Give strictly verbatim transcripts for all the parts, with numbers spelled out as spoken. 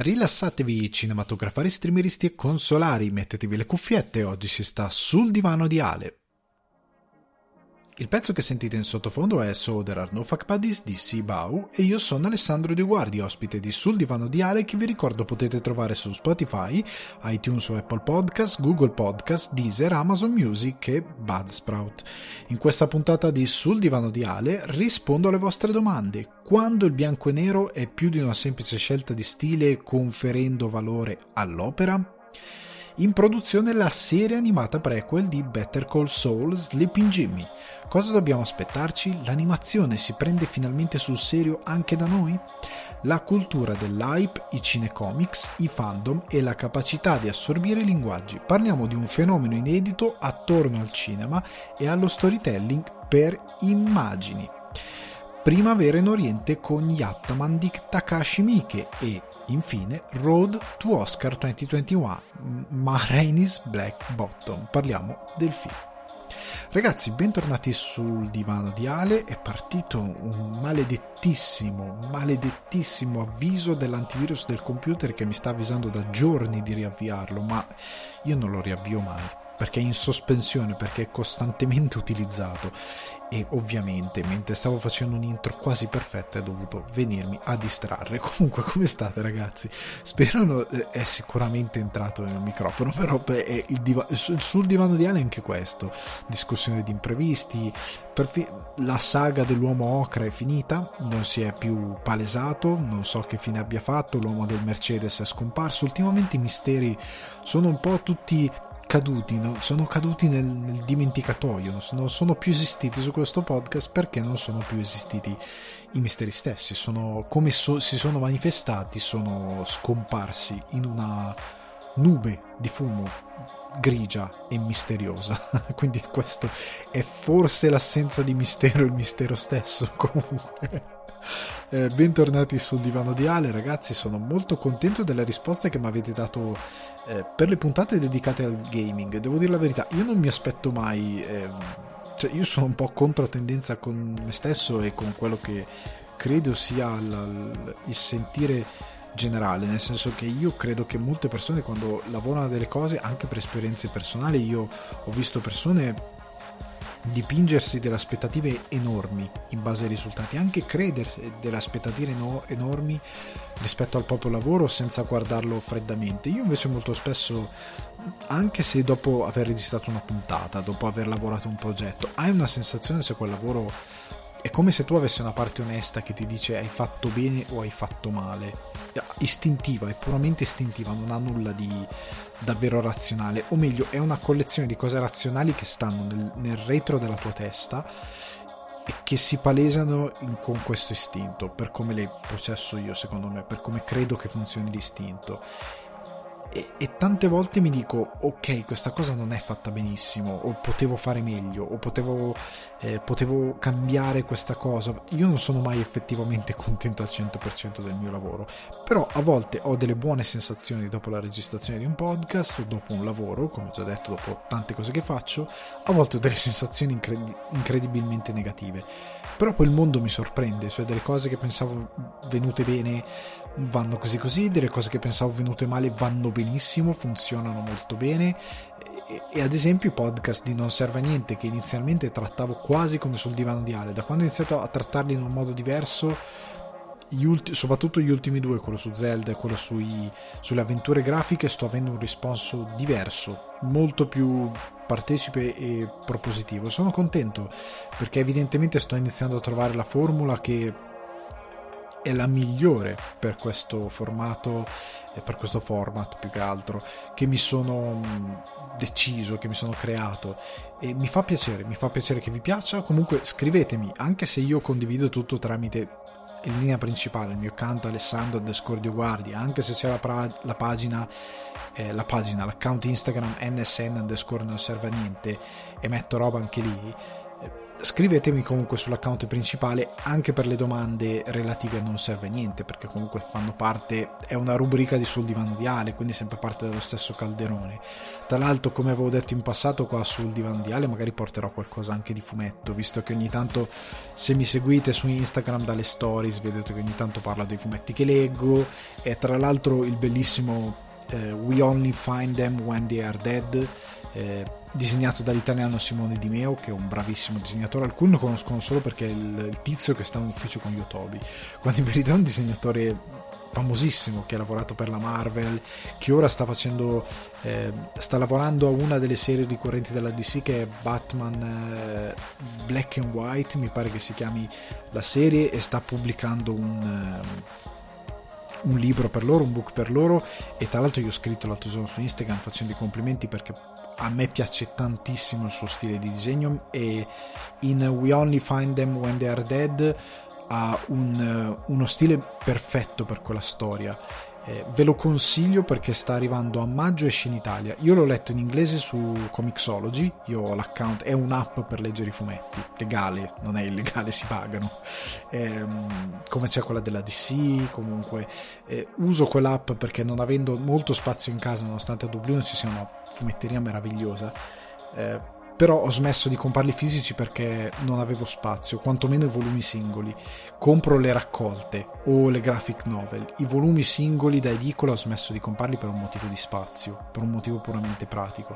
Rilassatevi cinematografari, streameristi e consolari, mettetevi le cuffiette, oggi si sta sul divano di Ale. Il pezzo che sentite in sottofondo è So There Are No Fuck Buddies di Sibau e io sono Alessandro Di Guardi, ospite di Sul Divano di Ale, che vi ricordo potete trovare su Spotify, iTunes o Apple Podcast, Google Podcast, Deezer, Amazon Music e Buzzsprout. In questa puntata di Sul Divano di Ale rispondo alle vostre domande. Quando il bianco e nero è più di una semplice scelta di stile conferendo valore all'opera? In produzione la serie animata prequel di Better Call Saul, Sleeping Jimmy. Cosa dobbiamo aspettarci? L'animazione si prende finalmente sul serio anche da noi? La cultura dell'hype, i cinecomics, i fandom e la capacità di assorbire i linguaggi. Parliamo di un fenomeno inedito attorno al cinema e allo storytelling per immagini. Primavera in Oriente con Yattaman di Takashi Miike e infine Road to Oscar duemilaventuno, Ma Rainey's Black Bottom. Parliamo del film. Ragazzi, bentornati sul divano di Ale. È partito un maledettissimo, maledettissimo avviso dell'antivirus del computer che mi sta avvisando da giorni di riavviarlo, ma io non lo riavvio mai perché è in sospensione, perché è costantemente utilizzato. E ovviamente mentre stavo facendo un intro quasi perfetta è dovuto venirmi a distrarre. Comunque, come state ragazzi? Spero no, è sicuramente entrato nel microfono, però è il diva- sul divano di Ale anche questo, discussione di imprevisti. Perfi- la saga dell'uomo ocra è finita, non si è più palesato, non so che fine abbia fatto, l'uomo del Mercedes è scomparso. Ultimamente i misteri sono un po' tutti caduti, no? Sono caduti nel, nel dimenticatoio, non sono, sono più esistiti su questo podcast perché non sono più esistiti i misteri stessi, sono come so, si sono manifestati, sono scomparsi in una nube di fumo grigia e misteriosa. Quindi questo è forse l'assenza di mistero, il mistero stesso. Comunque Eh, bentornati sul divano di Ale, ragazzi. Sono molto contento delle risposte che mi avete dato eh, per le puntate dedicate al gaming. Devo dire la verità, io non mi aspetto mai eh, cioè io sono un po' contro tendenza con me stesso e con quello che credo sia il, il sentire generale, nel senso che io credo che molte persone quando lavorano a delle cose, anche per esperienze personali, io ho visto persone dipingersi delle aspettative enormi in base ai risultati, anche credersi delle aspettative no- enormi rispetto al proprio lavoro senza guardarlo freddamente. Io invece molto spesso, anche se dopo aver registrato una puntata, dopo aver lavorato un progetto, hai una sensazione se quel lavoro è come se tu avessi una parte onesta che ti dice hai fatto bene o hai fatto male, istintiva, è puramente istintiva, non ha nulla di davvero razionale, o meglio è una collezione di cose razionali che stanno nel, nel retro della tua testa e che si palesano in, con questo istinto, per come le processo io, secondo me, per come credo che funzioni l'istinto. E, e tante volte mi dico ok, questa cosa non è fatta benissimo, o potevo fare meglio, o potevo, eh, potevo cambiare questa cosa. Io non sono mai effettivamente contento al cento per cento del mio lavoro, però a volte ho delle buone sensazioni dopo la registrazione di un podcast o dopo un lavoro, come ho già detto, dopo tante cose che faccio. A volte ho delle sensazioni incredi- incredibilmente negative, però poi il mondo mi sorprende, cioè delle cose che pensavo venute bene vanno così così, delle cose che pensavo venute male vanno benissimo, funzionano molto bene. E, e ad esempio i podcast di Non Serve a Niente, che inizialmente trattavo quasi come sul divano di Ale, da quando ho iniziato a trattarli in un modo diverso, gli ulti- soprattutto gli ultimi due, quello su Zelda e quello sui, sulle avventure grafiche, sto avendo un risponso diverso, molto più partecipe e propositivo. Sono contento perché evidentemente sto iniziando a trovare la formula che è la migliore per questo formato e per questo format, più che altro, che mi sono deciso, che mi sono creato, e mi fa piacere, mi fa piacere che vi piaccia. Comunque scrivetemi, anche se io condivido tutto tramite in linea principale il mio account Alessandro underscore Dio Guardi, anche se c'è la, pra- la pagina eh, la pagina, l'account Instagram N S N underscore non serve a niente e metto roba anche lì. scrivetemi comunque sull'account principale anche per le domande relative a Non serve a niente, perché comunque fanno parte, è una rubrica di Sul Divano di Ale, quindi sempre parte dello stesso calderone. Tra l'altro, come avevo detto in passato, qua sul Divano di Ale magari porterò qualcosa anche di fumetto, visto che ogni tanto, se mi seguite su Instagram dalle stories, vedete che ogni tanto parlo dei fumetti che leggo. E tra l'altro il bellissimo eh, We Only Find Them When They Are Dead, eh, disegnato dall'italiano Simone Di Meo, che è un bravissimo disegnatore. Alcuni lo conoscono solo perché è il, il tizio che sta in ufficio con Yotobi, quando in verità è un disegnatore famosissimo che ha lavorato per la Marvel, che ora sta facendo eh, sta lavorando a una delle serie ricorrenti della D C, che è Batman eh, Black and White, mi pare che si chiami la serie, e sta pubblicando un eh, un libro per loro, un book per loro. E tra l'altro io ho scritto l'altro giorno su Instagram facendo i complimenti, perché a me piace tantissimo il suo stile di disegno, e in We Only Find Them When They Are Dead ha un, uno stile perfetto per quella storia. Eh, ve lo consiglio perché sta arrivando a maggio, esce in Italia. Io l'ho letto in inglese su Comixology, io ho l'account, è un'app per leggere i fumetti, legale, non è illegale, si pagano, eh, come c'è quella della D C. Comunque eh, uso quell'app perché, non avendo molto spazio in casa, nonostante a Dublino ci sia una fumetteria meravigliosa, eh, però ho smesso di comprarli fisici perché non avevo spazio, quantomeno i volumi singoli. Compro le raccolte o le graphic novel. I volumi singoli da edicola ho smesso di comprarli per un motivo di spazio, per un motivo puramente pratico.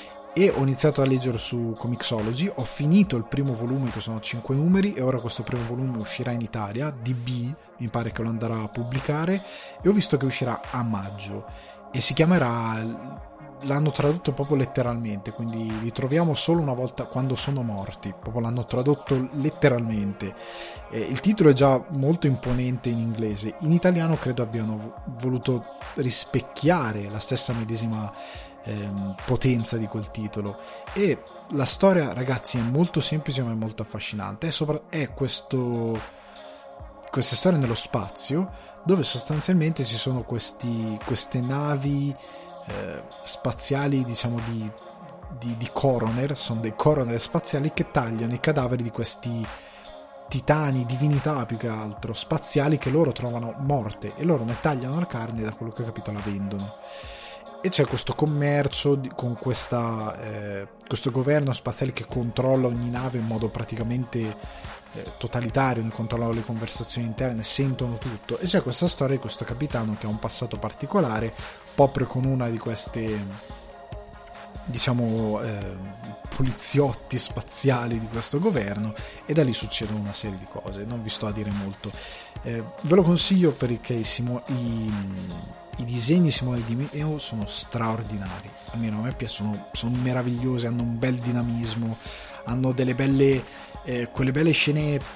E ho iniziato a leggere su Comixology, ho finito il primo volume, che sono cinque numeri, e ora questo primo volume uscirà in Italia. D B mi pare che lo andrà a pubblicare, e ho visto che uscirà a maggio e si chiamerà, l'hanno tradotto proprio letteralmente, quindi li troviamo solo una volta quando sono morti, proprio l'hanno tradotto letteralmente. Eh, il titolo è già molto imponente in inglese, in italiano credo abbiano voluto rispecchiare la stessa medesima ehm, potenza di quel titolo. E la storia, ragazzi, è molto semplice ma è molto affascinante. È, sopra- è questo queste storie nello spazio, dove sostanzialmente ci sono questi, queste navi Eh, spaziali, diciamo di, di, di coroner, sono dei coroner spaziali che tagliano i cadaveri di questi titani, divinità più che altro, spaziali, che loro trovano morte, e loro ne tagliano la carne e, da quello che ho capito, la vendono. E c'è questo commercio di, con questa, eh, questo governo spaziale che controlla ogni nave in modo praticamente eh, totalitario, ne controllano le conversazioni interne, sentono tutto. E c'è questa storia di questo capitano che ha un passato particolare, proprio con una di queste, diciamo, eh, poliziotti spaziali di questo governo, e da lì succedono una serie di cose. Non vi sto a dire molto, eh, ve lo consiglio perché i, Simo- i, i disegni di Simone Di Meo sono straordinari, almeno a me piacciono, sono meravigliosi, hanno un bel dinamismo, hanno delle belle eh, quelle belle scene.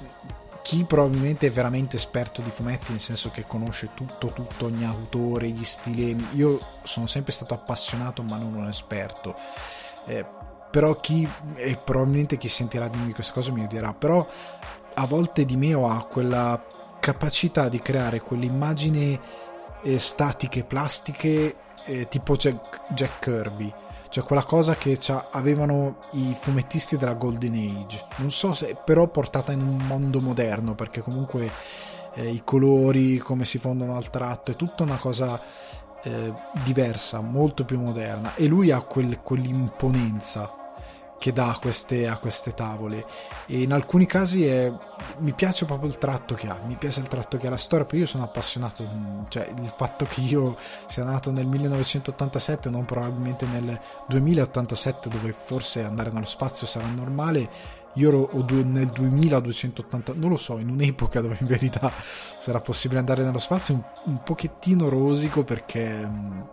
Chi probabilmente è veramente esperto di fumetti, nel senso che conosce tutto, tutto, ogni autore, gli stilemi. Io sono sempre stato appassionato ma non un esperto, eh, però chi, e probabilmente chi sentirà di me queste cose mi dirà, però a volte Di Meo ha quella capacità di creare quell'immagine eh, statiche, plastiche, eh, tipo Jack, Jack Kirby, cioè quella cosa che avevano i fumettisti della Golden Age, non so se però portata in un mondo moderno, perché comunque eh, i colori, come si fondono al tratto, è tutta una cosa eh, diversa, molto più moderna, e lui ha quel, quell'imponenza che dà a queste, a queste tavole, e in alcuni casi è, mi piace proprio il tratto che ha, mi piace il tratto che ha la storia. Poi io sono appassionato, cioè il fatto che io sia nato nel millenovecentottantasette, non probabilmente nel duemilaottantasette, dove forse andare nello spazio sarà normale, io ero nel duemiladuecentottanta, non lo so, in un'epoca dove in verità sarà possibile andare nello spazio, un, un pochettino rosico, perché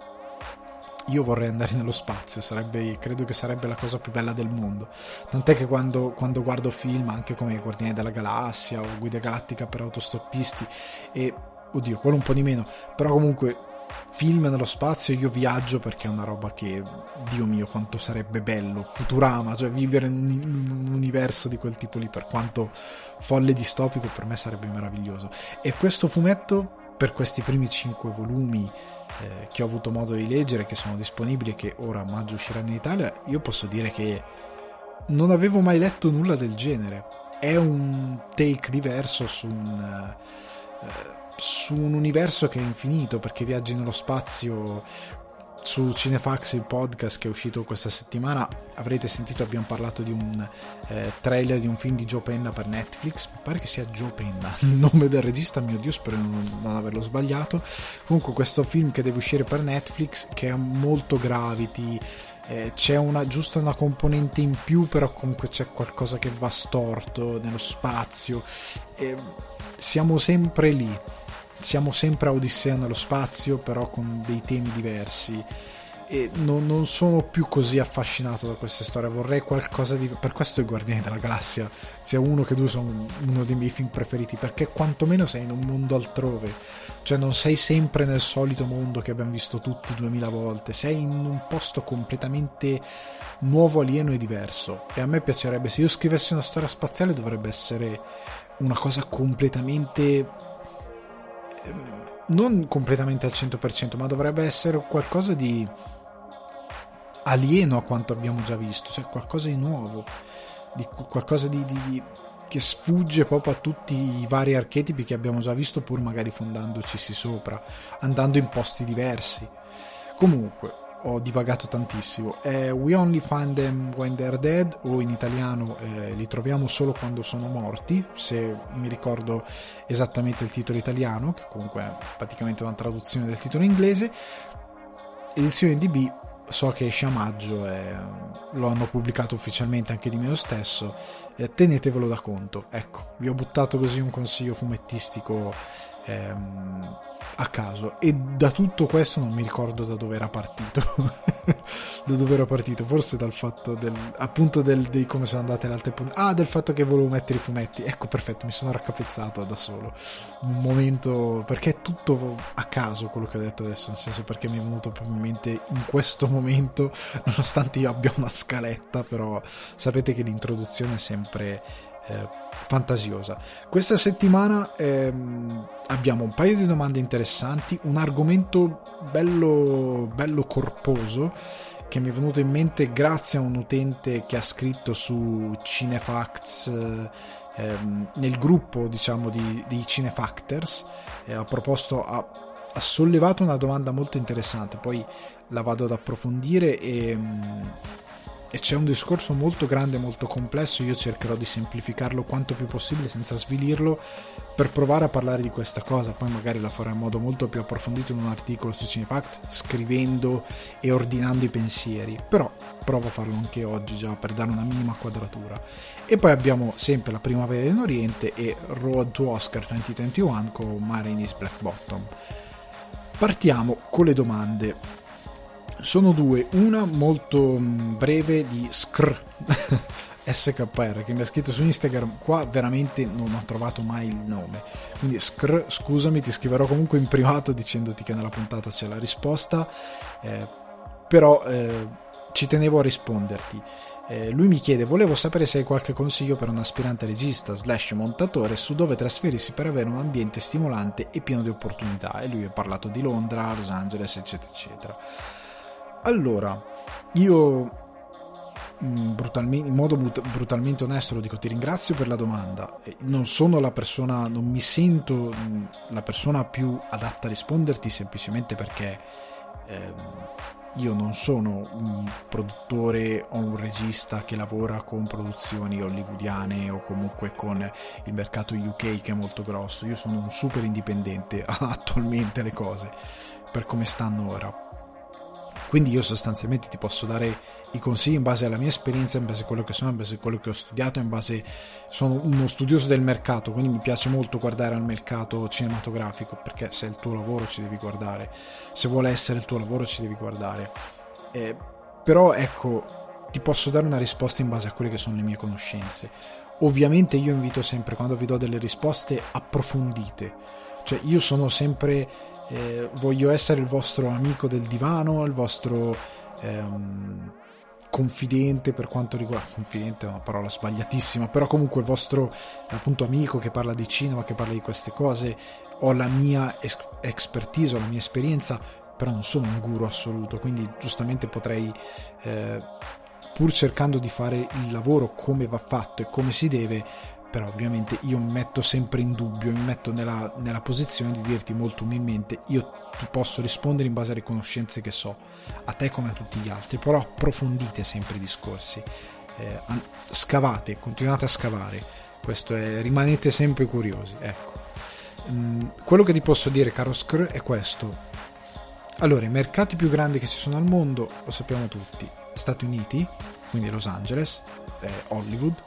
io vorrei andare nello spazio, sarebbe, credo che sarebbe la cosa più bella del mondo, tant'è che quando, quando guardo film anche come Guardiani della Galassia o Guida Galattica per autostoppisti, e oddio, quello un po' di meno, però comunque film nello spazio, io viaggio perché è una roba che, Dio mio, quanto sarebbe bello, Futurama, cioè vivere in un universo di quel tipo lì, per quanto folle distopico, per me sarebbe meraviglioso. E questo fumetto, per questi primi cinque volumi eh, che ho avuto modo di leggere, che sono disponibili e che ora a maggio usciranno in Italia, io posso dire che non avevo mai letto nulla del genere. È un take diverso su un, uh, su un universo che è infinito, perché viaggi nello spazio. Su Cinefax, il podcast che è uscito questa settimana, avrete sentito, abbiamo parlato di un eh, trailer di un film di Joe Penna per Netflix. Mi pare che sia Joe Penna il nome del regista, mio Dio, spero non, non averlo sbagliato. Comunque questo film che deve uscire per Netflix, che è molto Gravity, eh, c'è una giusta una componente in più, però comunque c'è qualcosa che va storto nello spazio, eh, siamo sempre lì. Siamo sempre a Odissea nello spazio, però con dei temi diversi, e non, non sono più così affascinato da queste storie. Vorrei qualcosa di... Per questo i Guardiani della Galassia, sia uno che due, sono uno dei miei film preferiti, perché quantomeno sei in un mondo altrove, cioè non sei sempre nel solito mondo che abbiamo visto tutti duemila volte, sei in un posto completamente nuovo, alieno e diverso. E a me piacerebbe, se io scrivessi una storia spaziale, dovrebbe essere una cosa completamente... non completamente al cento per cento, ma dovrebbe essere qualcosa di alieno a quanto abbiamo già visto, cioè qualcosa di nuovo, di qualcosa di, di, di che sfugge proprio a tutti i vari archetipi che abbiamo già visto, pur magari fondandoci sopra, andando in posti diversi. Comunque ho divagato tantissimo. eh, We Only Find Them When They're Dead, o in italiano eh, li troviamo solo quando sono morti, se mi ricordo esattamente il titolo italiano, che comunque è praticamente una traduzione del titolo inglese. Edizione D B, so che esce a maggio, eh, lo hanno pubblicato ufficialmente anche di me stesso, eh, tenetevelo da conto. Ecco, vi ho buttato così un consiglio fumettistico ehm, a caso, e da tutto questo non mi ricordo da dove era partito da dove era partito, forse dal fatto del appunto del, di come sono andate le altre puntate, ah del fatto che volevo mettere i fumetti. Ecco, perfetto, mi sono raccapezzato da solo un momento, perché è tutto a caso quello che ho detto adesso, nel senso, perché mi è venuto proprio in mente in questo momento, nonostante io abbia una scaletta, però sapete che l'introduzione è sempre eh, fantasiosa. Questa settimana ehm, abbiamo un paio di domande interessanti, un argomento bello bello corposo che mi è venuto in mente grazie a un utente che ha scritto su Cinefacts, ehm, nel gruppo, diciamo, di, di Cinefactors, eh, ha proposto ha, ha sollevato una domanda molto interessante, poi la vado ad approfondire, e e c'è un discorso molto grande, molto complesso. Io cercherò di semplificarlo quanto più possibile senza svilirlo, per provare a parlare di questa cosa. Poi magari la farò in modo molto più approfondito in un articolo su Cinefact, scrivendo e ordinando i pensieri, però provo a farlo anche oggi, già per dare una minima quadratura. E poi abbiamo sempre la primavera in Oriente e Road to Oscar duemilaventuno con Marini's Black Bottom. Partiamo con le domande. Sono due, una molto breve di Skr S K R, che mi ha scritto su Instagram. Qua veramente non ho trovato mai il nome, quindi Skr, scusami, ti scriverò comunque in privato dicendoti che nella puntata c'è la risposta, eh, però eh, ci tenevo a risponderti. Eh, lui mi chiede: volevo sapere se hai qualche consiglio per un aspirante regista slash montatore su dove trasferirsi per avere un ambiente stimolante e pieno di opportunità. E lui ha parlato di Londra, Los Angeles, eccetera eccetera. Allora, io brutalmente, in modo brutalmente onesto lo dico, ti ringrazio per la domanda. Non sono la persona, non mi sento la persona più adatta a risponderti, semplicemente perché ehm, io non sono un produttore o un regista che lavora con produzioni hollywoodiane o comunque con il mercato U K, che è molto grosso. Io sono un super indipendente attualmente, le cose per come stanno ora. Quindi io sostanzialmente ti posso dare i consigli in base alla mia esperienza, in base a quello che sono, in base a quello che ho studiato, in base... sono uno studioso del mercato, quindi mi piace molto guardare al mercato cinematografico, perché se è il tuo lavoro ci devi guardare, se vuole essere il tuo lavoro ci devi guardare. Eh, però ecco, ti posso dare una risposta in base a quelle che sono le mie conoscenze. Ovviamente io invito sempre, quando vi do delle risposte, approfondite. Cioè io sono sempre... Eh, voglio essere il vostro amico del divano, il vostro ehm, confidente, per quanto riguarda, confidente è una parola sbagliatissima, però comunque il vostro appunto amico che parla di cinema, che parla di queste cose. Ho la mia ex- expertise, ho la mia esperienza, però non sono un guru assoluto, quindi giustamente potrei eh, pur cercando di fare il lavoro come va fatto e come si deve, però ovviamente io mi metto sempre in dubbio, mi metto nella, nella posizione di dirti molto umilmente, io ti posso rispondere in base alle conoscenze che so, a te come a tutti gli altri, però approfondite sempre i discorsi, eh, scavate, continuate a scavare, questo è, rimanete sempre curiosi, ecco. Mm, quello che ti posso dire, caro Scr, è questo. Allora, i mercati più grandi che ci sono al mondo, lo sappiamo tutti, Stati Uniti, quindi Los Angeles, eh, Hollywood,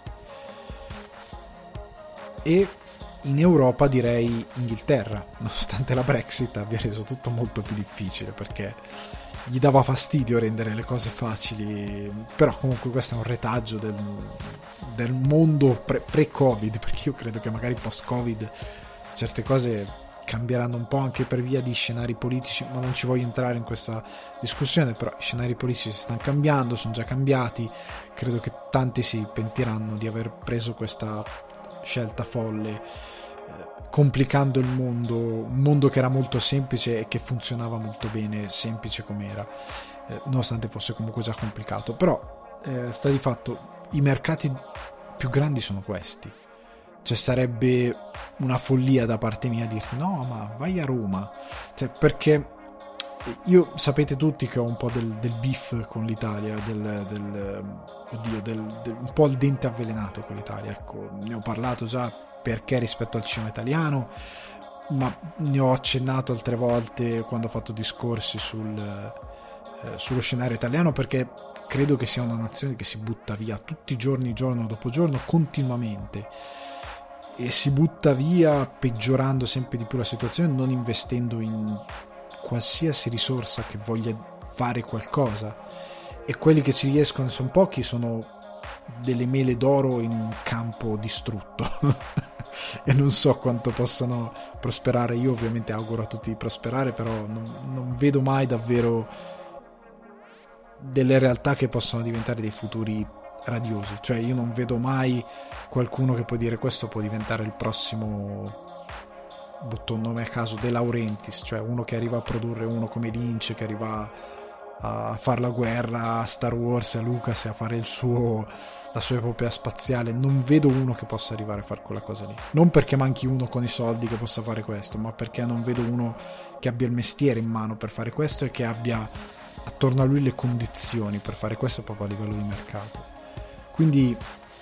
e in Europa direi Inghilterra, nonostante la Brexit abbia reso tutto molto più difficile, perché gli dava fastidio rendere le cose facili, però comunque questo è un retaggio del, del mondo pre- pre-Covid, perché io credo che magari post-Covid certe cose cambieranno un po' anche per via di scenari politici, ma non ci voglio entrare in questa discussione, però i scenari politici si stanno cambiando, sono già cambiati, credo che tanti si pentiranno di aver preso questa scelta folle, eh, complicando il mondo, un mondo che era molto semplice e che funzionava molto bene, semplice com'era, eh, nonostante fosse comunque già complicato, però eh, sta di fatto, i mercati più grandi sono questi. Cioè sarebbe una follia da parte mia dirti no ma vai a Roma, cioè, perché io sapete tutti che ho un po' del, del beef con l'Italia, del, del oddio del, del, un po' il dente avvelenato con l'Italia, ecco, ne ho parlato già perché rispetto al cinema italiano, ma ne ho accennato altre volte quando ho fatto discorsi sul, eh, sullo scenario italiano, perché credo che sia una nazione che si butta via tutti i giorni, giorno dopo giorno, continuamente, e si butta via peggiorando sempre di più la situazione, non investendo in qualsiasi risorsa che voglia fare qualcosa, e quelli che ci riescono, sono pochi, sono delle mele d'oro in un campo distrutto e non so quanto possano prosperare. Io ovviamente auguro a tutti di prosperare, però non, non vedo mai davvero delle realtà che possano diventare dei futuri radiosi, cioè io non vedo mai qualcuno che può dire questo può diventare il prossimo, butto un nome a caso, De Laurentiis, cioè uno che arriva a produrre, uno come Lynch che arriva a fare la guerra a Star Wars, a Lucas, e a fare il suo, la sua epopea spaziale. Non vedo uno che possa arrivare a fare quella cosa lì, non perché manchi uno con i soldi che possa fare questo, ma perché non vedo uno che abbia il mestiere in mano per fare questo e che abbia attorno a lui le condizioni per fare questo proprio a livello di mercato. Quindi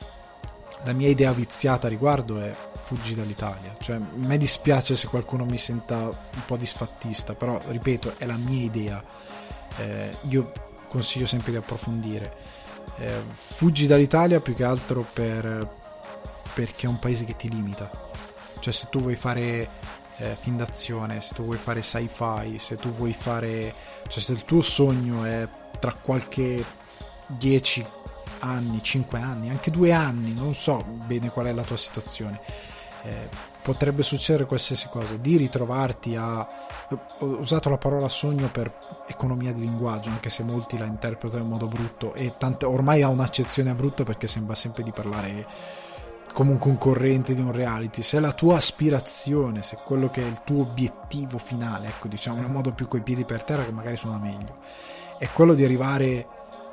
la mia idea viziata a riguardo è fuggi dall'Italia, cioè a me dispiace se qualcuno mi senta un po' disfattista, però ripeto è la mia idea, eh, io consiglio sempre di approfondire, eh, fuggi dall'Italia più che altro per, perché è un paese che ti limita, cioè se tu vuoi fare eh, film d'azione, se tu vuoi fare sci-fi, se tu vuoi fare, cioè se il tuo sogno è tra qualche dieci anni, cinque anni, anche due anni, non so bene qual è la tua situazione, eh, potrebbe succedere qualsiasi cosa, di ritrovarti a, ho usato la parola sogno per economia di linguaggio, anche se molti la interpretano in modo brutto, e tante, ormai ha un'accezione brutta perché sembra sempre di parlare come un concorrente di un reality. Se la tua aspirazione, se quello che è il tuo obiettivo finale, ecco, diciamo in modo più coi piedi per terra, che magari suona meglio, è quello di arrivare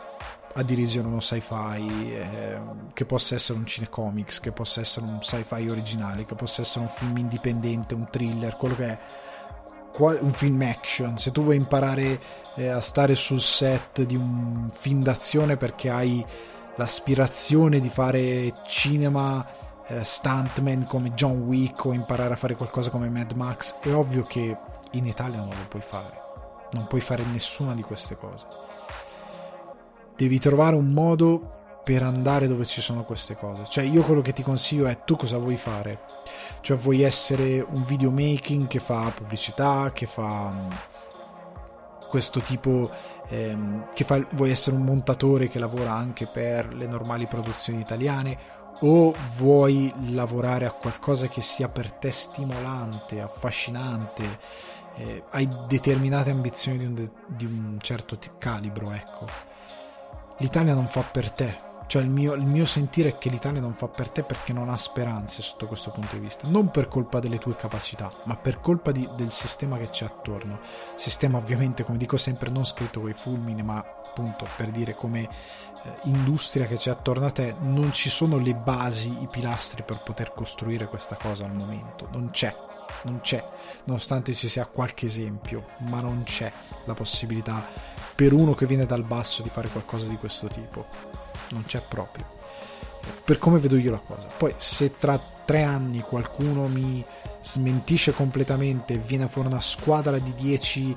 a dirigere uno sci-fi, eh, che possa essere un cinecomics, che possa essere un sci-fi originale, che possa essere un film indipendente, un thriller, quello che è, un film action, se tu vuoi imparare eh, a stare sul set di un film d'azione perché hai l'aspirazione di fare cinema eh, stuntman come John Wick, o imparare a fare qualcosa come Mad Max, è ovvio che in Italia non lo puoi fare, non puoi fare nessuna di queste cose. Devi trovare un modo per andare dove ci sono queste cose. Cioè io quello che ti consiglio è: tu cosa vuoi fare? Cioè vuoi essere un videomaking che fa pubblicità, che fa questo tipo, ehm, che fa, vuoi essere un montatore che lavora anche per le normali produzioni italiane, o vuoi lavorare a qualcosa che sia per te stimolante, affascinante, eh, hai determinate ambizioni di un, de- di un certo t- calibro, ecco. L'Italia non fa per te, Cioè il mio, il mio sentire è che l'Italia non fa per te perché non ha speranze sotto questo punto di vista, non per colpa delle tue capacità, ma per colpa di, del sistema che c'è attorno. Sistema ovviamente, come dico sempre, non scritto coi fulmini, ma appunto per dire come eh, industria che c'è attorno a te, non ci sono le basi, i pilastri per poter costruire questa cosa al momento, non c'è. Non c'è, nonostante ci sia qualche esempio, ma non c'è la possibilità per uno che viene dal basso di fare qualcosa di questo tipo. Non c'è proprio, per come vedo io la cosa. Poi se tra tre anni qualcuno mi smentisce completamente e viene fuori una squadra di dieci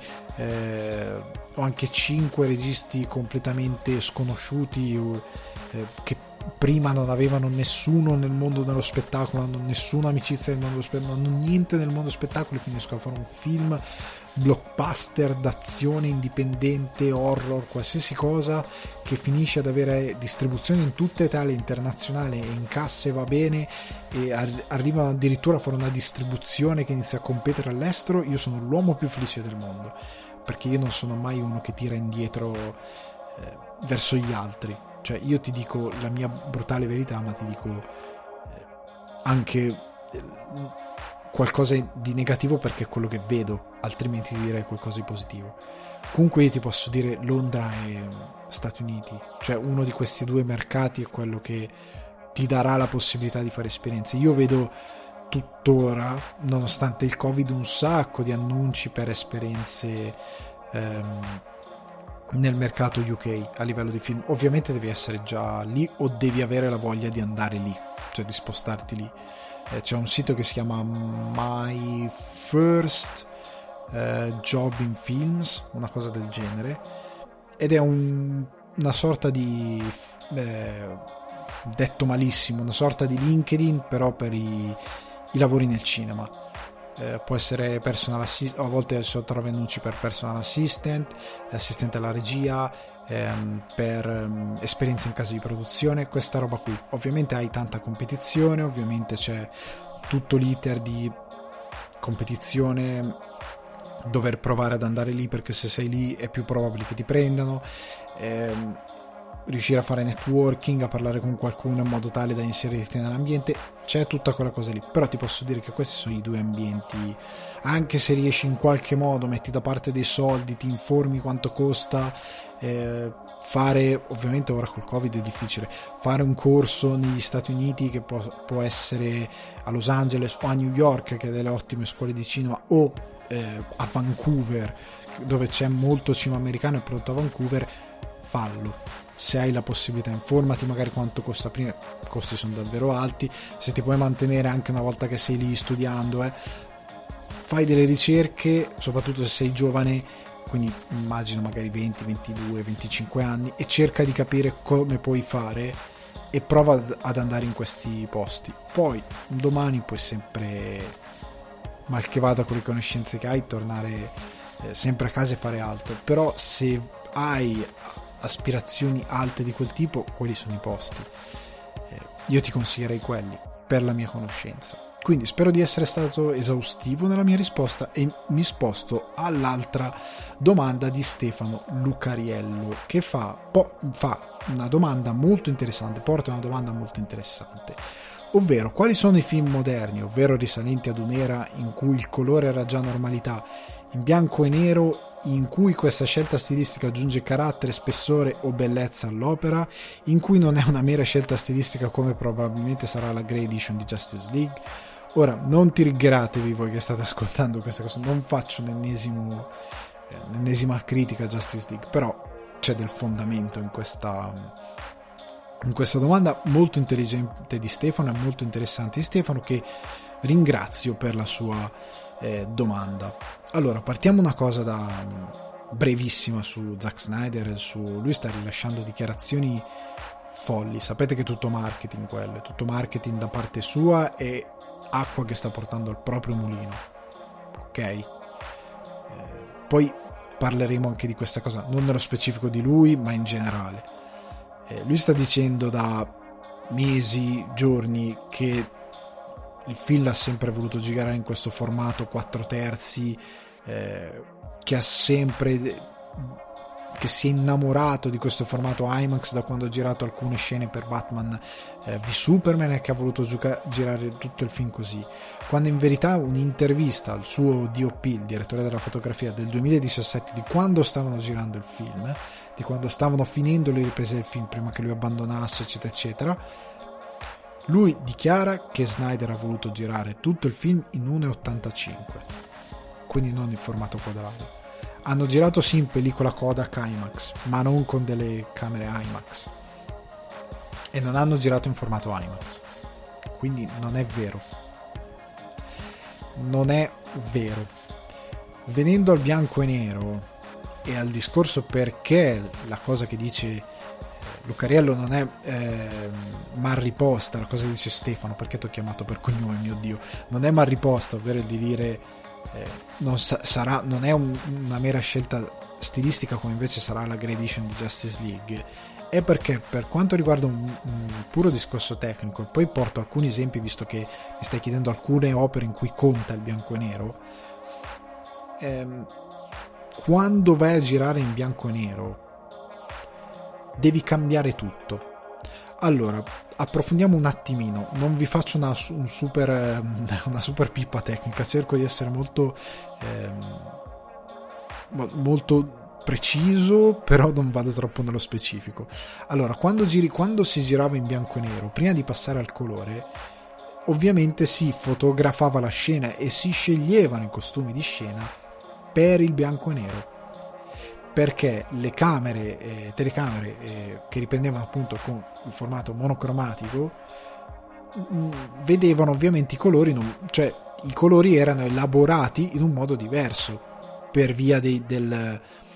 eh, o anche cinque registi completamente sconosciuti eh, che prima non avevano nessuno nel mondo dello spettacolo, non hanno nessuna amicizia nel mondo dello spettacolo, non hanno niente nel mondo dello spettacolo, e finiscono a fare un film blockbuster d'azione indipendente, horror, qualsiasi cosa, che finisce ad avere distribuzione in tutta Italia, internazionale, e in casse va bene, e ar- arriva addirittura a fare una distribuzione che inizia a competere all'estero. Io sono l'uomo più felice del mondo, perché io non sono mai uno che tira indietro eh, verso gli altri. Cioè io ti dico la mia brutale verità, ma ti dico eh, anche eh, qualcosa di negativo perché è quello che vedo, altrimenti ti direi qualcosa di positivo. Comunque io ti posso dire Londra e Stati Uniti, cioè uno di questi due mercati è quello che ti darà la possibilità di fare esperienze. Io vedo tuttora, nonostante il Covid, un sacco di annunci per esperienze ehm, nel mercato U K a livello di film. Ovviamente devi essere già lì o devi avere la voglia di andare lì, cioè di spostarti lì. Eh, c'è un sito che si chiama My First eh, Job in Films, una cosa del genere, ed è un, una sorta di eh, detto malissimo, una sorta di LinkedIn però per i, i lavori nel cinema. Eh, può essere personal assistant, a volte sono trovi annunci per personal assistant, assistente alla regia, ehm, per ehm, esperienze in casa di produzione, questa roba qui. Ovviamente hai tanta competizione, ovviamente c'è tutto l'iter di competizione, dover provare ad andare lì perché se sei lì è più probabile che ti prendano, ehm, riuscire a fare networking, a parlare con qualcuno in modo tale da inserirti nell'ambiente, c'è tutta quella cosa lì. Però ti posso dire che questi sono i due ambienti, anche se riesci in qualche modo, metti da parte dei soldi, ti informi quanto costa eh, fare, ovviamente ora col Covid è difficile, fare un corso negli Stati Uniti che può, può essere a Los Angeles o a New York, che ha delle ottime scuole di cinema, o eh, a Vancouver dove c'è molto cinema americano e prodotto a Vancouver, fallo. Se hai la possibilità, informati magari quanto costa prima, i costi sono davvero alti, se ti puoi mantenere anche una volta che sei lì studiando, eh, fai delle ricerche, soprattutto se sei giovane, quindi immagino magari venti, ventidue, venticinque anni, e cerca di capire come puoi fare e prova ad, ad andare in questi posti. Poi domani puoi sempre, mal che vada con le conoscenze che hai, tornare eh, sempre a casa e fare altro. Però se hai aspirazioni alte di quel tipo, quelli sono i posti. Eh, io ti consiglierei quelli per la mia conoscenza. Quindi spero di essere stato esaustivo nella mia risposta e mi sposto all'altra domanda di Stefano Lucariello, che fa, po- fa una domanda molto interessante, porta una domanda molto interessante, ovvero quali sono i film moderni, ovvero risalenti ad un'era in cui il colore era già normalità, in bianco e nero, in cui questa scelta stilistica aggiunge carattere, spessore o bellezza all'opera, in cui non è una mera scelta stilistica come probabilmente sarà la Grey Edition di Justice League. Ora, non tirigaratevi voi che state ascoltando questa cosa, non faccio l'ennesimo, eh, l'ennesima critica a Justice League, però c'è del fondamento in questa, in questa domanda molto intelligente di Stefano e molto interessante di Stefano, che ringrazio per la sua eh, domanda. Allora, partiamo una cosa da brevissima su Zack Snyder. Su, lui sta rilasciando dichiarazioni folli, sapete che è tutto marketing, quello è tutto marketing da parte sua e acqua che sta portando al proprio mulino, ok? Eh, poi parleremo anche di questa cosa, non nello specifico di lui ma in generale. Eh, lui sta dicendo da mesi, giorni, che il film ha sempre voluto girare in questo formato quattro terzi, eh, che ha sempre che si è innamorato di questo formato IMAX da quando ha girato alcune scene per Batman eh, v Superman, e che ha voluto gioca- girare tutto il film così, quando in verità un'intervista al suo D O P, il direttore della fotografia, del duemiladiciassette, di quando stavano girando il film, di quando stavano finendo le riprese del film prima che lui abbandonasse, eccetera eccetera, lui dichiara che Snyder ha voluto girare tutto il film in uno virgola ottantacinque, quindi non in formato quadrato. Hanno girato sì in pellicola Kodak IMAX, ma non con delle camere IMAX, e non hanno girato in formato IMAX, quindi non è vero. Non è vero. Venendo al bianco e nero e al discorso perché la cosa che dice Luccariello non è eh, mal riposta, la cosa che dice Stefano, perché ti ho chiamato per cognome, mio Dio, non è mal riposta, ovvero di dire eh, non, sa- sarà, non è un, una mera scelta stilistica come invece sarà la Grey Edition di Justice League, è perché per quanto riguarda un, un puro discorso tecnico, e poi porto alcuni esempi visto che mi stai chiedendo alcune opere in cui conta il bianco e nero, ehm, quando vai a girare in bianco e nero devi cambiare tutto. Allora, approfondiamo un attimino, non vi faccio una, un super, una super pippa tecnica, cerco di essere molto ehm, molto preciso, però non vado troppo nello specifico. Allora, quando, giri, quando si girava in bianco e nero, prima di passare al colore, ovviamente si fotografava la scena e si sceglievano i costumi di scena per il bianco e nero, perché le camere, eh, telecamere eh, che riprendevano appunto con il formato monocromatico mh, vedevano ovviamente i colori, non, cioè i colori erano elaborati in un modo diverso per via dei, del,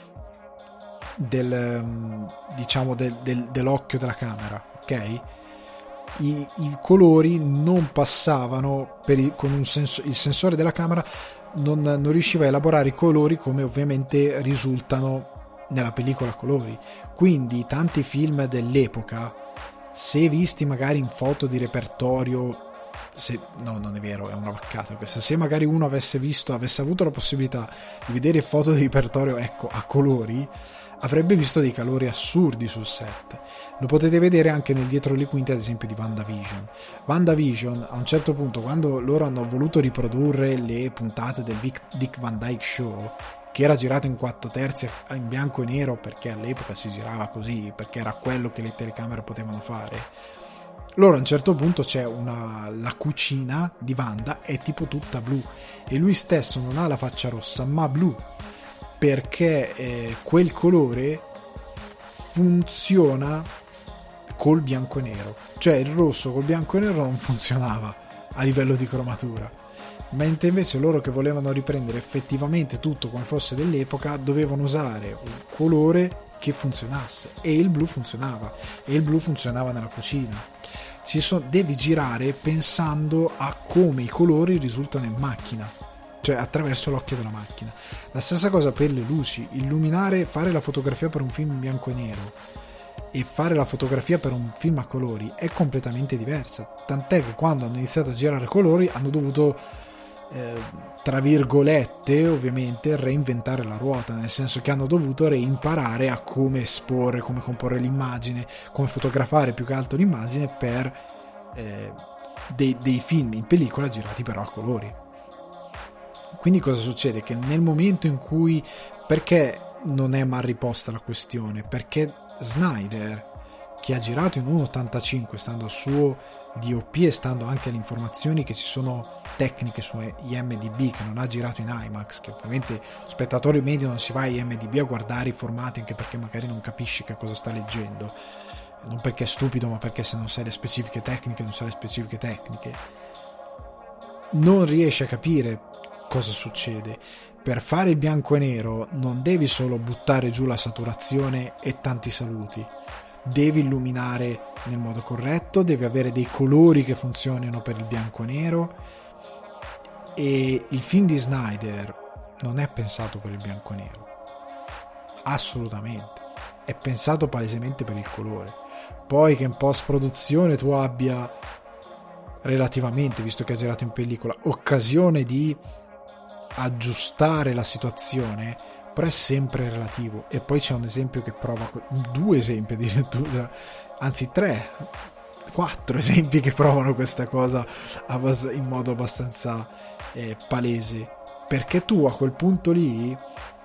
del diciamo del, del, dell'occhio della camera, ok? I, i colori non passavano per il, con un senso, il sensore della camera non, non riusciva a elaborare i colori come ovviamente risultano nella pellicola a colori. Quindi tanti film dell'epoca, se visti magari in foto di repertorio, se, no non è vero, è una vaccata questa, se magari uno avesse visto, avesse avuto la possibilità di vedere foto di repertorio, ecco, a colori, avrebbe visto dei colori assurdi sul set. Lo potete vedere anche nel dietro le quinte, ad esempio, di WandaVision. WandaVision, a un certo punto, quando loro hanno voluto riprodurre le puntate del Dick Van Dyke Show, che era girato in quattro terzi in bianco e nero, perché all'epoca si girava così, perché era quello che le telecamere potevano fare, loro a un certo punto c'è una la cucina di Wanda è tipo tutta blu e lui stesso non ha la faccia rossa ma blu, perché eh, quel colore funziona col bianco e nero, cioè il rosso col bianco e nero non funzionava a livello di cromatura, mentre invece loro che volevano riprendere effettivamente tutto come fosse dell'epoca dovevano usare un colore che funzionasse, e il blu funzionava, e il blu funzionava nella cucina. Si so, devi girare pensando a come i colori risultano in macchina, cioè attraverso l'occhio della macchina. La stessa cosa per le luci, illuminare, fare la fotografia per un film in bianco e nero e fare la fotografia per un film a colori è completamente diversa, tant'è che quando hanno iniziato a girare colori hanno dovuto eh, tra virgolette ovviamente reinventare la ruota, nel senso che hanno dovuto reimparare a come esporre, come comporre l'immagine, come fotografare più che altro l'immagine per eh, dei, dei film in pellicola girati però a colori. Quindi cosa succede? Che nel momento in cui, perché non è mal riposta la questione? Perché Snyder, che ha girato in uno virgola ottantacinque stando al suo D O P e stando anche alle informazioni che ci sono tecniche su I M D B, che non ha girato in IMAX, che ovviamente spettatore medio non si va a I M D B a guardare i formati anche perché magari non capisci che cosa sta leggendo, non perché è stupido ma perché se non sai le specifiche tecniche non sai le specifiche tecniche, non riesce a capire cosa succede. Per fare il bianco e nero non devi solo buttare giù la saturazione e tanti saluti, devi illuminare nel modo corretto, devi avere dei colori che funzionino per il bianco e nero, e il film di Snyder non è pensato per il bianco e nero, assolutamente, è pensato palesemente per il colore. Poi che in post produzione tu abbia relativamente, visto che ha girato in pellicola, occasione di aggiustare la situazione, però è sempre relativo. E poi c'è un esempio che prova, due esempi addirittura, anzi tre, quattro esempi che provano questa cosa in modo abbastanza eh, palese, perché tu a quel punto lì,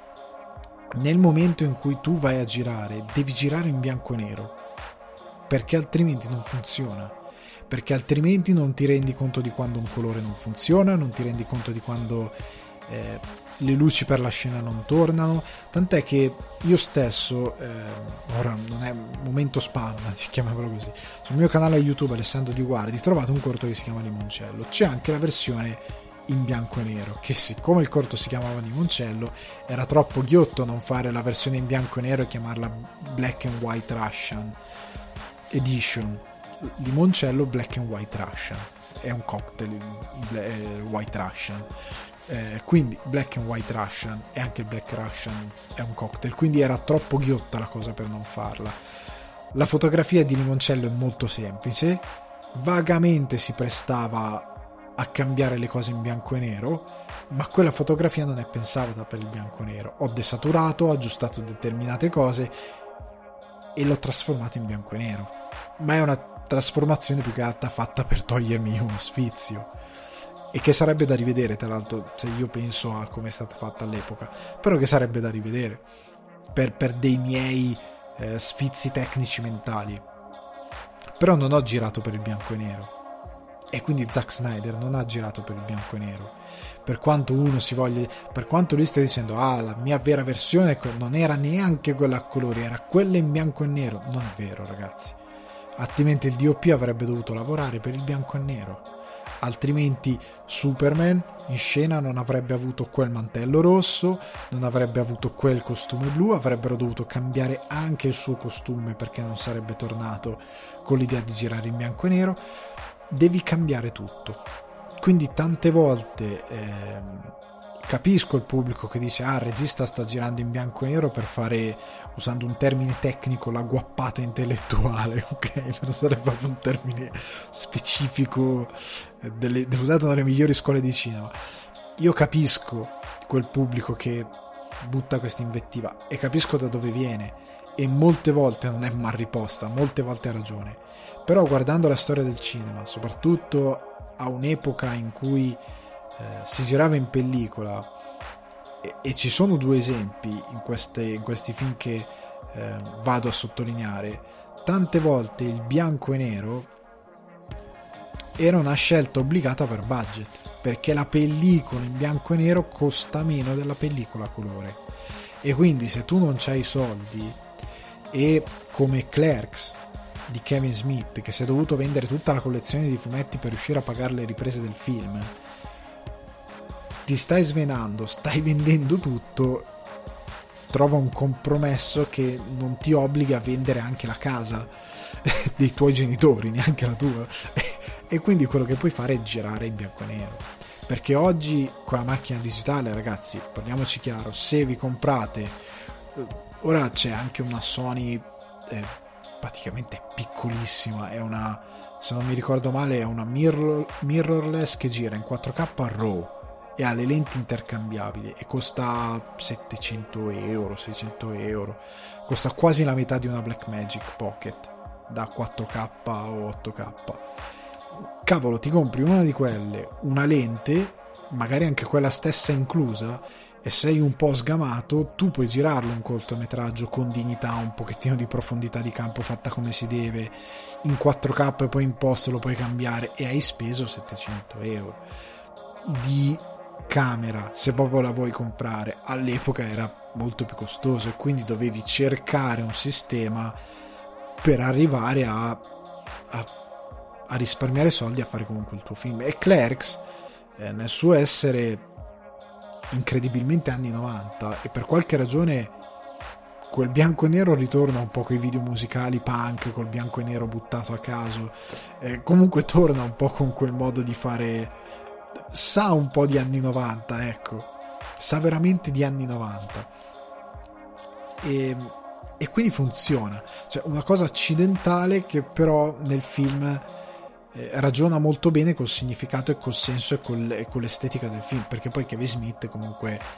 nel momento in cui tu vai a girare, devi girare in bianco e nero, perché altrimenti non funziona, perché altrimenti non ti rendi conto di quando un colore non funziona, non ti rendi conto di quando eh, le luci per la scena non tornano, tant'è che io stesso eh, ora non è momento spam, chiamiamolo così, sul mio canale YouTube Alessandro Di Guardi trovate un corto che si chiama Limoncello, c'è anche la versione in bianco e nero, che siccome il corto si chiamava Limoncello era troppo ghiotto non fare la versione in bianco e nero e chiamarla Black and White Russian Edition. Limoncello Black and White Russian è un cocktail eh, White Russian, eh, quindi Black and White Russian e anche il Black Russian è un cocktail, quindi era troppo ghiotta la cosa per non farla. La fotografia di Limoncello è molto semplice, vagamente si prestava a cambiare le cose in bianco e nero, ma quella fotografia non è pensata per il bianco e nero. Ho desaturato, ho aggiustato determinate cose e l'ho trasformato in bianco e nero, ma è una trasformazione più che altro fatta per togliermi uno sfizio, e che sarebbe da rivedere, tra l'altro, se io penso a come è stata fatta all'epoca, però che sarebbe da rivedere per, per dei miei eh, sfizi tecnici mentali. Però non ho girato per il bianco e nero, e quindi Zack Snyder non ha girato per il bianco e nero, per quanto uno si voglia, per quanto lui stia dicendo ah la mia vera versione non era neanche quella a colori, era quella in bianco e nero. Non è vero, ragazzi, altrimenti il D O P avrebbe dovuto lavorare per il bianco e nero, altrimenti Superman in scena non avrebbe avuto quel mantello rosso, non avrebbe avuto quel costume blu, avrebbero dovuto cambiare anche il suo costume perché non sarebbe tornato con l'idea di girare in bianco e nero. Devi cambiare tutto, quindi tante volte ehm, capisco il pubblico che dice ah il regista sta girando in bianco e nero per fare, usando un termine tecnico, la guappata intellettuale, ok, non sarebbe proprio un termine specifico eh, delle, usato nelle migliori scuole di cinema. Io capisco quel pubblico che butta questa invettiva e capisco da dove viene, e molte volte non è mal riposta, molte volte ha ragione. Però guardando la storia del cinema, soprattutto a un'epoca in cui eh, si girava in pellicola, e, e ci sono due esempi in, queste, in questi film che eh, vado a sottolineare, tante volte il bianco e nero era una scelta obbligata per budget, perché la pellicola in bianco e nero costa meno della pellicola a colore, e quindi se tu non c'hai i soldi, e come Clerks di Kevin Smith, che si è dovuto vendere tutta la collezione di fumetti per riuscire a pagare le riprese del film, ti stai svenando, stai vendendo tutto, trova un compromesso che non ti obbliga a vendere anche la casa dei tuoi genitori, neanche la tua, e quindi quello che puoi fare è girare in bianco e nero, perché oggi con la macchina digitale, ragazzi, parliamoci chiaro, se vi comprate, ora c'è anche una Sony eh, praticamente piccolissima, è una, se non mi ricordo male, è una mirror, mirrorless che gira in quattro K a RAW e ha le lenti intercambiabili e costa settecento euro, seicento euro, costa quasi la metà di una Blackmagic Pocket da quattro K o otto K. Cavolo, ti compri una di quelle, una lente, magari anche quella stessa inclusa, e sei un po' sgamato, tu puoi girarlo un cortometraggio con dignità, un pochettino di profondità di campo fatta come si deve, in quattro K e poi in post lo puoi cambiare, e hai speso settecento euro di camera, se proprio la vuoi comprare. All'epoca era molto più costoso e quindi dovevi cercare un sistema per arrivare a, a, a risparmiare soldi, a fare comunque il tuo film. E Clerks eh, nel suo essere incredibilmente anni novanta, e per qualche ragione quel bianco e nero ritorna un po' con i video musicali punk col bianco e nero buttato a caso, eh, comunque torna un po' con quel modo di fare, sa un po' di anni novanta, ecco, sa veramente di anni novanta, e, e quindi funziona, cioè una cosa accidentale che però nel film Eh, ragiona molto bene col significato e col senso e, col, e con l'estetica del film, perché poi Kevin Smith comunque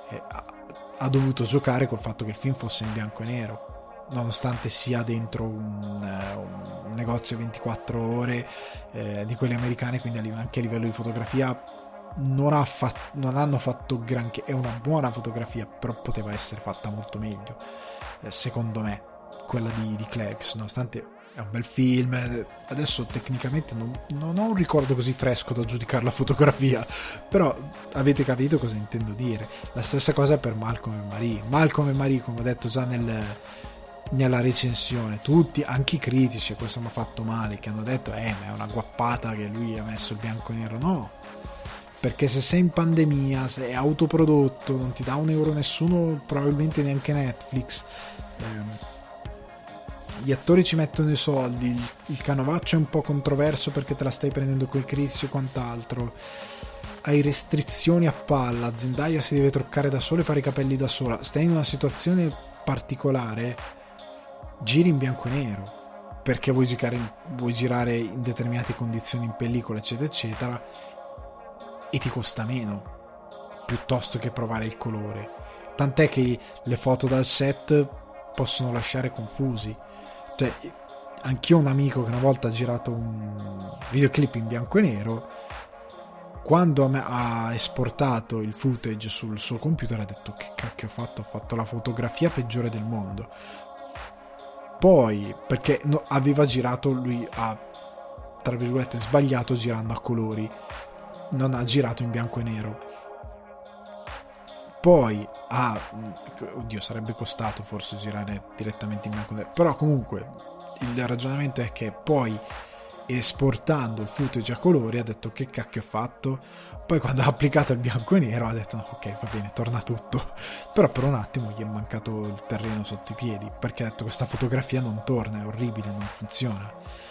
eh, ha, ha dovuto giocare col fatto che il film fosse in bianco e nero, nonostante sia dentro un, un negozio ventiquattro ore eh, di quelli americani, quindi anche a livello di fotografia non, ha fatto, non hanno fatto granché. È una buona fotografia, però poteva essere fatta molto meglio, eh, secondo me, quella di, di Clerks, nonostante è un bel film. Adesso tecnicamente non, non ho un ricordo così fresco da giudicare la fotografia, però avete capito cosa intendo dire. La stessa cosa per Malcolm e Marie. Malcolm e Marie, come ho detto già nel, nella recensione, tutti, anche i critici, e questo mi ha fatto male, che hanno detto eh ma è una guappata che lui ha messo il bianco e nero. No, perché se sei in pandemia, se è autoprodotto, non ti dà un euro nessuno, probabilmente neanche Netflix, ehm, gli attori ci mettono i soldi, il, il canovaccio è un po' controverso perché te la stai prendendo coi critici e quant'altro, hai restrizioni a palla, Zendaya si deve truccare da sola e fare i capelli da sola, stai in una situazione particolare, giri in bianco e nero perché vuoi girare, vuoi girare in determinate condizioni in pellicola eccetera eccetera, e ti costa meno piuttosto che provare il colore, tant'è che le foto dal set possono lasciare confusi. Cioè, anch'io ho un amico che una volta ha girato un videoclip in bianco e nero, quando ha esportato il footage sul suo computer ha detto che cacchio ho fatto, ho fatto la fotografia peggiore del mondo. Poi, perché no, aveva girato, lui ha tra virgolette sbagliato girando a colori, non ha girato in bianco e nero. Poi ha, oddio, sarebbe costato forse girare direttamente in bianco e nero, però comunque il ragionamento è che poi esportando il footage a colori ha detto che cacchio ho fatto, poi quando ha applicato il bianco e nero ha detto no, ok, va bene, torna tutto, però per un attimo gli è mancato il terreno sotto i piedi, perché ha detto questa fotografia non torna, è orribile, non funziona.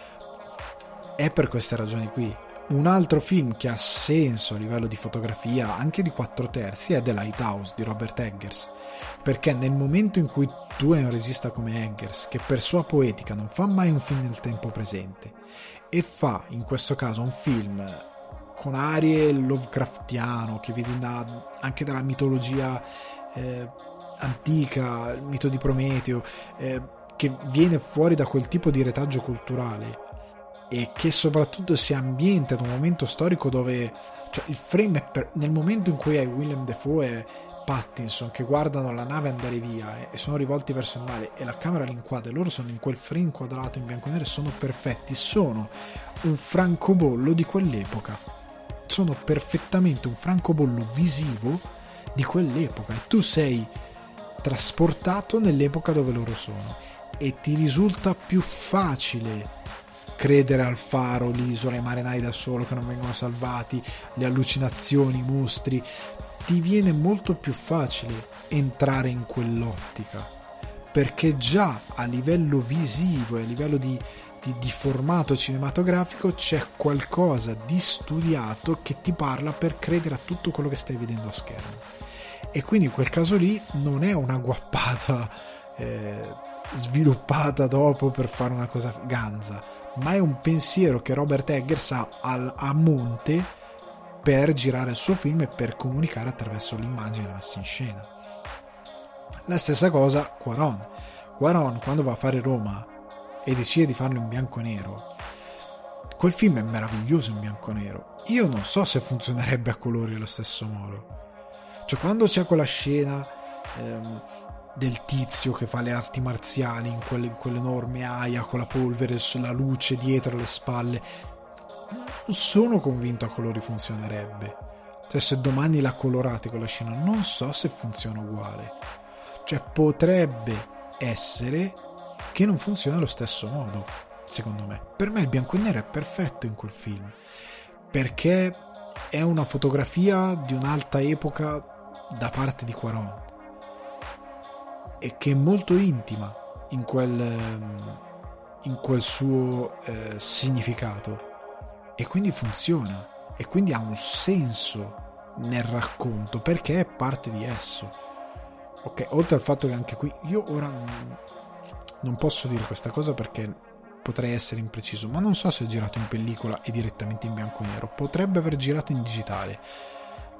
È per queste ragioni qui. Un altro film che ha senso a livello di fotografia, anche di quattro terzi, è The Lighthouse di Robert Eggers, perché nel momento in cui tu hai un regista come Eggers, che per sua poetica non fa mai un film nel tempo presente e fa in questo caso un film con arie Lovecraftiano, che viene da, anche dalla mitologia eh, antica, il mito di Prometeo, eh, che viene fuori da quel tipo di retaggio culturale, e che soprattutto si ambienta in un momento storico dove, cioè, il frame è per, nel momento in cui hai Willem Dafoe e Pattinson che guardano la nave andare via e sono rivolti verso il mare e la camera li inquadra e loro sono in quel frame quadrato in bianco e nero, sono perfetti, sono un francobollo di quell'epoca, sono perfettamente un francobollo visivo di quell'epoca, e tu sei trasportato nell'epoca dove loro sono e ti risulta più facile credere al faro, l'isola, i marinai da solo che non vengono salvati, le allucinazioni, i mostri. Ti viene molto più facile entrare in quell'ottica, perché già a livello visivo e a livello di, di, di formato cinematografico c'è qualcosa di studiato che ti parla per credere a tutto quello che stai vedendo a schermo, e quindi in quel caso lì non è una guappata eh, sviluppata dopo per fare una cosa ganza, ma è un pensiero che Robert Eggers ha al, a monte per girare il suo film e per comunicare attraverso l'immagine messa in scena. La stessa cosa Cuarón. Cuarón, quando va a fare Roma e decide di farlo in bianco e nero, quel film è meraviglioso in bianco e nero. Io non so se funzionerebbe a colori allo stesso modo. Cioè, quando c'è quella scena ehm, del tizio che fa le arti marziali in, quelle, in quell'enorme aia con la polvere, la luce dietro alle spalle, non sono convinto a colori funzionerebbe. Cioè, se domani la colorate quella scena, non so se funziona uguale. Cioè, potrebbe essere che non funziona allo stesso modo, secondo me. Per me il bianco e nero è perfetto in quel film, perché è una fotografia di un'alta epoca da parte di Cuarón, e che è molto intima in quel, in quel suo eh, significato, e quindi funziona, e quindi ha un senso nel racconto perché è parte di esso. Ok, oltre al fatto che anche qui io ora non, non posso dire questa cosa perché potrei essere impreciso, ma non so se ha girato in pellicola e direttamente in bianco e nero, potrebbe aver girato in digitale,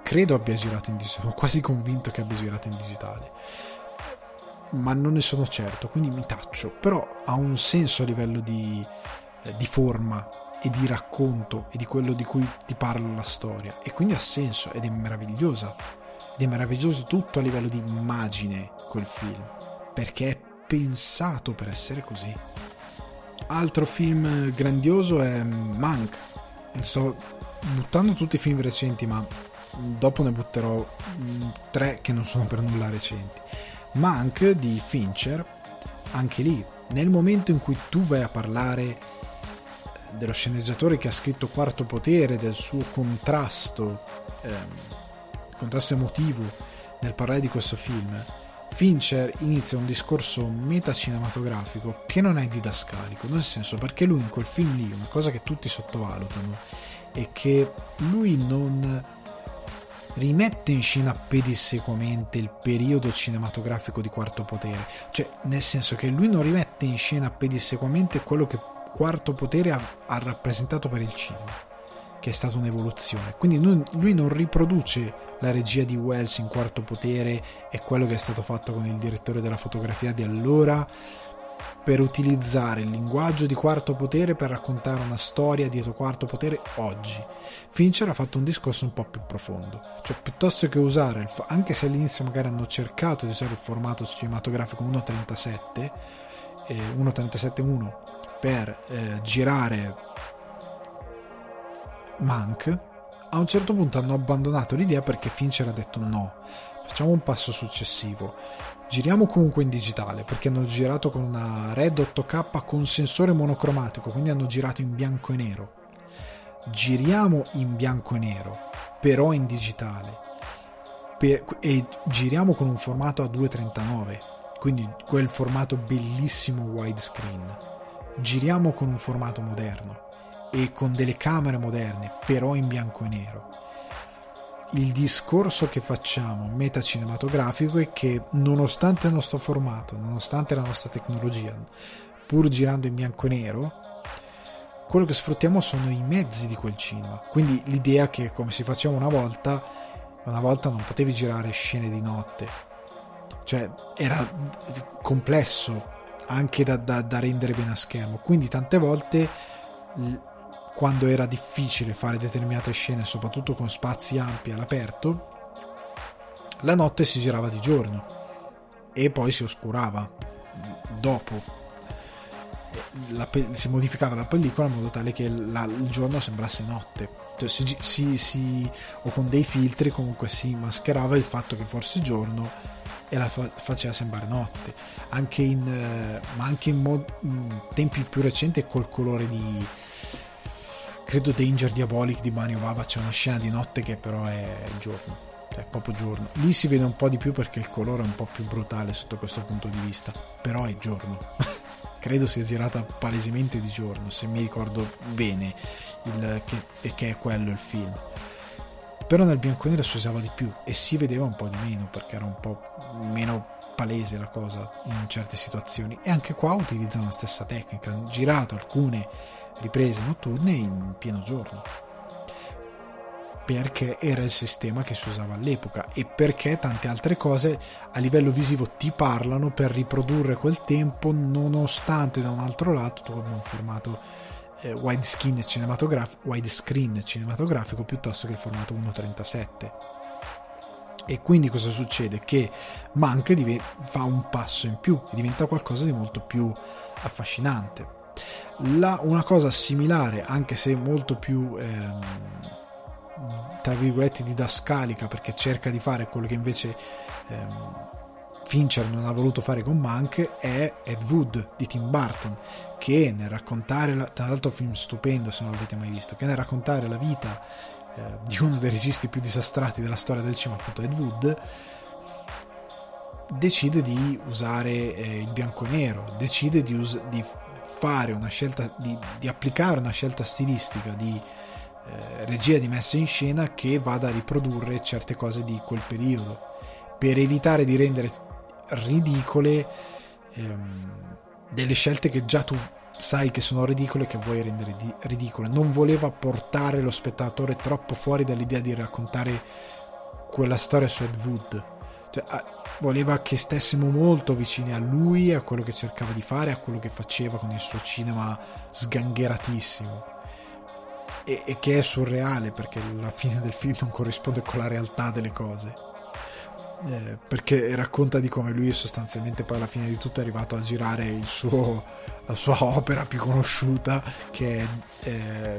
credo abbia girato in digitale, sono quasi convinto che abbia girato in digitale, ma non ne sono certo, quindi mi taccio, però ha un senso a livello di, eh, di forma e di racconto e di quello di cui ti parla la storia, e quindi ha senso ed è meravigliosa, ed è meraviglioso tutto a livello di immagine quel film, perché è pensato per essere così. Altro film grandioso è Mank. Sto buttando tutti i film recenti, ma dopo ne butterò tre che non sono per nulla recenti. Mank di Fincher, anche lì, nel momento in cui tu vai a parlare dello sceneggiatore che ha scritto Quarto Potere, del suo contrasto ehm, contrasto emotivo nel parlare di questo film, Fincher inizia un discorso metacinematografico che non è didascalico, nel senso, perché lui in quel film lì, una cosa che tutti sottovalutano è che lui non rimette in scena pedissequamente il periodo cinematografico di Quarto Potere, cioè nel senso che lui non rimette in scena pedissequamente quello che Quarto Potere ha, ha rappresentato per il cinema, che è stata un'evoluzione. Quindi lui, lui non riproduce la regia di Wells in Quarto Potere e quello che è stato fatto con il direttore della fotografia di allora per utilizzare il linguaggio di Quarto Potere per raccontare una storia dietro Quarto Potere oggi. Fincher ha fatto un discorso un po' più profondo, cioè piuttosto che usare il, anche se all'inizio magari hanno cercato di usare il formato cinematografico uno trentasette eh, uno trentasette uno per eh, girare Mank, a un certo punto hanno abbandonato l'idea perché Fincher ha detto no, facciamo un passo successivo, giriamo comunque in digitale, perché hanno girato con una Red otto K con sensore monocromatico, quindi hanno girato in bianco e nero, giriamo in bianco e nero però in digitale, per, e giriamo con un formato a due trentanove, quindi quel formato bellissimo widescreen, giriamo con un formato moderno e con delle camere moderne però in bianco e nero. Il discorso che facciamo metacinematografico è che nonostante il nostro formato, nonostante la nostra tecnologia, pur girando in bianco e nero, quello che sfruttiamo sono i mezzi di quel cinema, quindi l'idea che come si faceva una volta una volta non potevi girare scene di notte, cioè era complesso anche da, da, da rendere bene a schermo, quindi tante volte quando era difficile fare determinate scene, soprattutto con spazi ampi all'aperto, la notte si girava di giorno e poi si oscurava dopo, la pe- si modificava la pellicola in modo tale che la, il giorno sembrasse notte, cioè, si, si, si, o con dei filtri comunque si mascherava il fatto che fosse giorno e la fa- faceva sembrare notte, anche in, eh, ma anche in, mod- in tempi più recenti col colore di, credo Danger Diabolic di Manio Bava, c'è una scena di notte che però è giorno, è proprio giorno, lì si vede un po' di più perché il colore è un po' più brutale sotto questo punto di vista, però è giorno. Credo sia girata palesemente di giorno, se mi ricordo bene, il, che, che è quello il film, però nel bianco e nero si usava di più e si vedeva un po' di meno perché era un po' meno palese la cosa in certe situazioni, e anche qua utilizzano la stessa tecnica, hanno girato alcune riprese notturne in pieno giorno perché era il sistema che si usava all'epoca e perché tante altre cose a livello visivo ti parlano per riprodurre quel tempo, nonostante da un altro lato tu abbia un formato eh, widescreen cinematografico, widescreen cinematografico piuttosto che il formato uno trentasette. E quindi cosa succede? Che Mank div- fa un passo in più e diventa qualcosa di molto più affascinante. La, una cosa similare, anche se molto più ehm, tra virgolette didascalica, perché cerca di fare quello che invece ehm, Fincher non ha voluto fare con Mank, è Ed Wood di Tim Burton, che nel raccontare la, tra l'altro film stupendo se non l'avete mai visto, che nel raccontare la vita eh, di uno dei registi più disastrati della storia del cinema, appunto Ed Wood, decide di usare eh, il bianco e nero, decide di, us- di fare una scelta, di, di applicare una scelta stilistica di eh, regia, di messa in scena che vada a riprodurre certe cose di quel periodo per evitare di rendere ridicole ehm, delle scelte che già tu sai che sono ridicole, che vuoi rendere di- ridicole. Non voleva portare lo spettatore troppo fuori dall'idea di raccontare quella storia su Ed Wood, cioè, voleva che stessimo molto vicini a lui, a quello che cercava di fare, a quello che faceva con il suo cinema sgangheratissimo, e, e che è surreale perché la fine del film non corrisponde con la realtà delle cose, eh, perché racconta di come lui sostanzialmente poi alla fine di tutto è arrivato a girare il suo, la sua opera più conosciuta, che è eh,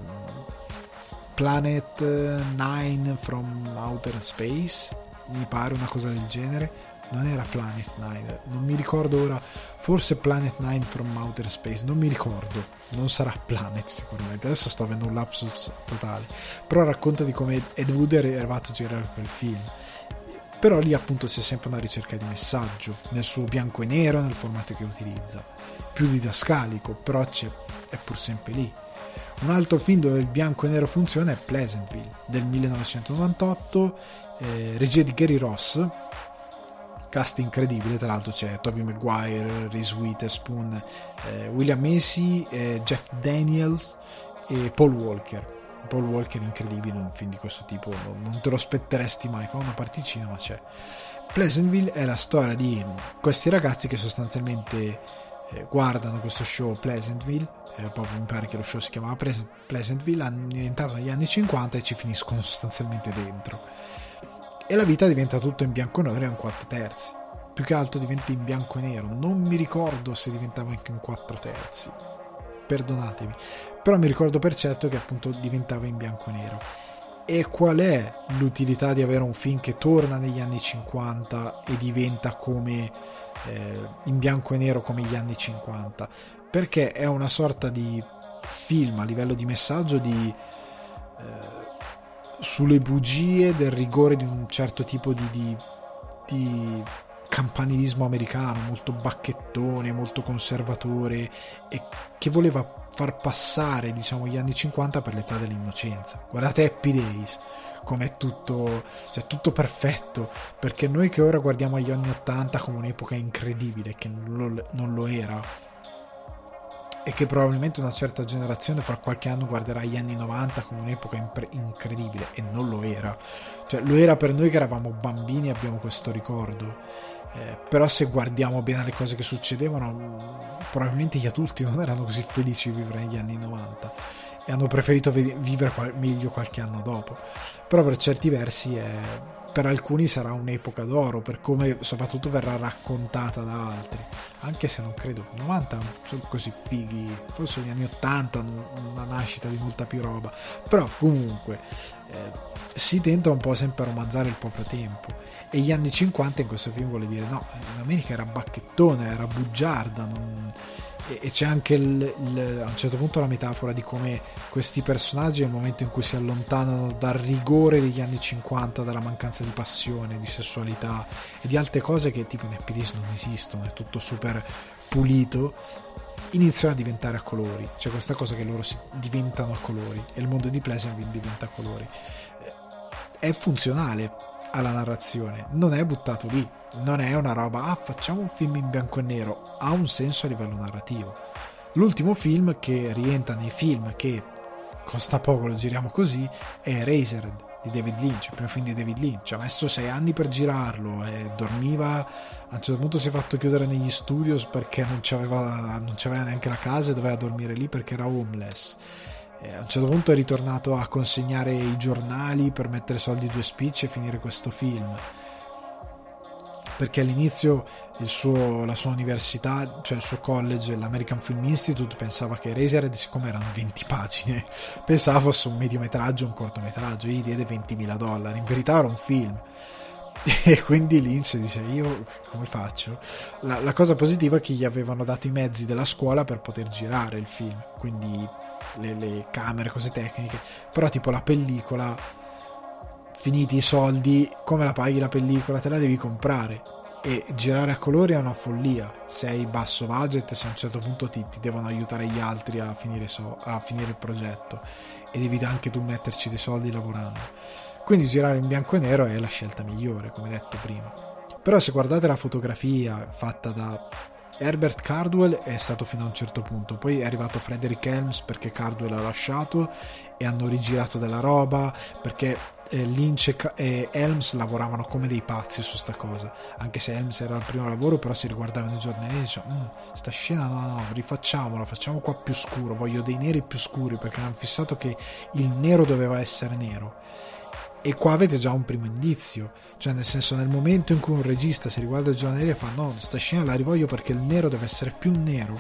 Planet Nine from Outer Space, mi pare, una cosa del genere. Non era Planet Nine, non mi ricordo ora, forse Planet Nine from Outer Space, non mi ricordo, non sarà Planet sicuramente, adesso sto avendo un lapsus totale, però racconta di come Ed Wood è arrivato a girare quel film, però lì appunto c'è sempre una ricerca di messaggio, nel suo bianco e nero, nel formato che utilizza, più didascalico, però c'è, è pur sempre lì. Un altro film dove il bianco e nero funziona è Pleasantville del millenovecentonovantotto, eh, regia di Gary Ross, cast incredibile, tra l'altro c'è Tobey Maguire, Reese Witherspoon, eh, William Macy, eh, Jeff Daniels e Paul Walker. Paul Walker incredibile in un film di questo tipo, non, non te lo aspetteresti mai, fa una particina ma c'è. Pleasantville è la storia di questi ragazzi che sostanzialmente eh, guardano questo show Pleasantville, eh, proprio mi pare che lo show si chiamava Pleasantville, hanno diventato negli anni cinquanta e ci finiscono sostanzialmente dentro. E la vita diventa tutto in bianco e nero e in quattro terzi, più che altro diventa in bianco e nero, non mi ricordo se diventava anche in quattro terzi, perdonatemi, però mi ricordo per certo che appunto diventava in bianco e nero. E qual è l'utilità di avere un film che torna negli anni cinquanta e diventa come eh, in bianco e nero come gli anni cinquanta? Perché è una sorta di film a livello di messaggio di eh, sulle bugie del rigore di un certo tipo di, di, di campanilismo americano, molto bacchettone, molto conservatore, e che voleva far passare, diciamo, gli anni cinquanta per l'età dell'innocenza. Guardate Happy Days, com'è tutto, cioè tutto perfetto, perché noi che ora guardiamo agli anni ottanta come un'epoca incredibile, che non lo, non lo era, e che probabilmente una certa generazione fra qualche anno guarderà gli anni novanta come un'epoca impre- incredibile, e non lo era, cioè lo era per noi che eravamo bambini e abbiamo questo ricordo, eh, però se guardiamo bene le cose che succedevano, probabilmente gli adulti non erano così felici di vivere negli anni novanta e hanno preferito ve- vivere qual- meglio qualche anno dopo, però per certi versi è, per alcuni sarà un'epoca d'oro per come soprattutto verrà raccontata da altri, anche se non credo novanta sono così fighi, forse negli anni ottanta una nascita di molta più roba, però comunque eh, si tenta un po' sempre a romanzare il proprio tempo, e gli anni cinquanta in questo film vuole dire no, in America era bacchettone, era bugiarda, non... e, e c'è anche il, il, a un certo punto la metafora di come questi personaggi nel momento in cui si allontanano dal rigore degli anni cinquanta, dalla mancanza di passione, di sessualità e di altre cose che tipo in Happy Days non esistono, è tutto super pulito, iniziano a diventare a colori, c'è questa cosa che loro si diventano a colori e il mondo di Pleasantville diventa a colori, è funzionale alla narrazione, non è buttato lì, non è una roba ah facciamo un film in bianco e nero, ha un senso a livello narrativo. L'ultimo film che rientra nei film che costa poco, lo giriamo così, è Eraserhead di David Lynch, il primo film di David Lynch, ci ha messo sei anni per girarlo e dormiva, a un certo punto si è fatto chiudere negli studios perché non c'aveva, non c'aveva neanche la casa e doveva dormire lì perché era homeless. E a un certo punto è ritornato a consegnare i giornali per mettere soldi due spicci e finire questo film, perché all'inizio il suo, la sua università, cioè il suo college, l'American Film Institute, pensava che Eraserhead, siccome erano venti pagine, pensava fosse un mediometraggio, un cortometraggio, gli diede ventimila dollari, in verità era un film. E quindi Lynch dice io come faccio? La, la cosa positiva è che gli avevano dato i mezzi della scuola per poter girare il film, quindi le, le camere, cose tecniche, però tipo la pellicola, finiti i soldi, come la paghi la pellicola? Te la devi comprare, e girare a colori è una follia se hai basso budget, se a un certo punto ti, ti devono aiutare gli altri a finire, so, a finire il progetto e devi anche tu metterci dei soldi lavorando, quindi girare in bianco e nero è la scelta migliore, come detto prima. Però se guardate la fotografia fatta da Herbert Cardwell è stato fino a un certo punto, poi è arrivato Frederick Helms perché Cardwell ha lasciato e hanno rigirato della roba, perché eh, Lynch e, e Helms lavoravano come dei pazzi su sta cosa, anche se Helms era il primo lavoro, però si riguardavano i giornali e dicevano mm, sta scena no no rifacciamola, facciamo qua più scuro, voglio dei neri più scuri, perché hanno fissato che il nero doveva essere nero. E qua avete già un primo indizio, cioè nel senso, nel momento in cui un regista si riguarda il giornale e fa no, sta scena la rivoglio perché il nero deve essere più nero,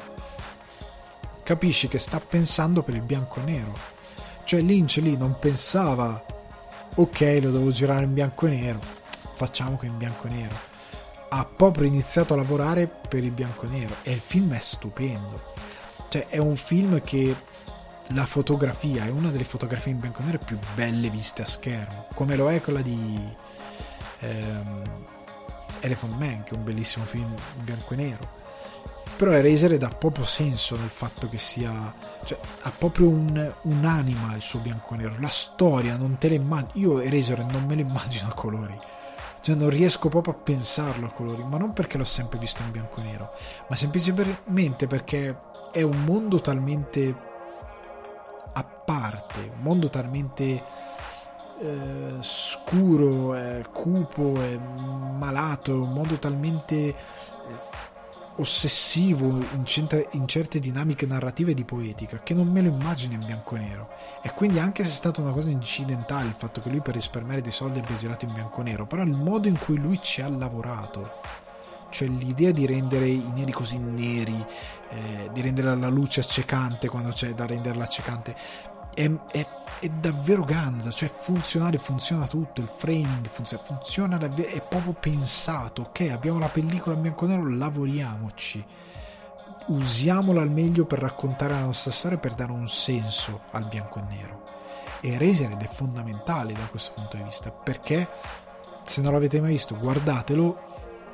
capisci che sta pensando per il bianco e nero. Cioè Lynch lì non pensava ok lo devo girare in bianco e nero, facciamo che in bianco e nero, ha proprio iniziato a lavorare per il bianco e nero, e il film è stupendo. Cioè è un film che la fotografia è una delle fotografie in bianco e nero più belle viste a schermo, come lo è quella di ehm, Elephant Man, che è un bellissimo film in bianco e nero. Però Eraserhead dà proprio senso nel fatto che sia, cioè ha proprio un, un'anima il suo bianco e nero, la storia non te la immagini. Io Eraserhead non me lo immagino a colori, cioè non riesco proprio a pensarlo a colori, ma non perché l'ho sempre visto in bianco e nero, ma semplicemente perché è un mondo talmente a parte, un mondo talmente eh, scuro, eh, cupo, eh, malato, un mondo talmente eh, ossessivo in, centra- in certe dinamiche narrative di poetica, che non me lo immagino in bianco e nero. E quindi, anche se è stata una cosa incidentale il fatto che lui per risparmiare dei soldi abbia girato in bianco e nero, però il modo in cui lui ci ha lavorato, cioè l'idea di rendere i neri così neri, eh, di rendere la luce accecante quando c'è da renderla accecante, è, è, è davvero ganza, cioè funzionale, funziona tutto, il framing funziona, funziona davvero, è proprio pensato. Ok, abbiamo la pellicola in bianco e nero, lavoriamoci, usiamola al meglio per raccontare la nostra storia, per dare un senso al bianco e nero. E Eraserhead è fondamentale da questo punto di vista, perché se non l'avete mai visto, guardatelo.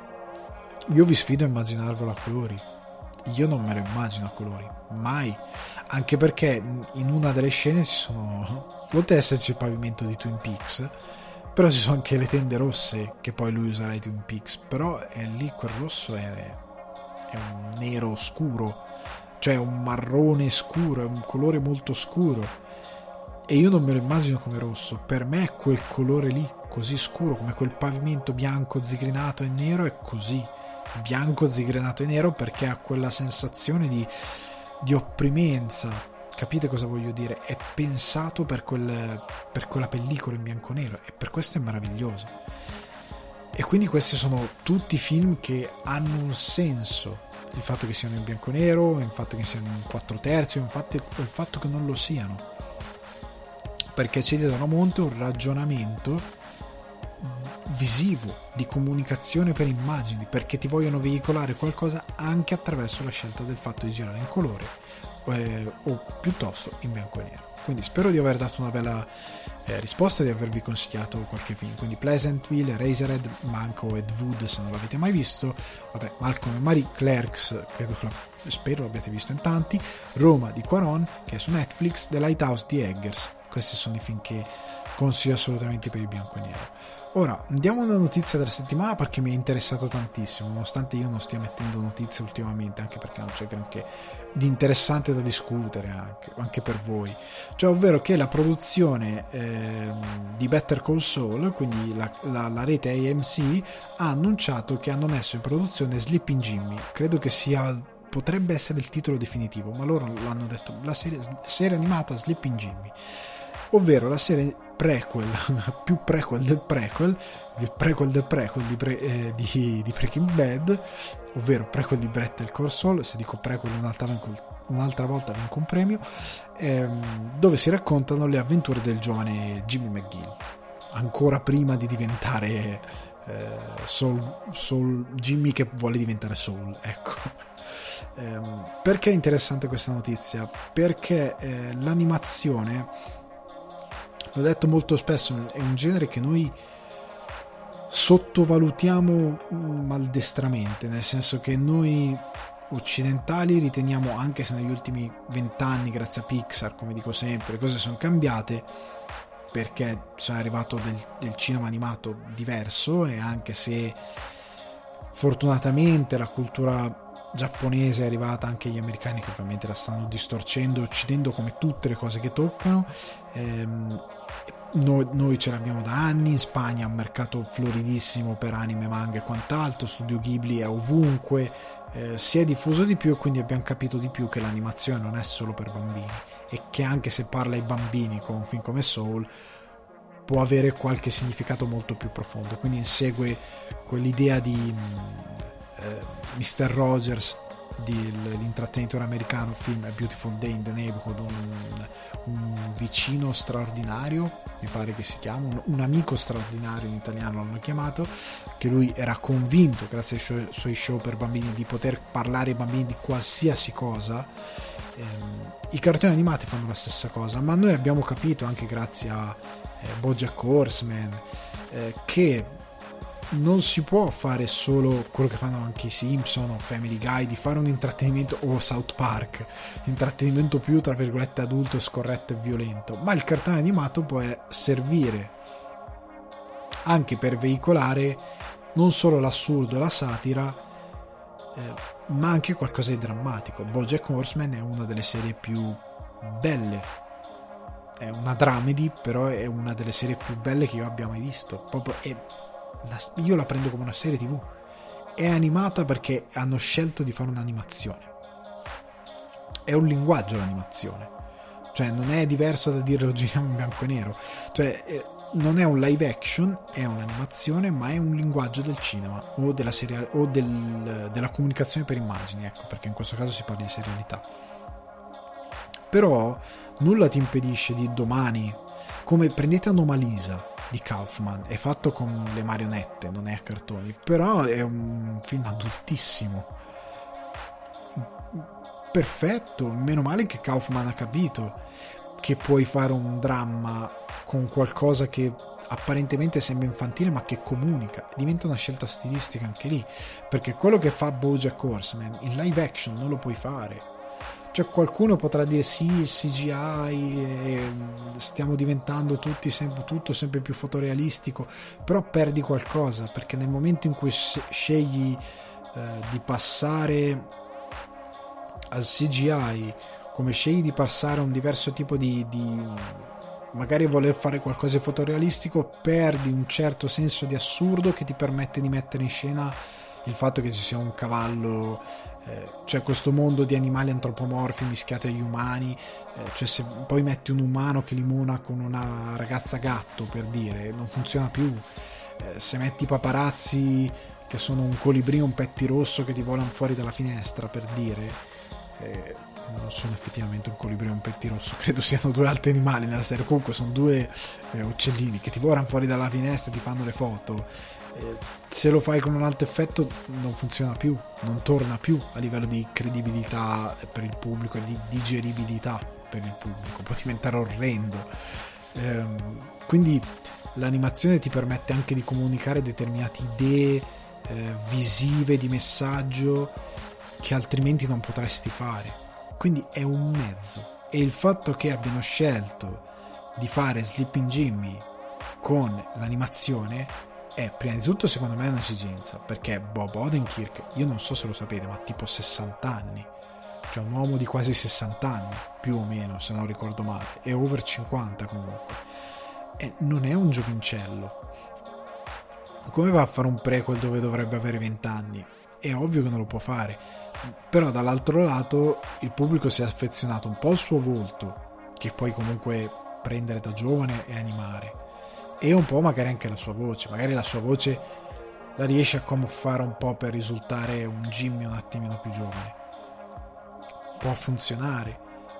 Io vi sfido a immaginarvelo a colori, io non me lo immagino a colori, mai, anche perché in una delle scene ci sono, oltre ad esserci il pavimento di Twin Peaks, però ci sono anche le tende rosse che poi lui userà ai Twin Peaks, però è lì quel rosso è, è un nero scuro, cioè un marrone scuro, è un colore molto scuro, e io non me lo immagino come rosso. Per me quel colore lì così scuro, come quel pavimento bianco zigrinato e nero, è così bianco zigrinato e nero, perché ha quella sensazione di, di opprimenza. Capite cosa voglio dire? È pensato per, quel, per quella pellicola in bianco e nero, e per questo è meraviglioso. E quindi questi sono tutti film che hanno un senso, il fatto che siano in bianco e nero, il fatto che siano in quattro terzi, infatti il fatto che non lo siano, perché ci danno a monte un ragionamento visivo, di comunicazione per immagini, perché ti vogliono veicolare qualcosa anche attraverso la scelta del fatto di girare in colore eh, o piuttosto in bianco e nero. Quindi spero di aver dato una bella eh, risposta, di avervi consigliato qualche film. Quindi Pleasantville, Eraserhead, Manco Ed Wood se non l'avete mai visto, vabbè, Malcolm e Marie, Clerks credo che la, spero l'abbiate visto in tanti, Roma di Cuarón che è su Netflix, The Lighthouse di Eggers. Questi sono i film che consiglio assolutamente per il bianco e nero. Ora andiamo a una notizia della settimana, perché mi è interessato tantissimo, nonostante io non stia mettendo notizie ultimamente, anche perché non c'è granché di interessante da discutere anche, anche per voi, cioè ovvero che la produzione eh, di Better Call Saul, quindi la, la, la rete A M C, ha annunciato che hanno messo in produzione Sleeping Jimmy. Credo che sia, potrebbe essere il titolo definitivo, ma loro l'hanno detto, la serie, serie animata Sleeping Jimmy, ovvero la serie prequel, più prequel del prequel, il prequel del prequel di, pre, eh, di, di Breaking Bad, ovvero prequel di Better Call Saul. Se dico prequel un'altra, un'altra volta vinco un premio, ehm, dove si raccontano le avventure del giovane Jimmy McGill, ancora prima di diventare eh, Saul, Saul, Jimmy che vuole diventare Saul, ecco. ehm, perché è interessante questa notizia? Perché eh, l'animazione, l'ho detto molto spesso, è un genere che noi sottovalutiamo maldestramente, nel senso che noi occidentali riteniamo, anche se negli ultimi vent'anni grazie a Pixar, come dico sempre, le cose sono cambiate, perché sono arrivato del, del cinema animato diverso, e anche se fortunatamente la cultura giapponese è arrivata anche agli americani, che ovviamente la stanno distorcendo e uccidendo come tutte le cose che toccano, ehm, noi, noi ce l'abbiamo da anni, in Spagna è un mercato floridissimo per anime, manga e quant'altro, Studio Ghibli è ovunque, eh, si è diffuso di più e quindi abbiamo capito di più che l'animazione non è solo per bambini e che anche se parla ai bambini con un film come Soul può avere qualche significato molto più profondo, quindi insegue quell'idea di eh, mister Rogers, dell'intrattenitore americano, film A Beautiful Day in the Neighborhood, un, un vicino straordinario, mi pare che si chiama, un, un amico straordinario in italiano l'hanno chiamato, che lui era convinto grazie ai suoi, suoi show per bambini di poter parlare ai bambini di qualsiasi cosa. ehm, i cartoni animati fanno la stessa cosa, ma noi abbiamo capito anche grazie a eh, BoJack Horseman eh, che non si può fare solo quello che fanno anche i Simpson o Family Guy, di fare un intrattenimento, o South Park, intrattenimento più tra virgolette adulto, scorretto e violento, ma il cartone animato può servire anche per veicolare non solo l'assurdo e la satira, eh, ma anche qualcosa di drammatico. BoJack Horseman è una delle serie più belle, è una dramedy, però è una delle serie più belle che io abbia mai visto. Proprio è io la prendo come una serie tv, è animata perché hanno scelto di fare un'animazione, è un linguaggio l'animazione, cioè non è diverso da dire lo giriamo in bianco e nero, cioè eh, non è un live action, è un'animazione, ma è un linguaggio del cinema o della serie o del, della comunicazione per immagini, ecco, perché in questo caso si parla di serialità. Però nulla ti impedisce di domani, come prendete Anomalisa di Kaufman, è fatto con le marionette, non è a cartoni, però è un film adultissimo, perfetto, meno male che Kaufman ha capito che puoi fare un dramma con qualcosa che apparentemente sembra infantile ma che comunica, diventa una scelta stilistica anche lì, perché quello che fa BoJack Horseman in live action non lo puoi fare. Cioè qualcuno potrà dire sì, il C G I, eh, stiamo diventando tutti sempre, tutto sempre più fotorealistico, però perdi qualcosa, perché nel momento in cui scegli eh, di passare al C G I, come scegli di passare a un diverso tipo di, di magari voler fare qualcosa di fotorealistico, perdi un certo senso di assurdo che ti permette di mettere in scena il fatto che ci sia un cavallo, eh, cioè questo mondo di animali antropomorfi mischiati agli umani, eh, cioè se poi metti un umano che limona con una ragazza gatto, per dire, non funziona più. Eh, se metti paparazzi che sono un colibrì e un pettirosso che ti volano fuori dalla finestra, per dire, eh, non sono effettivamente un colibrì e un pettirosso, credo siano due altri animali nella serie, comunque sono due eh, uccellini che ti volano fuori dalla finestra e ti fanno le foto. Eh, se lo fai con un altro effetto non funziona più, non torna più a livello di credibilità per il pubblico e di digeribilità per il pubblico, può diventare orrendo. Eh, quindi l'animazione ti permette anche di comunicare determinate idee eh, visive, di messaggio, che altrimenti non potresti fare. Quindi è un mezzo, e il fatto che abbiano scelto di fare Sleeping Jimmy con l'animazione è prima di tutto secondo me un'esigenza, perché Bob Odenkirk, io non so se lo sapete, ma ha tipo sessanta anni, cioè un uomo di quasi sessanta anni più o meno, se non ricordo male, è over cinquanta comunque, e non è un giovincello. Come va a fare un prequel dove dovrebbe avere venti anni? È ovvio che non lo può fare, però dall'altro lato il pubblico si è affezionato un po' al suo volto, che puoi comunque prendere da giovane e animare, e un po' magari anche la sua voce, magari la sua voce la riesce a camuffare un po' per risultare un Jimmy un attimino più giovane, può funzionare,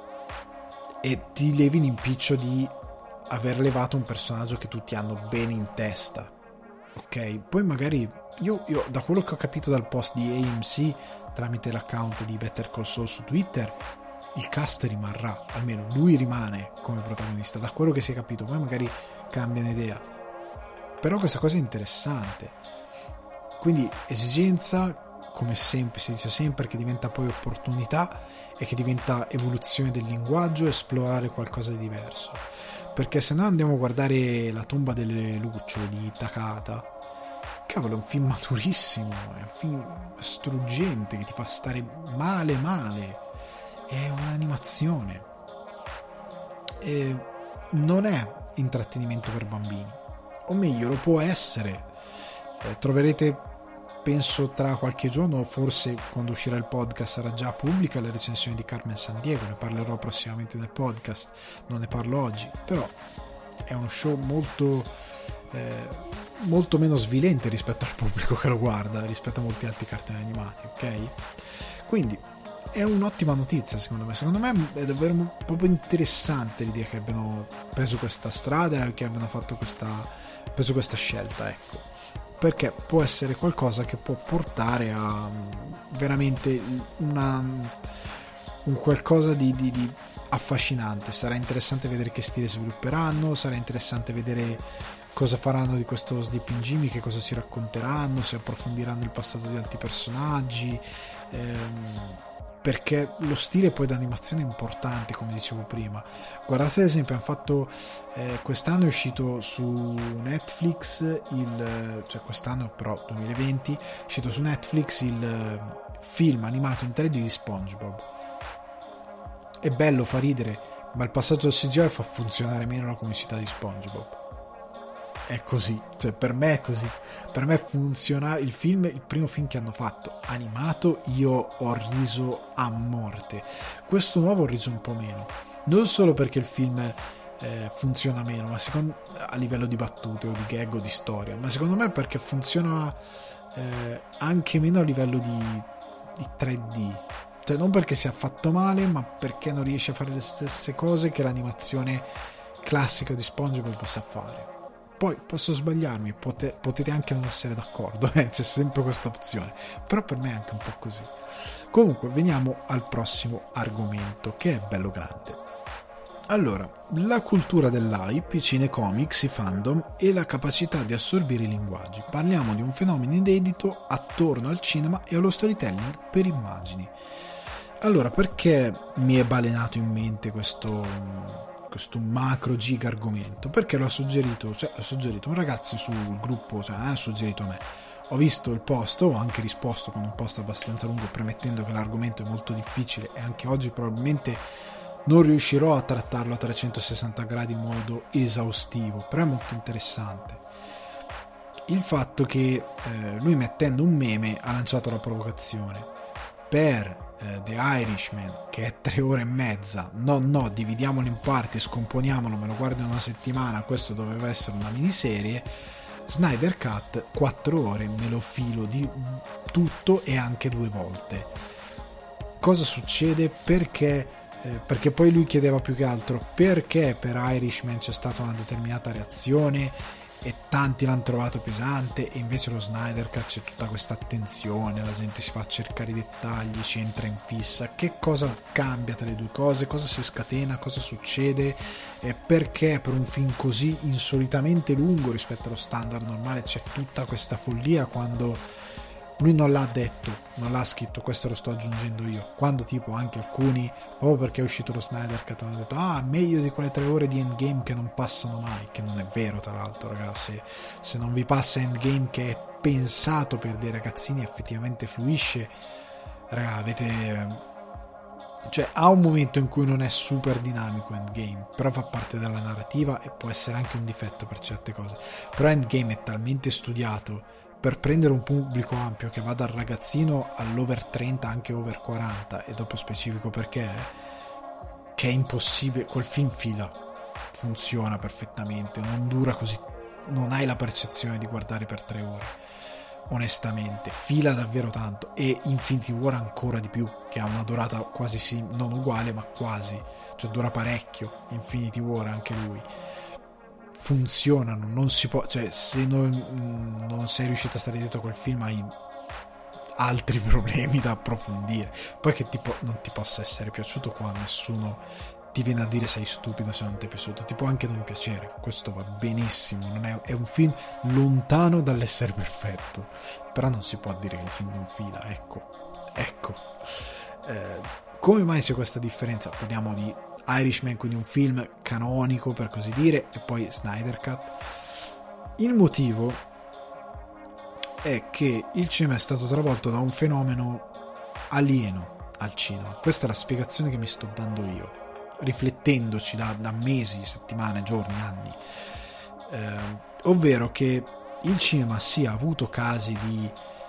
e ti levi l'impiccio di aver levato un personaggio che tutti hanno bene in testa, ok? Poi magari io, io da quello che ho capito dal post di A M C tramite l'account di Better Call Saul su Twitter, il cast rimarrà, almeno lui rimane come protagonista, da quello che si è capito, poi magari cambiano idea, però questa cosa è interessante. Quindi esigenza, come sempre si dice sempre, che diventa poi opportunità e che diventa evoluzione del linguaggio, esplorare qualcosa di diverso, perché se noi andiamo a guardare La tomba delle lucciole di Takata, cavolo, è un film maturissimo, è un film struggente che ti fa stare male male, è un'animazione e non è intrattenimento per bambini, o meglio lo può essere. Eh, troverete, penso tra qualche giorno, forse quando uscirà il podcast sarà già pubblica la recensione di Carmen Sandiego, ne parlerò prossimamente nel podcast, non ne parlo oggi, però è uno show molto eh, molto meno svilente rispetto al pubblico che lo guarda, rispetto a molti altri cartoni animati, ok? Quindi è un'ottima notizia, secondo me. Secondo me è davvero proprio interessante l'idea che abbiano preso questa strada e che abbiano fatto questa preso questa scelta, ecco, perché può essere qualcosa che può portare a veramente una un qualcosa di, di, di affascinante. Sarà interessante vedere che stile svilupperanno, sarà interessante vedere cosa faranno di questo Sleeping Jimmy, che cosa si racconteranno, se approfondiranno il passato di altri personaggi, ehm, perché lo stile poi d'animazione è importante, come dicevo prima. Guardate ad esempio, hanno fatto eh, quest'anno è uscito su Netflix il cioè quest'anno però duemilaventi è uscito su Netflix il film animato in tre D di SpongeBob. È bello, fa ridere, ma il passaggio al C G I fa funzionare meno la comicità di SpongeBob. È così, cioè per me è così. Per me funziona il film, il primo film che hanno fatto animato, io ho riso a morte. Questo nuovo ho riso un po' meno, non solo perché il film eh, funziona meno, ma secondo a livello di battute o di gag o di storia, ma secondo me perché funziona eh, anche meno a livello di, di tre D. Cioè non perché sia fatto male, ma perché non riesce a fare le stesse cose che l'animazione classica di SpongeBob sa fare. Poi posso sbagliarmi, pote, potete anche non essere d'accordo, eh, c'è sempre questa opzione, però per me è anche un po' così. Comunque veniamo al prossimo argomento, che è bello grande. Allora, la cultura dell'hype, i cinecomics, i fandom e la capacità di assorbire i linguaggi. Parliamo di un fenomeno inedito attorno al cinema e allo storytelling per immagini. Allora, perché mi è balenato in mente questo questo macro giga argomento? Perché l'ho suggerito, cioè l'ho suggerito un ragazzo sul gruppo, cioè ha suggerito a me. Ho visto il post, ho anche risposto con un post abbastanza lungo premettendo che l'argomento è molto difficile e anche oggi probabilmente non riuscirò a trattarlo a trecentosessanta gradi in modo esaustivo, però è molto interessante. Il fatto che eh, lui, mettendo un meme, ha lanciato la provocazione per The Irishman, che è tre ore e mezza, no no dividiamolo in parti, scomponiamolo, me lo guardo in una settimana, questo doveva essere una miniserie. Snyder Cut, quattro ore, me lo filo di tutto e anche due volte. Cosa succede? Perché eh, perché poi lui chiedeva più che altro perché per Irishman c'è stata una determinata reazione e tanti l'hanno trovato pesante, e invece lo Snyder Cut c'è tutta questa attenzione, la gente si fa a cercare i dettagli, ci entra in fissa. Che cosa cambia tra le due cose? Cosa si scatena? Cosa succede? E perché per un film così insolitamente lungo rispetto allo standard normale c'è tutta questa follia, quando lui non l'ha detto, non l'ha scritto, questo lo sto aggiungendo io, quando tipo anche alcuni, proprio perché è uscito lo Snyder Cut, hanno detto ah, meglio di quelle tre ore di Endgame che non passano mai, che non è vero tra l'altro, ragazzi. Se non vi passa Endgame, che è pensato per dei ragazzini, effettivamente fluisce, raga, avete, cioè ha un momento in cui non è super dinamico Endgame, però fa parte della narrativa e può essere anche un difetto per certe cose. Però Endgame è talmente studiato per prendere un pubblico ampio che va dal ragazzino all'over trenta, anche over quaranta, e dopo specifico perché, che è impossibile. Quel film fila, funziona perfettamente, non dura così, non hai la percezione di guardare per tre ore, onestamente fila davvero tanto. E Infinity War ancora di più, che ha una durata quasi sì, non uguale ma quasi, cioè dura parecchio Infinity War anche lui. Funzionano, non si può, cioè se non, non sei riuscito a stare dietro quel film hai altri problemi da approfondire. Poi che tipo non ti possa essere piaciuto qua, nessuno ti viene a dire sei stupido se non ti è piaciuto, ti può anche non piacere, questo va benissimo, non è, è un film lontano dall'essere perfetto, però non si può dire che il film non fila, ecco ecco eh, come mai c'è questa differenza? Parliamo di Irishman, quindi un film canonico per così dire, e poi Snyder Cut. Il motivo è che il cinema è stato travolto da un fenomeno alieno al cinema. Questa è la spiegazione che mi sto dando io. riflettendoci da, da mesi, settimane, giorni, anni, eh, ovvero che il cinema sia avuto casi di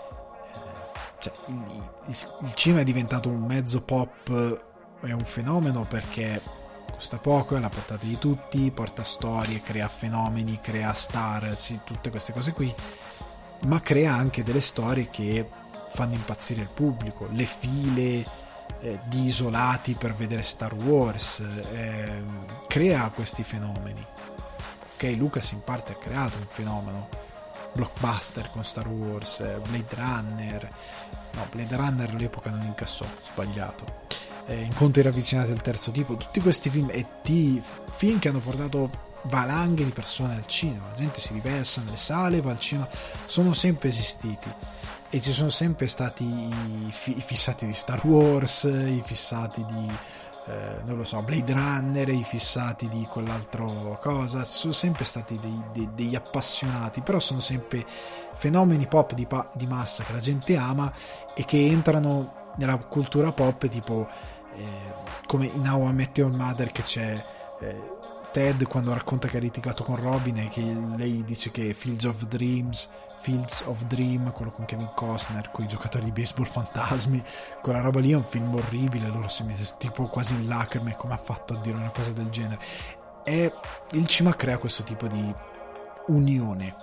eh, cioè, il, il, il cinema è diventato un mezzo pop, è un fenomeno perché costa poco, è alla portata di tutti, porta storie, crea fenomeni, crea star, sì, tutte queste cose qui, ma crea anche delle storie che fanno impazzire il pubblico, le file eh, di isolati per vedere Star Wars, eh, crea questi fenomeni. Ok, Lucas in parte ha creato un fenomeno blockbuster con Star Wars, eh, Blade Runner, no, Blade Runner all'epoca non incassò, sbagliato, eh, Incontri ravvicinati del terzo tipo, tutti questi film e ti, film che hanno portato valanghe di persone al cinema, la gente si riversa nelle sale, va al cinema, sono sempre esistiti e ci sono sempre stati i, fi- i fissati di Star Wars, i fissati di eh, non lo so, Blade Runner, i fissati di quell'altro cosa, ci sono sempre stati dei, dei, degli appassionati, però sono sempre fenomeni pop di, pa- di massa che la gente ama e che entrano nella cultura pop, tipo eh, come in How I Met Your Mother, che c'è eh, Ted quando racconta che ha litigato con Robin e che lei dice che Fields of Dreams Fields of Dream, quello con Kevin Costner, con i giocatori di baseball fantasmi, quella roba lì è un film orribile, loro si mette tipo quasi in lacrime, come ha fatto a dire una cosa del genere. E il cinema crea questo tipo di unione,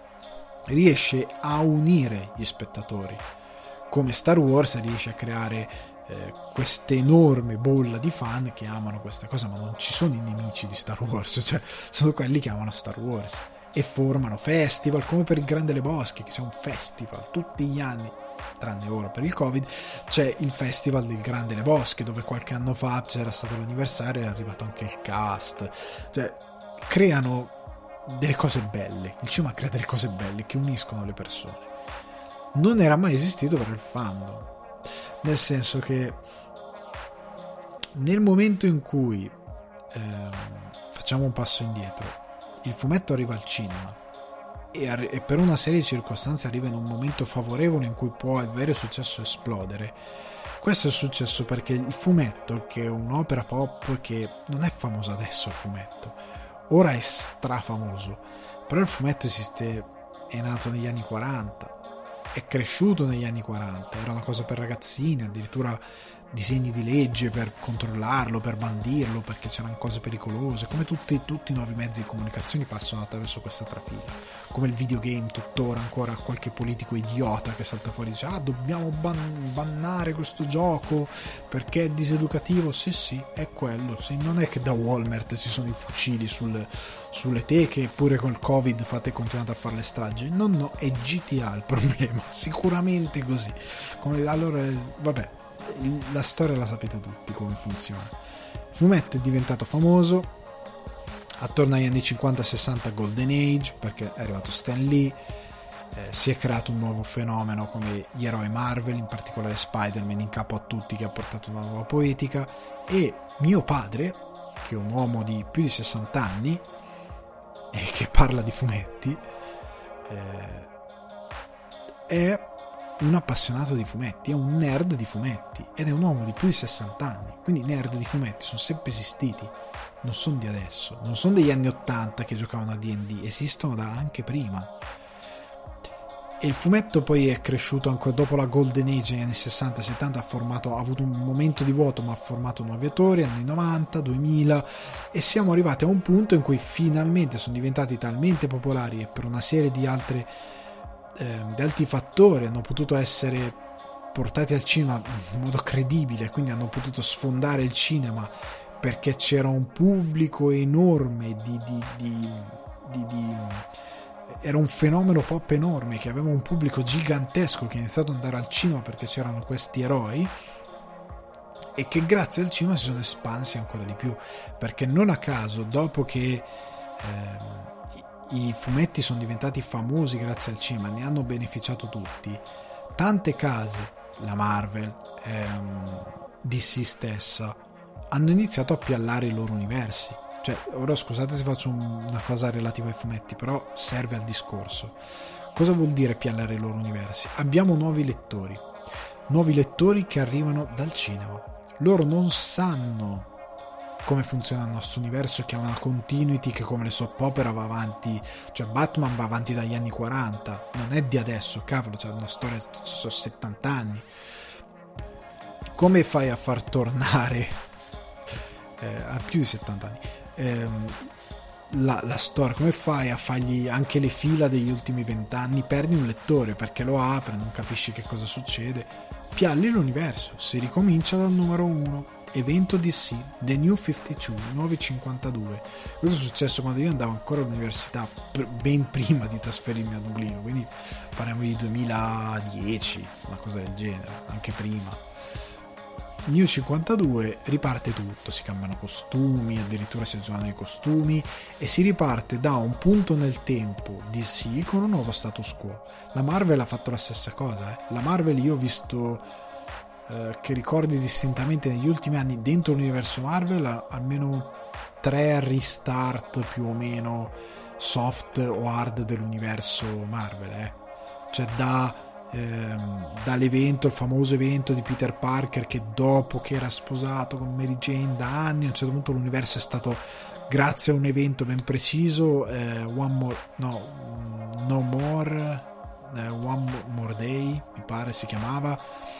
riesce a unire gli spettatori, come Star Wars riesce a creare eh, questa enorme bolla di fan che amano questa cosa, ma non ci sono i nemici di Star Wars, cioè sono quelli che amano Star Wars e formano festival, come per il Grande Lebowski, che c'è un festival tutti gli anni, tranne ora per il Covid, c'è il festival del Grande Lebowski, dove qualche anno fa c'era stato l'anniversario e è arrivato anche il cast, cioè creano delle cose belle, il cinema crea delle cose belle che uniscono le persone. Non era mai esistito per il fandom, nel senso che nel momento in cui ehm, facciamo un passo indietro, il fumetto arriva al cinema e, arri- e per una serie di circostanze arriva in un momento favorevole in cui può avere successo e esplodere. Questo è successo perché il fumetto, che è un'opera pop che non è famosa adesso, il fumetto ora è strafamoso, però il fumetto esiste, è nato negli anni quaranta, è cresciuto negli anni quaranta, era una cosa per ragazzini, addirittura disegni di legge per controllarlo, per bandirlo, perché c'erano cose pericolose, come tutti, tutti i nuovi mezzi di comunicazione passano attraverso questa trafila, come il videogame tuttora, ancora qualche politico idiota che salta fuori e dice ah dobbiamo ban- bannare questo gioco perché è diseducativo. Sì sì, è quello, sì, non è che da Walmart ci sono i fucili sul, sulle teche eppure col Covid fate continuate a fare le stragi, no no, è G T A il problema, sicuramente così. Come, allora vabbè, la storia la sapete tutti come funziona. Il fumetto è diventato famoso attorno agli anni cinquanta sessanta, Golden Age, perché è arrivato Stan Lee, eh, si è creato un nuovo fenomeno come gli eroi Marvel, in particolare Spider-Man in capo a tutti, che ha portato una nuova poetica, e mio padre, che è un uomo di più di sessanta anni e che parla di fumetti, eh, è un appassionato di fumetti, è un nerd di fumetti ed è un uomo di più di sessanta anni, quindi nerd di fumetti sono sempre esistiti, non sono di adesso, non sono degli anni ottanta che giocavano a D and D, esistono da anche prima. E il fumetto poi è cresciuto ancora dopo la Golden Age negli anni sessanta settanta, ha formato, ha avuto un momento di vuoto ma ha formato nuovi autori, anni novanta, duemila, e siamo arrivati a un punto in cui finalmente sono diventati talmente popolari e per una serie di altre eh, di altri fattori hanno potuto essere portati al cinema in modo credibile, quindi hanno potuto sfondare il cinema perché c'era un pubblico enorme di, di, di, di, di era un fenomeno pop enorme che aveva un pubblico gigantesco che ha iniziato ad andare al cinema perché c'erano questi eroi, e che grazie al cinema si sono espansi ancora di più, perché non a caso dopo che eh, i fumetti sono diventati famosi grazie al cinema, ne hanno beneficiato tutti, tante case, la Marvel, ehm, D C stessa, hanno iniziato a piallare i loro universi. Cioè, ora scusate se faccio una cosa relativa ai fumetti, però serve al discorso. Cosa vuol dire piallare i loro universi? Abbiamo nuovi lettori, nuovi lettori che arrivano dal cinema. Loro non sanno come funziona il nostro universo, che ha una continuity che come le soap opera va avanti, cioè Batman va avanti dagli anni quaranta, non è di adesso, cavolo, c'è una storia, sono settanta anni. Come fai a far tornare eh, a più di settanta anni ehm, la, la storia, come fai a fargli anche le fila degli ultimi vent'anni? Perdi un lettore perché lo apre, non capisci che cosa succede, pialli l'universo, si ricomincia dal numero uno, evento D C, The New cinquantadue, nuovi cinquantadue. Questo è successo quando io andavo ancora all'università, ben prima di trasferirmi a Dublino, quindi parliamo di duemiladieci, una cosa del genere, anche prima. New cinquantadue, riparte tutto, si cambiano costumi, addirittura si aggiornano i costumi e si riparte da un punto nel tempo D C con un nuovo status quo. La Marvel ha fatto la stessa cosa, eh. La Marvel io ho visto eh, che ricordi distintamente negli ultimi anni dentro l'universo Marvel almeno tre restart più o meno soft o hard dell'universo Marvel, eh. Cioè da dall'evento, il famoso evento di Peter Parker che dopo che era sposato con Mary Jane da anni, a un certo punto l'universo è stato, grazie a un evento ben preciso, eh, One More no, No More eh, One More Day mi pare si chiamava,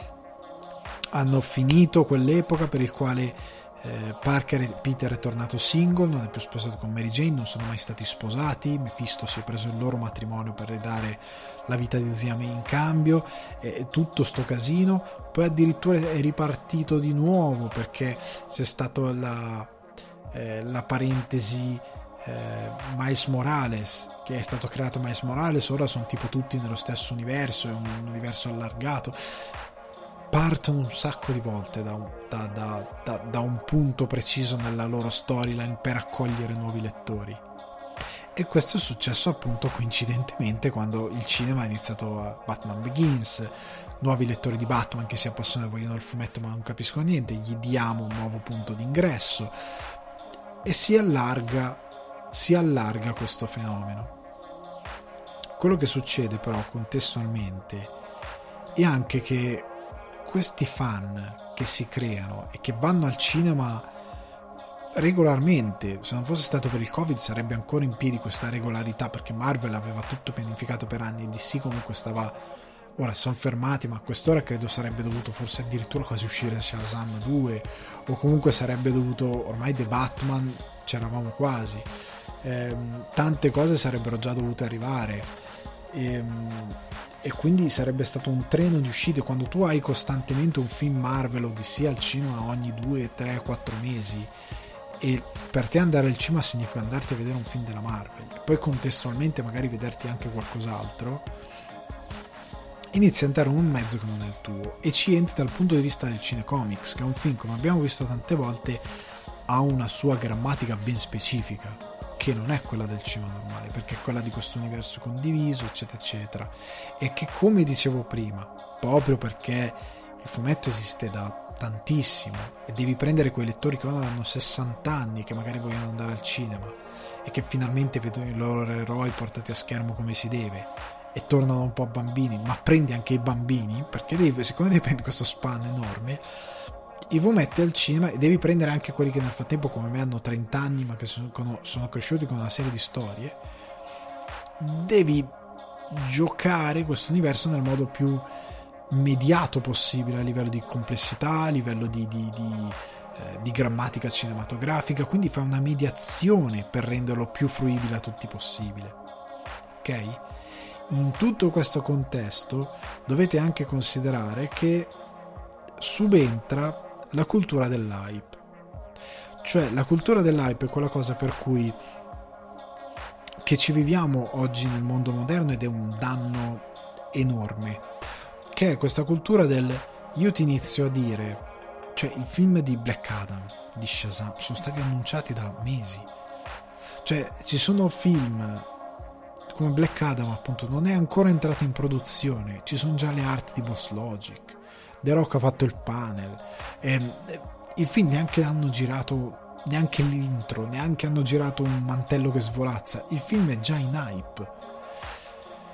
hanno finito quell'epoca per il quale eh, Parker e Peter è tornato single, non è più sposato con Mary Jane, non sono mai stati sposati, Mephisto si è preso il loro matrimonio per ridare la vita di zia May in cambio, eh, tutto sto casino. Poi addirittura è ripartito di nuovo perché c'è stato la, eh, la parentesi eh, Miles Morales, che è stato creato Miles Morales, ora sono tipo tutti nello stesso universo, è un universo allargato. Partono un sacco di volte da un, da, da, da, da un punto preciso nella loro storyline per accogliere nuovi lettori, e questo è successo appunto coincidentemente quando il cinema ha iniziato a Batman Begins, nuovi lettori di Batman che si appassionano e vogliono il fumetto ma non capiscono niente, gli diamo un nuovo punto d'ingresso e si allarga si allarga questo fenomeno. Quello che succede però contestualmente è anche che questi fan che si creano e che vanno al cinema regolarmente, se non fosse stato per il Covid sarebbe ancora in piedi questa regolarità, perché Marvel aveva tutto pianificato per anni, D C comunque stava, ora sono fermati, ma a quest'ora credo sarebbe dovuto forse addirittura quasi uscire Shazam due, o comunque sarebbe dovuto, ormai The Batman c'eravamo quasi, ehm, tante cose sarebbero già dovute arrivare, ehm, e quindi sarebbe stato un treno di uscite. Quando tu hai costantemente un film Marvel o D C al cinema ogni due, tre, quattro mesi, e per te andare al cinema significa andarti a vedere un film della Marvel e poi contestualmente magari vederti anche qualcos'altro, inizi a entrare in un mezzo che non è il tuo e ci entri dal punto di vista del cinecomics, che è un film, come abbiamo visto tante volte, ha una sua grammatica ben specifica che non è quella del cinema normale, perché è quella di questo universo condiviso, eccetera eccetera, e che, come dicevo prima, proprio perché il fumetto esiste da tantissimo e devi prendere quei lettori che ora hanno sessanta anni, che magari vogliono andare al cinema e che finalmente vedono i loro eroi portati a schermo come si deve e tornano un po' a bambini, ma prendi anche i bambini, perché devi, siccome devi prendere questo span enorme, i fumetti al cinema, e devi prendere anche quelli che nel frattempo come me hanno trenta anni ma che sono, sono cresciuti con una serie di storie, devi giocare questo universo nel modo più mediato possibile a livello di complessità, a livello di, di, di, eh, di grammatica cinematografica, quindi fai una mediazione per renderlo più fruibile a tutti possibile, ok? In tutto questo contesto dovete anche considerare che subentra la cultura dell'hype, cioè la cultura dell'hype è quella cosa per cui che ci viviamo oggi nel mondo moderno, ed è un danno enorme, che è questa cultura del io ti inizio a dire, cioè i film di Black Adam, di Shazam sono stati annunciati da mesi, cioè ci sono film come Black Adam appunto non è ancora entrato in produzione, ci sono già le arti di Boss Logic, The Rock ha fatto il panel, e il film neanche hanno girato neanche l'intro, neanche hanno girato un mantello che svolazza, il film è già in hype.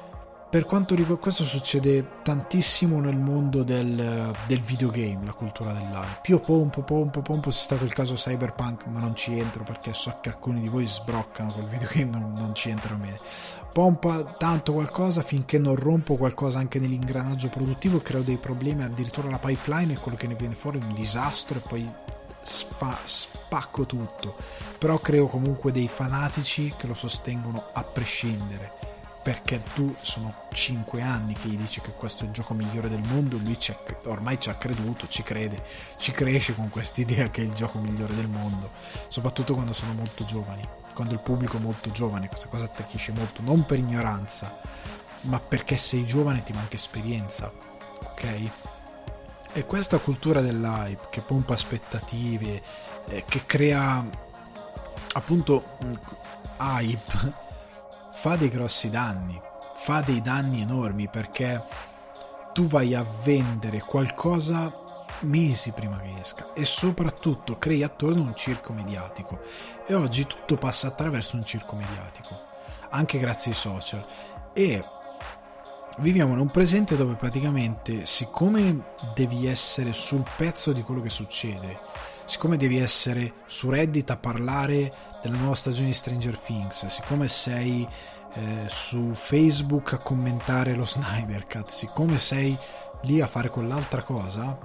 per quanto riguarda questo, succede tantissimo nel mondo del, del videogame, la cultura dell'hype. Io pompo, pompo, pompo, c'è stato il caso Cyberpunk, ma non ci entro perché so che alcuni di voi sbroccano col videogame, non, non ci entrano bene. Pompa tanto qualcosa finché non rompo qualcosa anche nell'ingranaggio produttivo e creo dei problemi, addirittura la pipeline, e quello che ne viene fuori è un disastro e poi sfa, spacco tutto. Però creo comunque dei fanatici che lo sostengono a prescindere, perché tu sono cinque anni che gli dici che questo è il gioco migliore del mondo, lui ci ha, ormai ci ha creduto, ci crede, ci cresce con quest'idea che è il gioco migliore del mondo, soprattutto quando sono molto giovani, quando il pubblico è molto giovane. Questa cosa attecchisce molto, non per ignoranza, ma perché sei giovane e ti manca esperienza, ok? E questa cultura dell'hype che pompa aspettative, eh, che crea appunto hype, fa dei grossi danni, fa dei danni enormi, perché tu vai a vendere qualcosa mesi prima che esca e soprattutto crei attorno un circo mediatico, e oggi tutto passa attraverso un circo mediatico, anche grazie ai social, e viviamo in un presente dove praticamente, siccome devi essere sul pezzo di quello che succede, siccome devi essere su Reddit a parlare della nuova stagione di Stranger Things, siccome sei eh, su Facebook a commentare lo Snyder Cut, siccome sei lì a fare quell'altra cosa,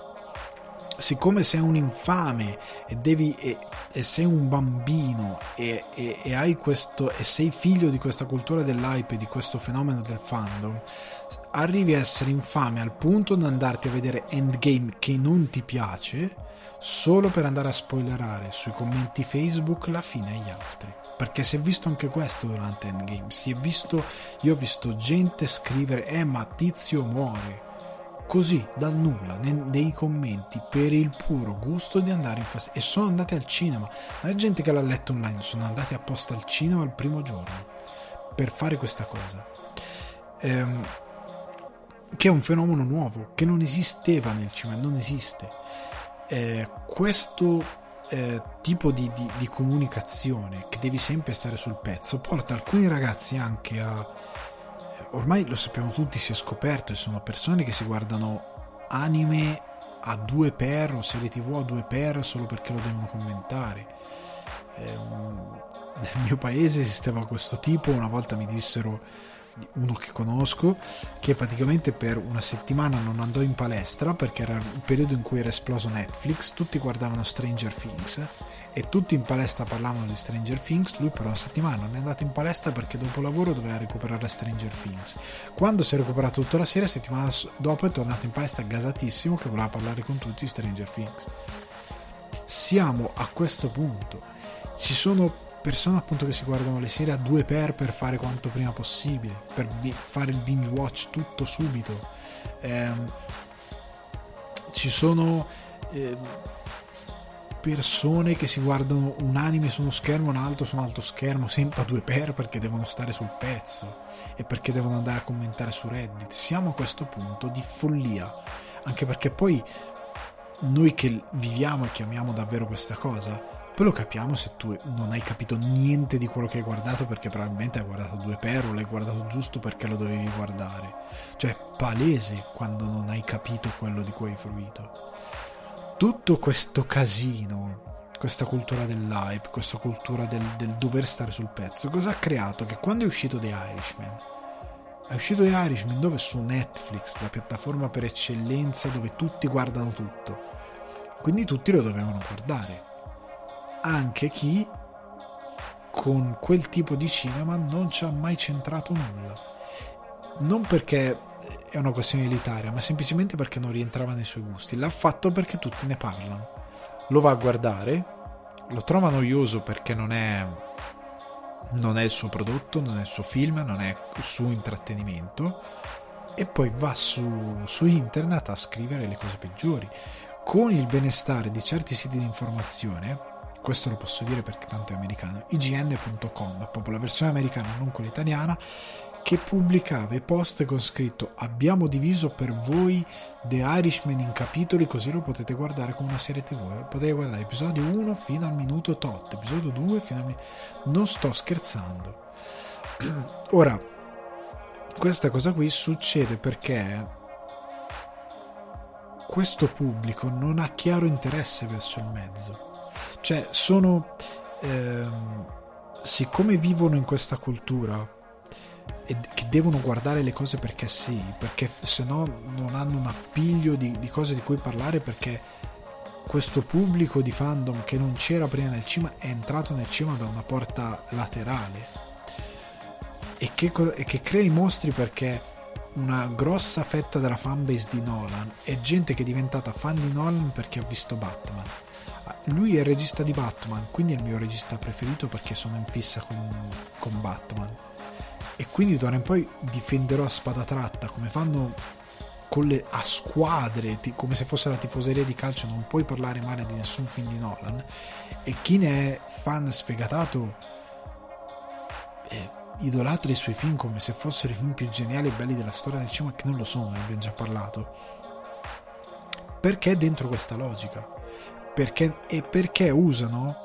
siccome sei un infame e devi e, e sei un bambino e, e, e hai questo e sei figlio di questa cultura dell'hype e di questo fenomeno del fandom, arrivi a essere infame al punto da andarti a vedere Endgame che non ti piace solo per andare a spoilerare sui commenti Facebook la fine agli altri, perché si è visto anche questo durante Endgame. Si è visto, io ho visto gente scrivere eh ma Tizio muore così dal nulla nei, nei commenti per il puro gusto di andare in fast- e sono andati al cinema. Non è gente che l'ha letto online, sono andati apposta al cinema il primo giorno per fare questa cosa, ehm, che è un fenomeno nuovo che non esisteva nel cinema, non esiste. Eh, questo eh, tipo di, di, di comunicazione, che devi sempre stare sul pezzo, porta alcuni ragazzi anche a, ormai lo sappiamo tutti, si è scoperto, e sono persone che si guardano anime a due per o serie tv a due per solo perché lo devono commentare. Eh, nel mio paese esisteva questo tipo, una volta mi dissero, uno che conosco, che praticamente per una settimana non andò in palestra perché era il periodo in cui era esploso Netflix, tutti guardavano Stranger Things e tutti in palestra parlavano di Stranger Things. Lui per una settimana non è andato in palestra perché dopo lavoro doveva recuperare Stranger Things. Quando si è recuperato tutta la sera, settimana dopo è tornato in palestra gasatissimo che voleva parlare con tutti di Stranger Things. Siamo a questo punto. Ci sono persone appunto che si guardano le serie a due per per fare quanto prima possibile, per bi- fare il binge watch tutto subito. Ehm, ci sono eh, persone che si guardano un anime su uno schermo, un altro su un altro schermo, sempre a due per perché devono stare sul pezzo e perché devono andare a commentare su Reddit. Siamo a questo punto di follia, anche perché poi noi che viviamo e chiamiamo davvero questa cosa, poi lo capiamo se tu non hai capito niente di quello che hai guardato, perché probabilmente hai guardato due per o l'hai guardato giusto perché lo dovevi guardare. Cioè, palese quando non hai capito quello di cui hai fruito. Tutto questo casino, questa cultura dell'hype, questa cultura del, del dover stare sul pezzo, cosa ha creato? Che quando è uscito The Irishman, è uscito The Irishman dove su Netflix, la piattaforma per eccellenza dove tutti guardano tutto, quindi tutti lo dovevano guardare, anche chi con quel tipo di cinema non ci ha mai centrato nulla, non perché è una questione elitaria, ma semplicemente perché non rientrava nei suoi gusti. L'ha fatto perché tutti ne parlano, lo va a guardare, lo trova noioso perché non è non è il suo prodotto, non è il suo film, non è il suo intrattenimento, e poi va su, su internet a scrivere le cose peggiori, con il benestare di certi siti di informazione. Questo lo posso dire perché tanto è americano. I G N punto com, proprio la versione americana, non quella italiana, che pubblicava i post con scritto: abbiamo diviso per voi The Irishman in capitoli, così lo potete guardare come una serie tv, potete guardare episodio uno fino al minuto tot, episodio due fino al minuto... non sto scherzando. Ora, questa cosa qui succede perché questo pubblico non ha chiaro interesse verso il mezzo, cioè sono ehm, siccome vivono in questa cultura e che devono guardare le cose perché sì, perché se no non hanno un appiglio di, di cose di cui parlare, perché questo pubblico di fandom che non c'era prima nel cinema è entrato nel cinema da una porta laterale e che, e che crea i mostri, perché una grossa fetta della fanbase di Nolan è gente che è diventata fan di Nolan perché ha visto Batman. Lui è il regista di Batman, quindi è il mio regista preferito perché sono in fissa con, con Batman, e quindi d'ora in poi difenderò a spada tratta, come fanno con le, a squadre, ti, come se fosse la tifoseria di calcio. Non puoi parlare male di nessun film di Nolan, e chi ne è fan sfegatato eh, idolatra i suoi film come se fossero i film più geniali e belli della storia del cinema, che non lo sono, ne abbiamo già parlato, perché dentro questa logica, perché, e perché usano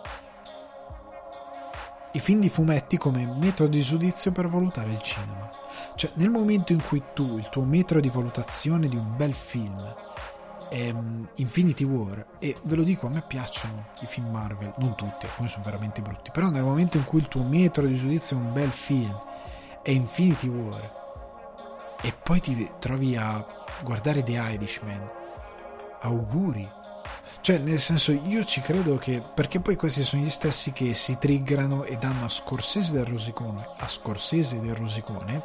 i film di fumetti come metodo di giudizio per valutare il cinema. Cioè, nel momento in cui tu, il tuo metro di valutazione di un bel film è um, Infinity War, e ve lo dico, a me piacciono i film Marvel, non tutti, alcuni sono veramente brutti, però nel momento in cui il tuo metro di giudizio è un bel film è Infinity War, e poi ti trovi a guardare The Irishman, auguri. Cioè, nel senso, io ci credo che, perché poi questi sono gli stessi che si triggerano e danno a Scorsese del rosicone a Scorsese del rosicone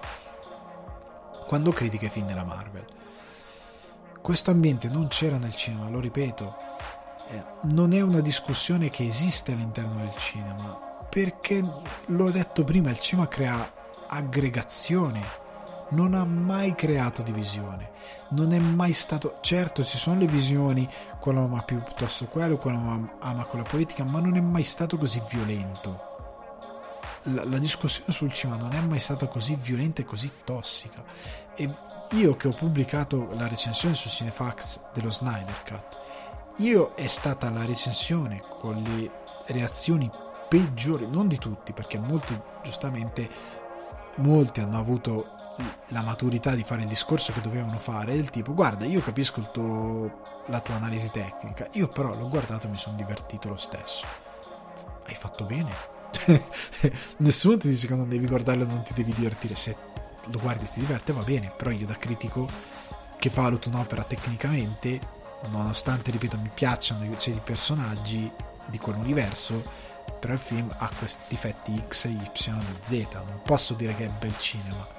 quando critica i film della Marvel. Questo ambiente non c'era nel cinema, lo ripeto, eh, non è una discussione che esiste all'interno del cinema, perché l'ho detto prima, il cinema crea aggregazione, non ha mai creato divisione, non è mai stato, certo ci sono le visioni, quello ama più piuttosto quello, quello ama quella politica, ma non è mai stato così violento. La, la discussione sul cinema non è mai stata così violenta e così tossica. E io che ho pubblicato la recensione su Cinefax dello Snyder Cut, io è stata la recensione con le reazioni peggiori, non di tutti, perché molti, giustamente molti hanno avuto la maturità di fare il discorso che dovevano fare, del tipo: guarda, io capisco il tuo, la tua analisi tecnica, io però l'ho guardato e mi sono divertito lo stesso. Hai fatto bene. Nessuno ti dice che non devi guardarlo, non ti devi divertire. Se lo guardi e ti diverte, va bene, però io da critico che valuto un'opera tecnicamente, nonostante, ripeto, mi piacciono cioè, i personaggi di quell'universo, però il film ha questi difetti X, Y e Z, non posso dire che è bel cinema.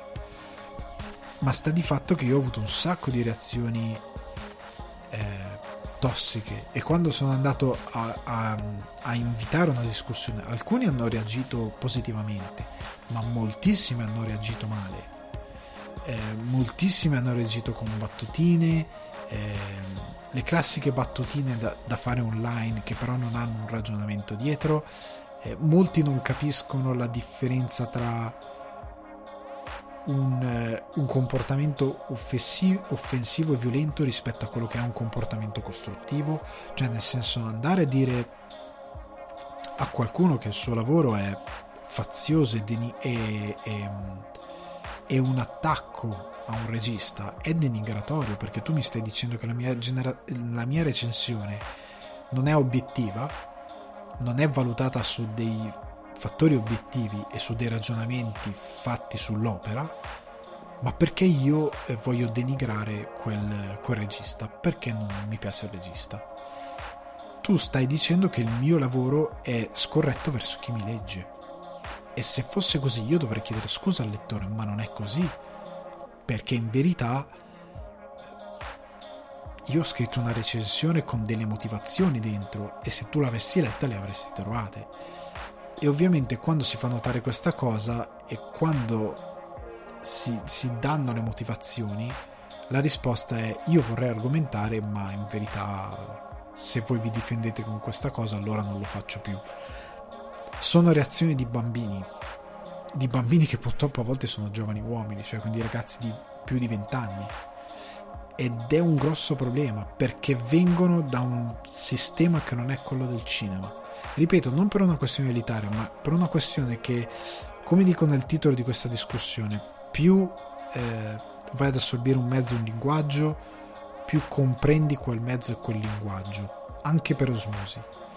Ma sta di fatto che io ho avuto un sacco di reazioni eh, tossiche, e quando sono andato a, a, a invitare una discussione, alcuni hanno reagito positivamente, ma moltissimi hanno reagito male, eh, moltissimi hanno reagito con battutine, eh, le classiche battutine da, da fare online che però non hanno un ragionamento dietro, eh, molti non capiscono la differenza tra Un, un comportamento offensivo, offensivo e violento rispetto a quello che è un comportamento costruttivo. Cioè, nel senso, andare a dire a qualcuno che il suo lavoro è fazioso e, deni- e, e, e un attacco a un regista è denigratorio, perché tu mi stai dicendo che la mia, genera- la mia recensione non è obiettiva, non è valutata su dei fattori obiettivi e su dei ragionamenti fatti sull'opera, ma perché io voglio denigrare quel, quel regista, perché non mi piace il regista. Tu stai dicendo che il mio lavoro è scorretto verso chi mi legge, e se fosse così io dovrei chiedere scusa al lettore, ma non è così, perché in verità io ho scritto una recensione con delle motivazioni dentro, e se tu l'avessi letta le avresti trovate. E ovviamente quando si fa notare questa cosa e quando si, si danno le motivazioni, la risposta è: io vorrei argomentare, ma in verità se voi vi difendete con questa cosa allora non lo faccio più. Sono reazioni di bambini, di bambini che purtroppo a volte sono giovani uomini, cioè quindi ragazzi di più di vent'anni, ed è un grosso problema perché vengono da un sistema che non è quello del cinema. Ripeto, non per una questione elitaria, ma per una questione che, come dico nel titolo di questa discussione, più eh, vai ad assorbire un mezzo, un linguaggio, più comprendi quel mezzo e quel linguaggio, anche per osmosi.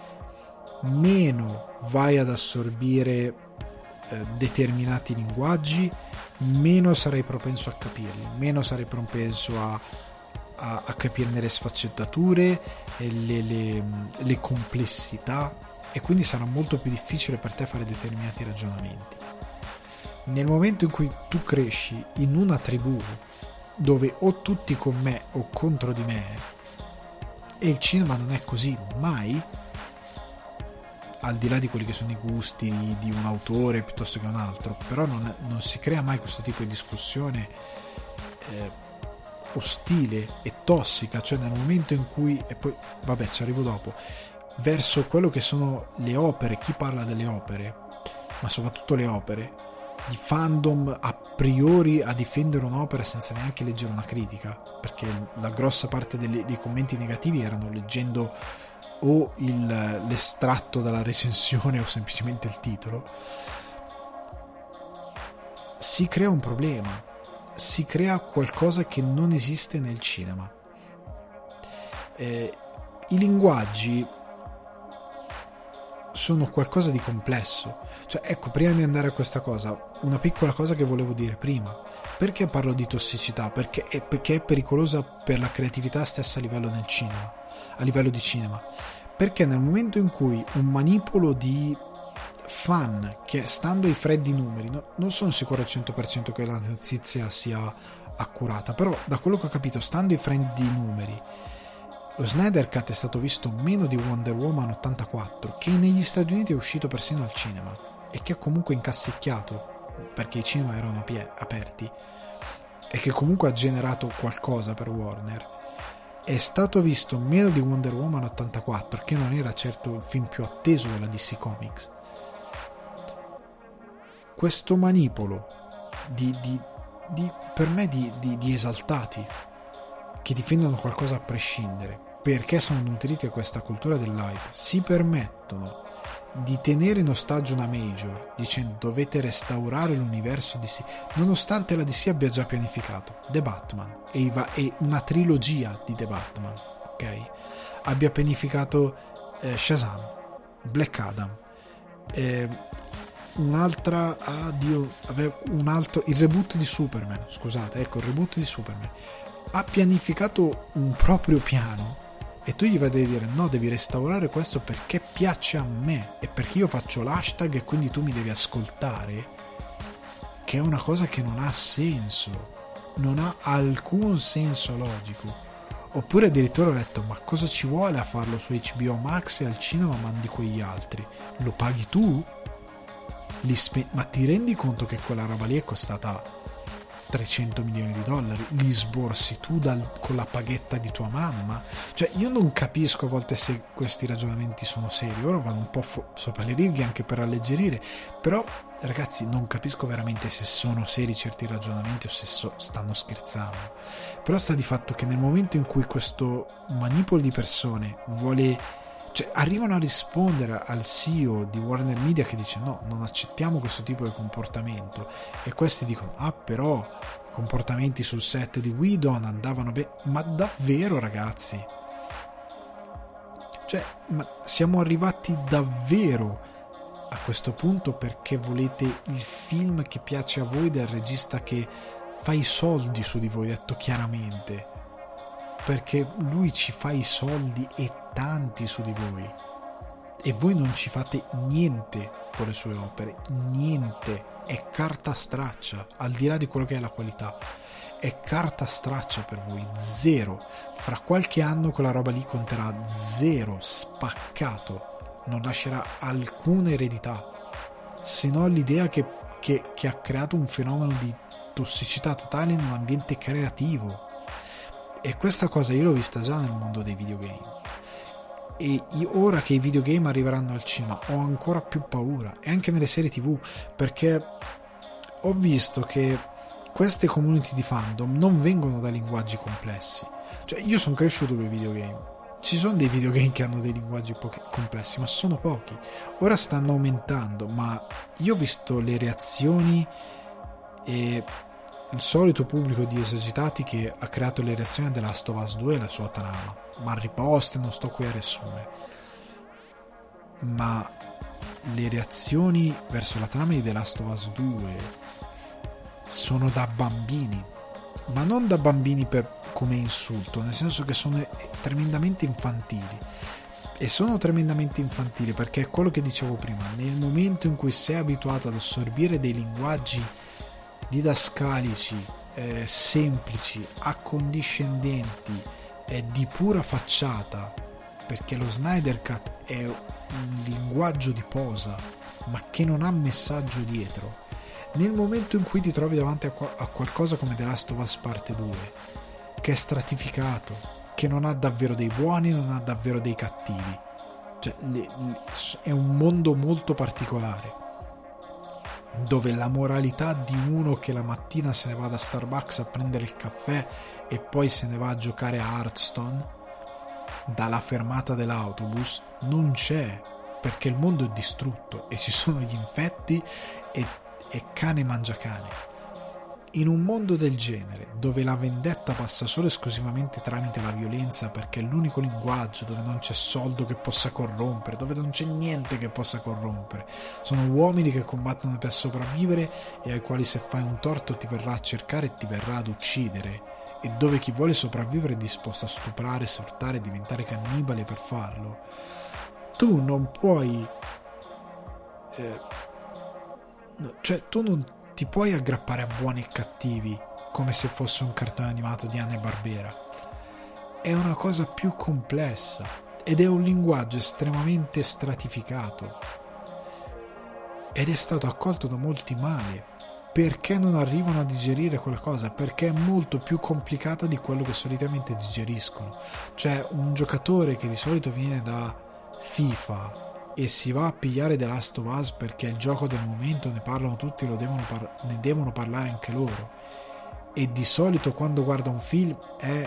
Meno vai ad assorbire eh, determinati linguaggi, meno sarai propenso a capirli, meno sarai propenso a, a, a capirne le sfaccettature e le, le, le complessità, e quindi sarà molto più difficile per te fare determinati ragionamenti. Nel momento in cui tu cresci in una tribù dove o tutti con me o contro di me, e il cinema non è così mai, al di là di quelli che sono i gusti di, di un autore piuttosto che un altro, però non, non si crea mai questo tipo di discussione eh, ostile e tossica, cioè nel momento in cui, e poi vabbè ci arrivo dopo, verso quello che sono le opere, chi parla delle opere, ma soprattutto le opere, di fandom a priori a difendere un'opera senza neanche leggere una critica, perché la grossa parte delle, dei commenti negativi erano leggendo o il, l'estratto dalla recensione o semplicemente il titolo. Si crea un problema, si crea qualcosa che non esiste nel cinema. Eh, i linguaggi sono qualcosa di complesso, cioè ecco, prima di andare a questa cosa, una piccola cosa che volevo dire prima: perché parlo di tossicità? Perché è, perché è pericolosa per la creatività stessa a livello nel cinema, a livello di cinema, perché nel momento in cui un manipolo di fan, che stando ai freddi numeri, no, non sono sicuro al cento per cento che la notizia sia accurata, però da quello che ho capito, stando ai freddi numeri, lo Snyder Cut è stato visto meno di Wonder Woman ottantaquattro, che negli Stati Uniti è uscito persino al cinema e che ha comunque incassicchiato, perché i cinema erano aperti, e che comunque ha generato qualcosa per Warner. È stato visto meno di Wonder Woman ottantaquattro, che non era certo il film più atteso della D C Comics. Questo manipolo di, di, di per me di, di, di esaltati che difendono qualcosa a prescindere, perché sono nutriti a questa cultura dell'hype, si permettono di tenere in ostaggio una major dicendo dovete restaurare l'universo D C, nonostante la D C abbia già pianificato The Batman e, i va- e una trilogia di The Batman, ok? Abbia pianificato eh, Shazam, Black Adam, eh, un'altra ah, Dio, un altro, il reboot di Superman, scusate, ecco il reboot di Superman. Ha pianificato un proprio piano e tu gli vai a dire no, devi restaurare questo perché piace a me e perché io faccio l'hashtag e quindi tu mi devi ascoltare, che è una cosa che non ha senso, non ha alcun senso logico. Oppure addirittura ho detto ma cosa ci vuole a farlo su H B O Max e al cinema mandi quegli altri, lo paghi tu? Li spe- ma ti rendi conto che quella roba lì è costata trecento milioni di dollari, li sborsi tu dal, con la paghetta di tua mamma? Cioè io non capisco a volte se questi ragionamenti sono seri, ora vanno un po' fo- sopra le righe anche per alleggerire, però ragazzi non capisco veramente se sono seri certi ragionamenti o se so- stanno scherzando. Però sta di fatto che nel momento in cui questo manipolo di persone vuole, cioè arrivano a rispondere al C E O di Warner Media che dice no, non accettiamo questo tipo di comportamento, e questi dicono ah però i comportamenti sul set di Whedon andavano bene, ma davvero ragazzi, cioè ma siamo arrivati davvero a questo punto perché volete il film che piace a voi del regista che fa i soldi su di voi, detto chiaramente, perché lui ci fa i soldi e tanti su di voi, e voi non ci fate niente con le sue opere, niente, è carta straccia, al di là di quello che è la qualità, è carta straccia per voi, zero. Fra qualche anno quella roba lì conterà zero, spaccato, non lascerà alcuna eredità, se no l'idea che, che, che ha creato un fenomeno di tossicità totale in un ambiente creativo. E questa cosa io l'ho vista già nel mondo dei videogame, e io, ora che i videogame arriveranno al cinema, ho ancora più paura, e anche nelle serie tv, perché ho visto che queste community di fandom non vengono da linguaggi complessi. Cioè io sono cresciuto con i videogame, ci sono dei videogame che hanno dei linguaggi pochi, complessi, ma sono pochi, ora stanno aumentando, ma io ho visto le reazioni e il solito pubblico di esagitati che ha creato le reazioni a The Last of Us due e la sua trama, ma riposte, non sto qui a riassumere, ma le reazioni verso la trama di The Last of Us due sono da bambini, ma non da bambini per, come insulto, nel senso che sono tremendamente infantili, e sono tremendamente infantili perché è quello che dicevo prima: nel momento in cui sei abituato ad assorbire dei linguaggi didascalici, eh, semplici, accondiscendenti, eh, di pura facciata, perché lo Snyder Cut è un linguaggio di posa ma che non ha messaggio dietro, nel momento in cui ti trovi davanti a, qua- a qualcosa come The Last of Us Parte due, che è stratificato, che non ha davvero dei buoni, non ha davvero dei cattivi, cioè le, le, è un mondo molto particolare, dove la moralità di uno che la mattina se ne va da Starbucks a prendere il caffè e poi se ne va a giocare a Hearthstone dalla fermata dell'autobus non c'è, perché il mondo è distrutto e ci sono gli infetti e, e cane mangia cane. In un mondo del genere, dove la vendetta passa solo e esclusivamente tramite la violenza, perché è l'unico linguaggio, dove non c'è soldo che possa corrompere, dove non c'è niente che possa corrompere, sono uomini che combattono per sopravvivere e ai quali se fai un torto ti verrà a cercare e ti verrà ad uccidere, e dove chi vuole sopravvivere è disposto a stuprare, sfruttare e diventare cannibale per farlo. Tu non puoi eh, no, cioè tu non ti puoi aggrappare a buoni e cattivi come se fosse un cartone animato di Hanna-Barbera. È una cosa più complessa ed è un linguaggio estremamente stratificato, ed è stato accolto da molti male perché non arrivano a digerire quella cosa, perché è molto più complicata di quello che solitamente digeriscono. Cioè, un giocatore che di solito viene da FIFA e si va a pigliare The Last of Us perché è il gioco del momento, ne parlano tutti, lo devono par- ne devono parlare anche loro, e di solito quando guarda un film è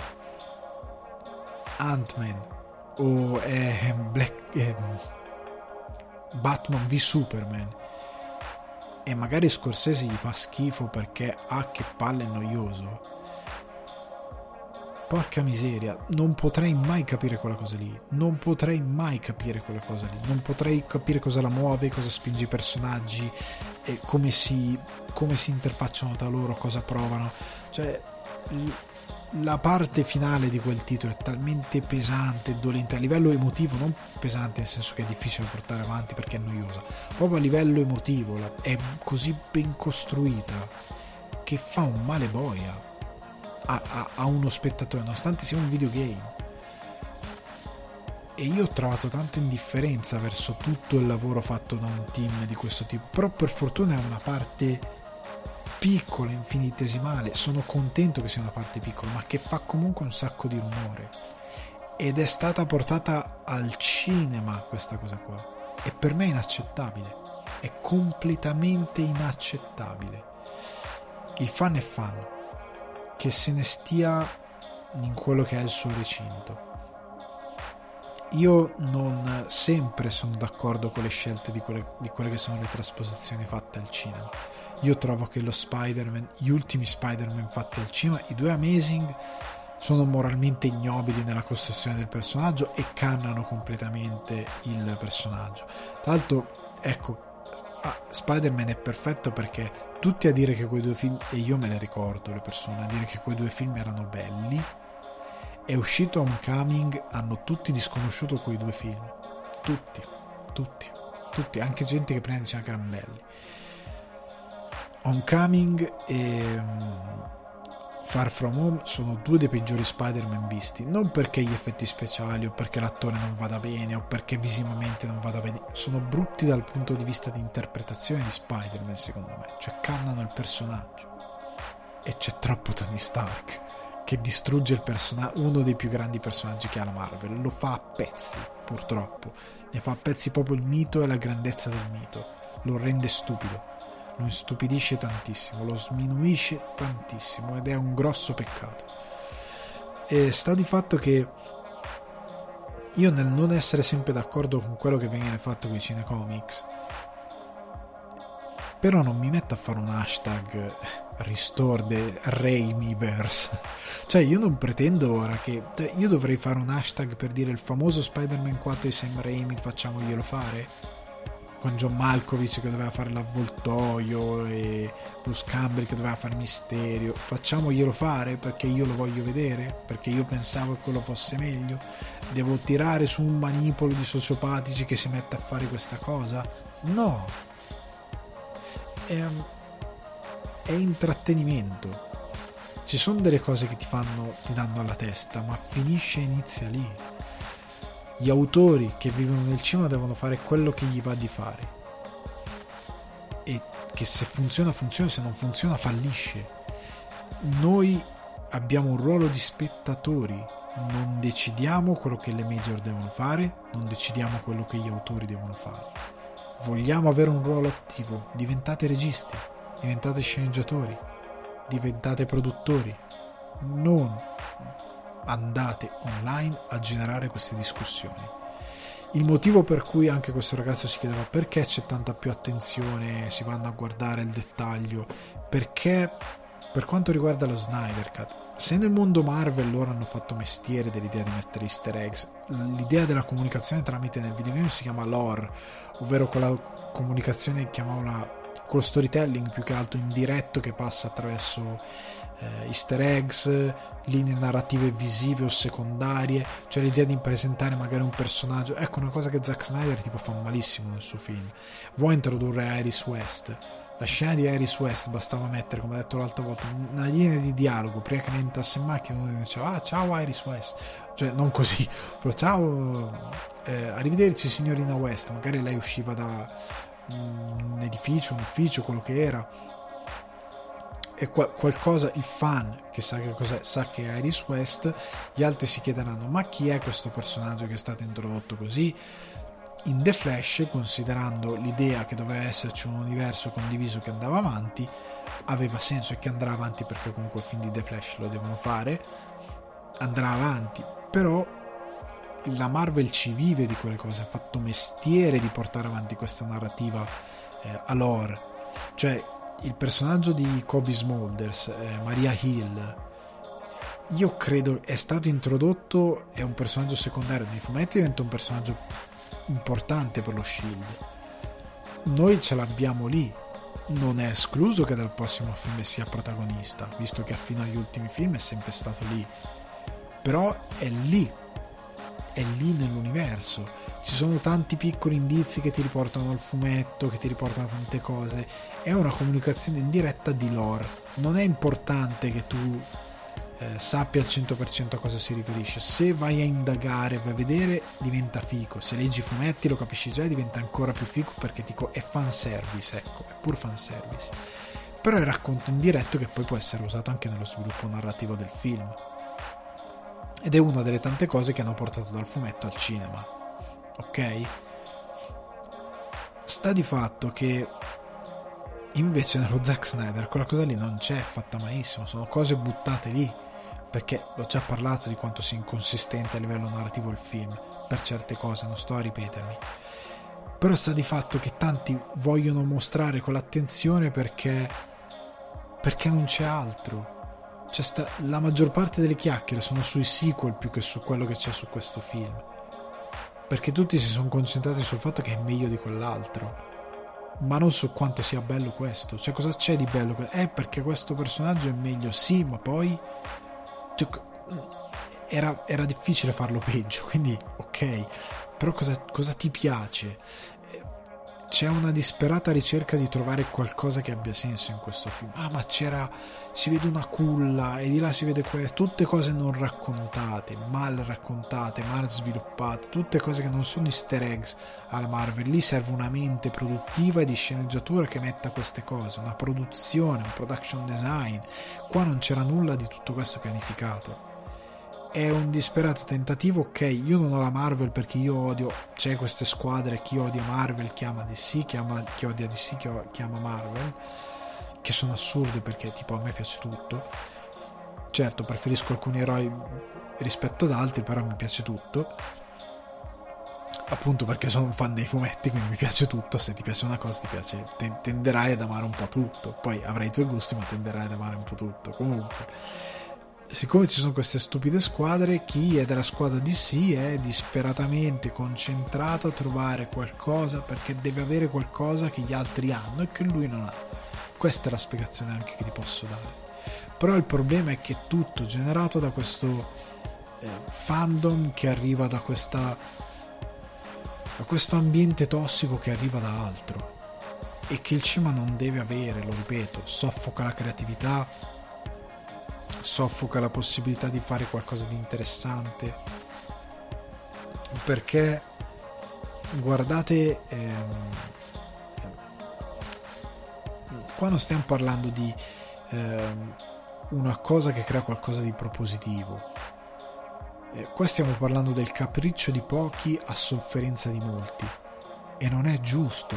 Ant-Man o è Black, eh, Batman v Superman, e magari Scorsese gli fa schifo perché ah che palle, è noioso. Porca miseria, non potrei mai capire quella cosa lì, non potrei mai capire quella cosa lì, non potrei capire cosa la muove, cosa spinge i personaggi, e come si, come si interfacciano tra loro, cosa provano. Cioè, la parte finale di quel titolo è talmente pesante e dolente a livello emotivo, non pesante nel senso che è difficile portare avanti perché è noiosa, proprio a livello emotivo è così ben costruita che fa un male boia A, a, a uno spettatore, nonostante sia un videogame. E io ho trovato tanta indifferenza verso tutto il lavoro fatto da un team di questo tipo, però per fortuna è una parte piccola, infinitesimale, sono contento che sia una parte piccola, ma che fa comunque un sacco di rumore, ed è stata portata al cinema questa cosa qua, e per me è inaccettabile, è completamente inaccettabile. Il fan è fan, che se ne stia in quello che è il suo recinto. Io non sempre sono d'accordo con le scelte di quelle, di quelle che sono le trasposizioni fatte al cinema. Io trovo che lo Spider-Man, gli ultimi Spider-Man fatti al cinema, i due Amazing, sono moralmente ignobili nella costruzione del personaggio e cannano completamente il personaggio. Tra l'altro, ecco, ah, Spider-Man è perfetto perché tutti a dire che quei due film, e io me ne ricordo, le persone a dire che quei due film erano belli, è uscito Homecoming, hanno tutti disconosciuto quei due film, tutti, tutti, tutti, anche gente che prima diceva che erano belli. Homecoming e Far From Home sono due dei peggiori Spider-Man visti, non perché gli effetti speciali o perché l'attore non vada bene o perché visivamente non vada bene, sono brutti dal punto di vista di interpretazione di Spider-Man, secondo me, cioè cannano il personaggio, e c'è troppo Tony Stark che distrugge il personaggio, uno dei più grandi personaggi che ha la Marvel, lo fa a pezzi, purtroppo ne fa a pezzi proprio il mito e la grandezza del mito, lo rende stupido, lo istupidisce tantissimo, lo sminuisce tantissimo, ed è un grosso peccato. E sta di fatto che io, nel non essere sempre d'accordo con quello che viene fatto con i cinecomics, però non mi metto a fare un hashtag restore the Raimiverse. Cioè io non pretendo ora che io dovrei fare un hashtag per dire il famoso Spider-Man quattro di Sam Raimi, facciamoglielo fare, con John Malkovich che doveva fare l'avvoltoio e Bruce Campbell che doveva fare Misterio, facciamoglielo fare perché io lo voglio vedere, perché io pensavo che quello fosse meglio. Devo tirare su un manipolo di sociopatici che si mette a fare questa cosa? No, è, è intrattenimento. Ci sono delle cose che ti fanno, ti danno alla testa, ma finisce e inizia lì. Gli autori che vivono nel cinema devono fare quello che gli va di fare, e che se funziona funziona, se non funziona fallisce. Noi abbiamo un ruolo di spettatori, non decidiamo quello che le major devono fare, non decidiamo quello che gli autori devono fare. Vogliamo avere un ruolo attivo, diventate registi, diventate sceneggiatori, diventate produttori, non andate online a generare queste discussioni. Il motivo per cui anche questo ragazzo si chiedeva perché c'è tanta più attenzione, si vanno a guardare il dettaglio, perché per quanto riguarda lo Snyder Cut, se nel mondo Marvel loro hanno fatto mestiere dell'idea di mettere easter eggs, l'idea della comunicazione tramite nel videogame si chiama lore, ovvero quella comunicazione, chiamiamola, con lo storytelling più che altro indiretto, che passa attraverso eh, easter eggs, linee narrative visive o secondarie, cioè l'idea di presentare magari un personaggio. Ecco, una cosa che Zack Snyder tipo fa malissimo nel suo film: vuoi introdurre Iris West, la scena di Iris West bastava mettere, come ho detto l'altra volta, una linea di dialogo prima che ne entrasse in macchina, uno diceva ah ciao Iris West, cioè non così, però ciao, eh, arrivederci signorina West, magari lei usciva da un edificio, un ufficio, quello che era, e qua, qualcosa, il fan che sa che cos'è sa che è Iris West, gli altri si chiederanno ma chi è questo personaggio che è stato introdotto così. In The Flash, considerando l'idea che doveva esserci un universo condiviso che andava avanti, aveva senso, e che andrà avanti perché comunque il film di The Flash lo devono fare, andrà avanti, però la Marvel ci vive di quelle cose, ha fatto mestiere di portare avanti questa narrativa eh, a lore. Cioè il personaggio di Kobe Smulders, eh, Maria Hill, io credo è stato introdotto, è un personaggio secondario nei fumetti, diventa un personaggio importante per lo Shield, noi ce l'abbiamo lì, non è escluso che dal prossimo film sia protagonista, visto che fino agli ultimi film è sempre stato lì, però è lì è lì nell'universo, ci sono tanti piccoli indizi che ti riportano al fumetto, che ti riportano a tante cose, è una comunicazione indiretta di lore. Non è importante che tu eh, sappia al cento per cento a cosa si riferisce, se vai a indagare, vai a vedere, diventa fico, se leggi i fumetti lo capisci già e diventa ancora più fico perché ti co- è fanservice, ecco, è pur fanservice, però è racconto indiretto che poi può essere usato anche nello sviluppo narrativo del film, ed è una delle tante cose che hanno portato dal fumetto al cinema. Ok? Sta di fatto che invece nello Zack Snyder quella cosa lì non c'è, fatta malissimo, sono cose buttate lì, perché l'ho già parlato di quanto sia inconsistente a livello narrativo il film per certe cose, non sto a ripetermi, però sta di fatto che tanti vogliono mostrare quell'attenzione perché perché non c'è altro. Cioè sta, la maggior parte delle chiacchiere sono sui sequel più che su quello che c'è su questo film, perché tutti si sono concentrati sul fatto che è meglio di quell'altro, ma non su quanto sia bello questo. Cioè cosa c'è di bello? Eh, perché questo personaggio è meglio, sì, ma poi cioè, era, era difficile farlo peggio, quindi ok, però cosa, cosa ti piace? C'è una disperata ricerca di trovare qualcosa che abbia senso in questo film. Ah, ma c'era, si vede una culla e di là si vede questo, tutte cose non raccontate, mal raccontate, mal sviluppate, tutte cose che non sono easter eggs alla Marvel. Lì serve una mente produttiva e di sceneggiatura che metta queste cose, una produzione, un production design. Qua non c'era nulla di tutto questo pianificato. È un disperato tentativo. Ok, io non ho la Marvel perché io odio, c'è queste squadre, chi odia Marvel chiama D C, chiama, chi odia D C chiama Marvel, che sono assurde perché tipo a me piace tutto, certo preferisco alcuni eroi rispetto ad altri, però mi piace tutto. appunto perché sono un fan dei fumetti, quindi mi piace tutto. Se ti piace una cosa ti piace, tenderai ad amare un po' tutto. Poi avrai i tuoi gusti, ma tenderai ad amare un po' tutto. Comunque, siccome ci sono queste stupide squadre, chi è della squadra D C è disperatamente concentrato a trovare qualcosa, perché deve avere qualcosa che gli altri hanno e che lui non ha. Questa è la spiegazione anche che ti posso dare. Però il problema è che è tutto generato da questo eh, fandom che arriva da questa da questo ambiente tossico che arriva da altro e che il cinema non deve avere, lo ripeto. Soffoca la creatività, soffoca la possibilità di fare qualcosa di interessante, perché guardate, ehm, qua non stiamo parlando di ehm, una cosa che crea qualcosa di propositivo. Eh, qua stiamo parlando del capriccio di pochi a sofferenza di molti, e non è giusto.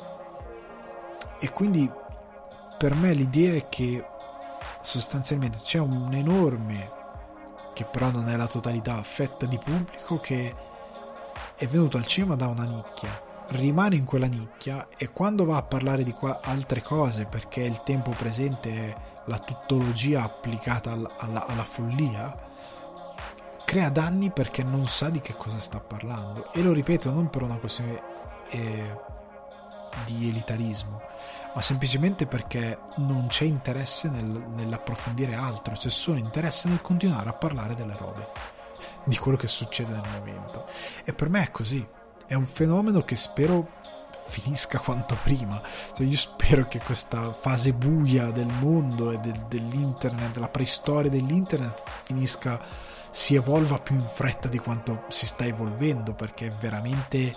E quindi per me l'idea è che sostanzialmente c'è un enorme, che però non è la totalità, fetta di pubblico che è venuto al cinema da una nicchia, rimane in quella nicchia, e quando va a parlare di qua altre cose, perché il tempo presente è la tuttologia applicata alla, alla, alla follia, crea danni perché non sa di che cosa sta parlando. E lo ripeto, non per una questione eh, di elitarismo, ma semplicemente perché non c'è interesse nel, nell'approfondire altro, c'è solo interesse nel continuare a parlare delle robe, di quello che succede nel momento. E per me è così, è un fenomeno che spero finisca quanto prima. Cioè, io spero che questa fase buia del mondo e del, dell'internet, della preistoria dell'internet, finisca, si evolva più in fretta di quanto si sta evolvendo, perché è veramente eh,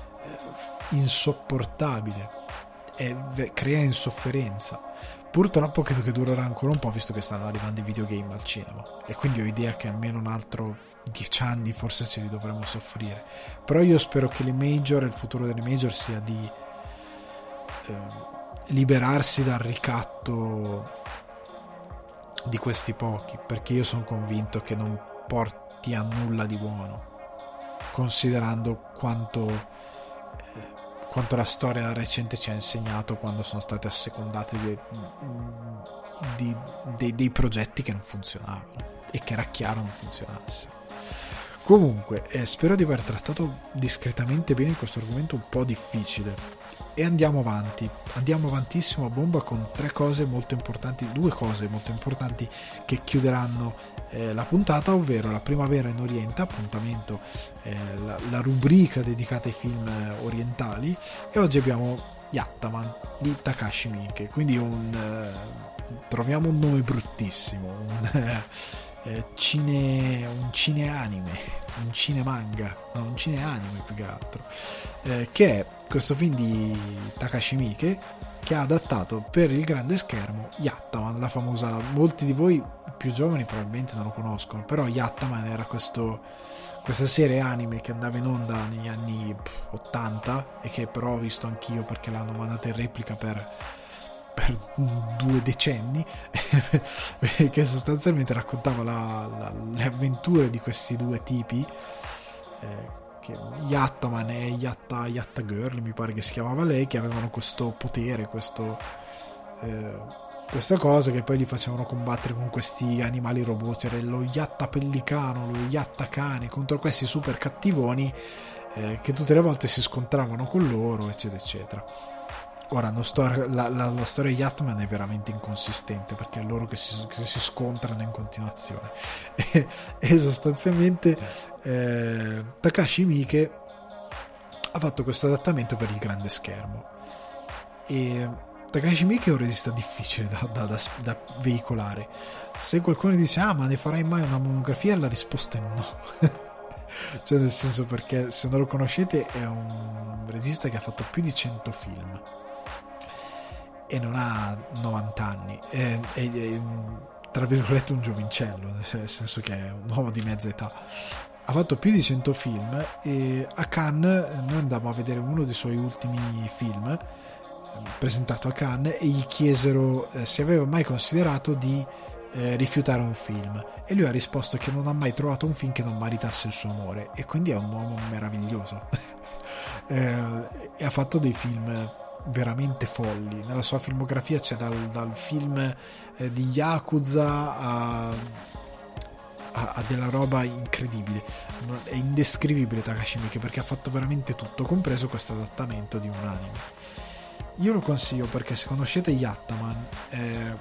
insopportabile, è, crea insofferenza. Purtroppo credo che durerà ancora un po', visto che stanno arrivando i videogame al cinema, e quindi ho idea che almeno un altro dieci anni forse ce li dovremo soffrire. Però io spero che le major, il futuro delle major sia di eh, liberarsi dal ricatto di questi pochi, perché io sono convinto che non porti a nulla di buono, considerando quanto eh, quanto la storia recente ci ha insegnato, quando sono state assecondate dei, dei, dei, dei progetti che non funzionavano e che era chiaro non funzionassero. Comunque eh, spero di aver trattato discretamente bene questo argomento un po' difficile, e andiamo avanti andiamo avantissimo a bomba con tre cose molto importanti, due cose molto importanti che chiuderanno eh, la puntata, ovvero la Primavera in Oriente, appuntamento eh, la, la rubrica dedicata ai film eh, orientali, e oggi abbiamo Yattaman di Takashi Miike, quindi un eh, troviamo un nome bruttissimo, un eh, cine un cineanime, un cinemanga, no, un cineanime più che altro, eh, che è questo film di Takashi Miike che ha adattato per il grande schermo Yattaman, la famosa, molti di voi più giovani probabilmente non lo conoscono, però Yattaman era questo, questa serie anime che andava in onda negli anni ottanta e che però ho visto anch'io perché l'hanno mandata in replica per per due decenni che sostanzialmente raccontava la, la, le avventure di questi due tipi, eh, che Yattaman e Yatta, Yatta Girl mi pare che si chiamava lei, che avevano questo potere, questo eh, questa cosa che poi li facevano combattere con questi animali robot. C'era lo Yatta Pellicano, lo Yatta Cane contro questi super cattivoni eh, che tutte le volte si scontravano con loro, eccetera eccetera. Ora non sto, la, la, la storia di Yattaman è veramente inconsistente, perché è loro che si, che si scontrano in continuazione e, e sostanzialmente eh, Takashi Miike ha fatto questo adattamento per il grande schermo, e Takashi Miike è un regista difficile da, da, da, da veicolare. Se qualcuno dice ah ma ne farai mai una monografia, la risposta è no. Cioè, nel senso, perché se non lo conoscete è un regista che ha fatto più di cento film e non ha novanta anni, è, è, è tra virgolette un giovincello, nel senso che è un uomo di mezza età. Ha fatto più di cento film, e a Cannes noi andammo a vedere uno dei suoi ultimi film presentato a Cannes e gli chiesero eh, se aveva mai considerato di eh, rifiutare un film, e lui ha risposto che non ha mai trovato un film che non meritasse il suo amore, e quindi è un uomo meraviglioso. eh, e ha fatto dei film veramente folli. Nella sua filmografia c'è dal, dal film eh, di Yakuza a, a, a della roba incredibile, è indescrivibile Takashi Miike, perché ha fatto veramente tutto, compreso questo adattamento di un anime. Io lo consiglio perché se conoscete Yattaman eh,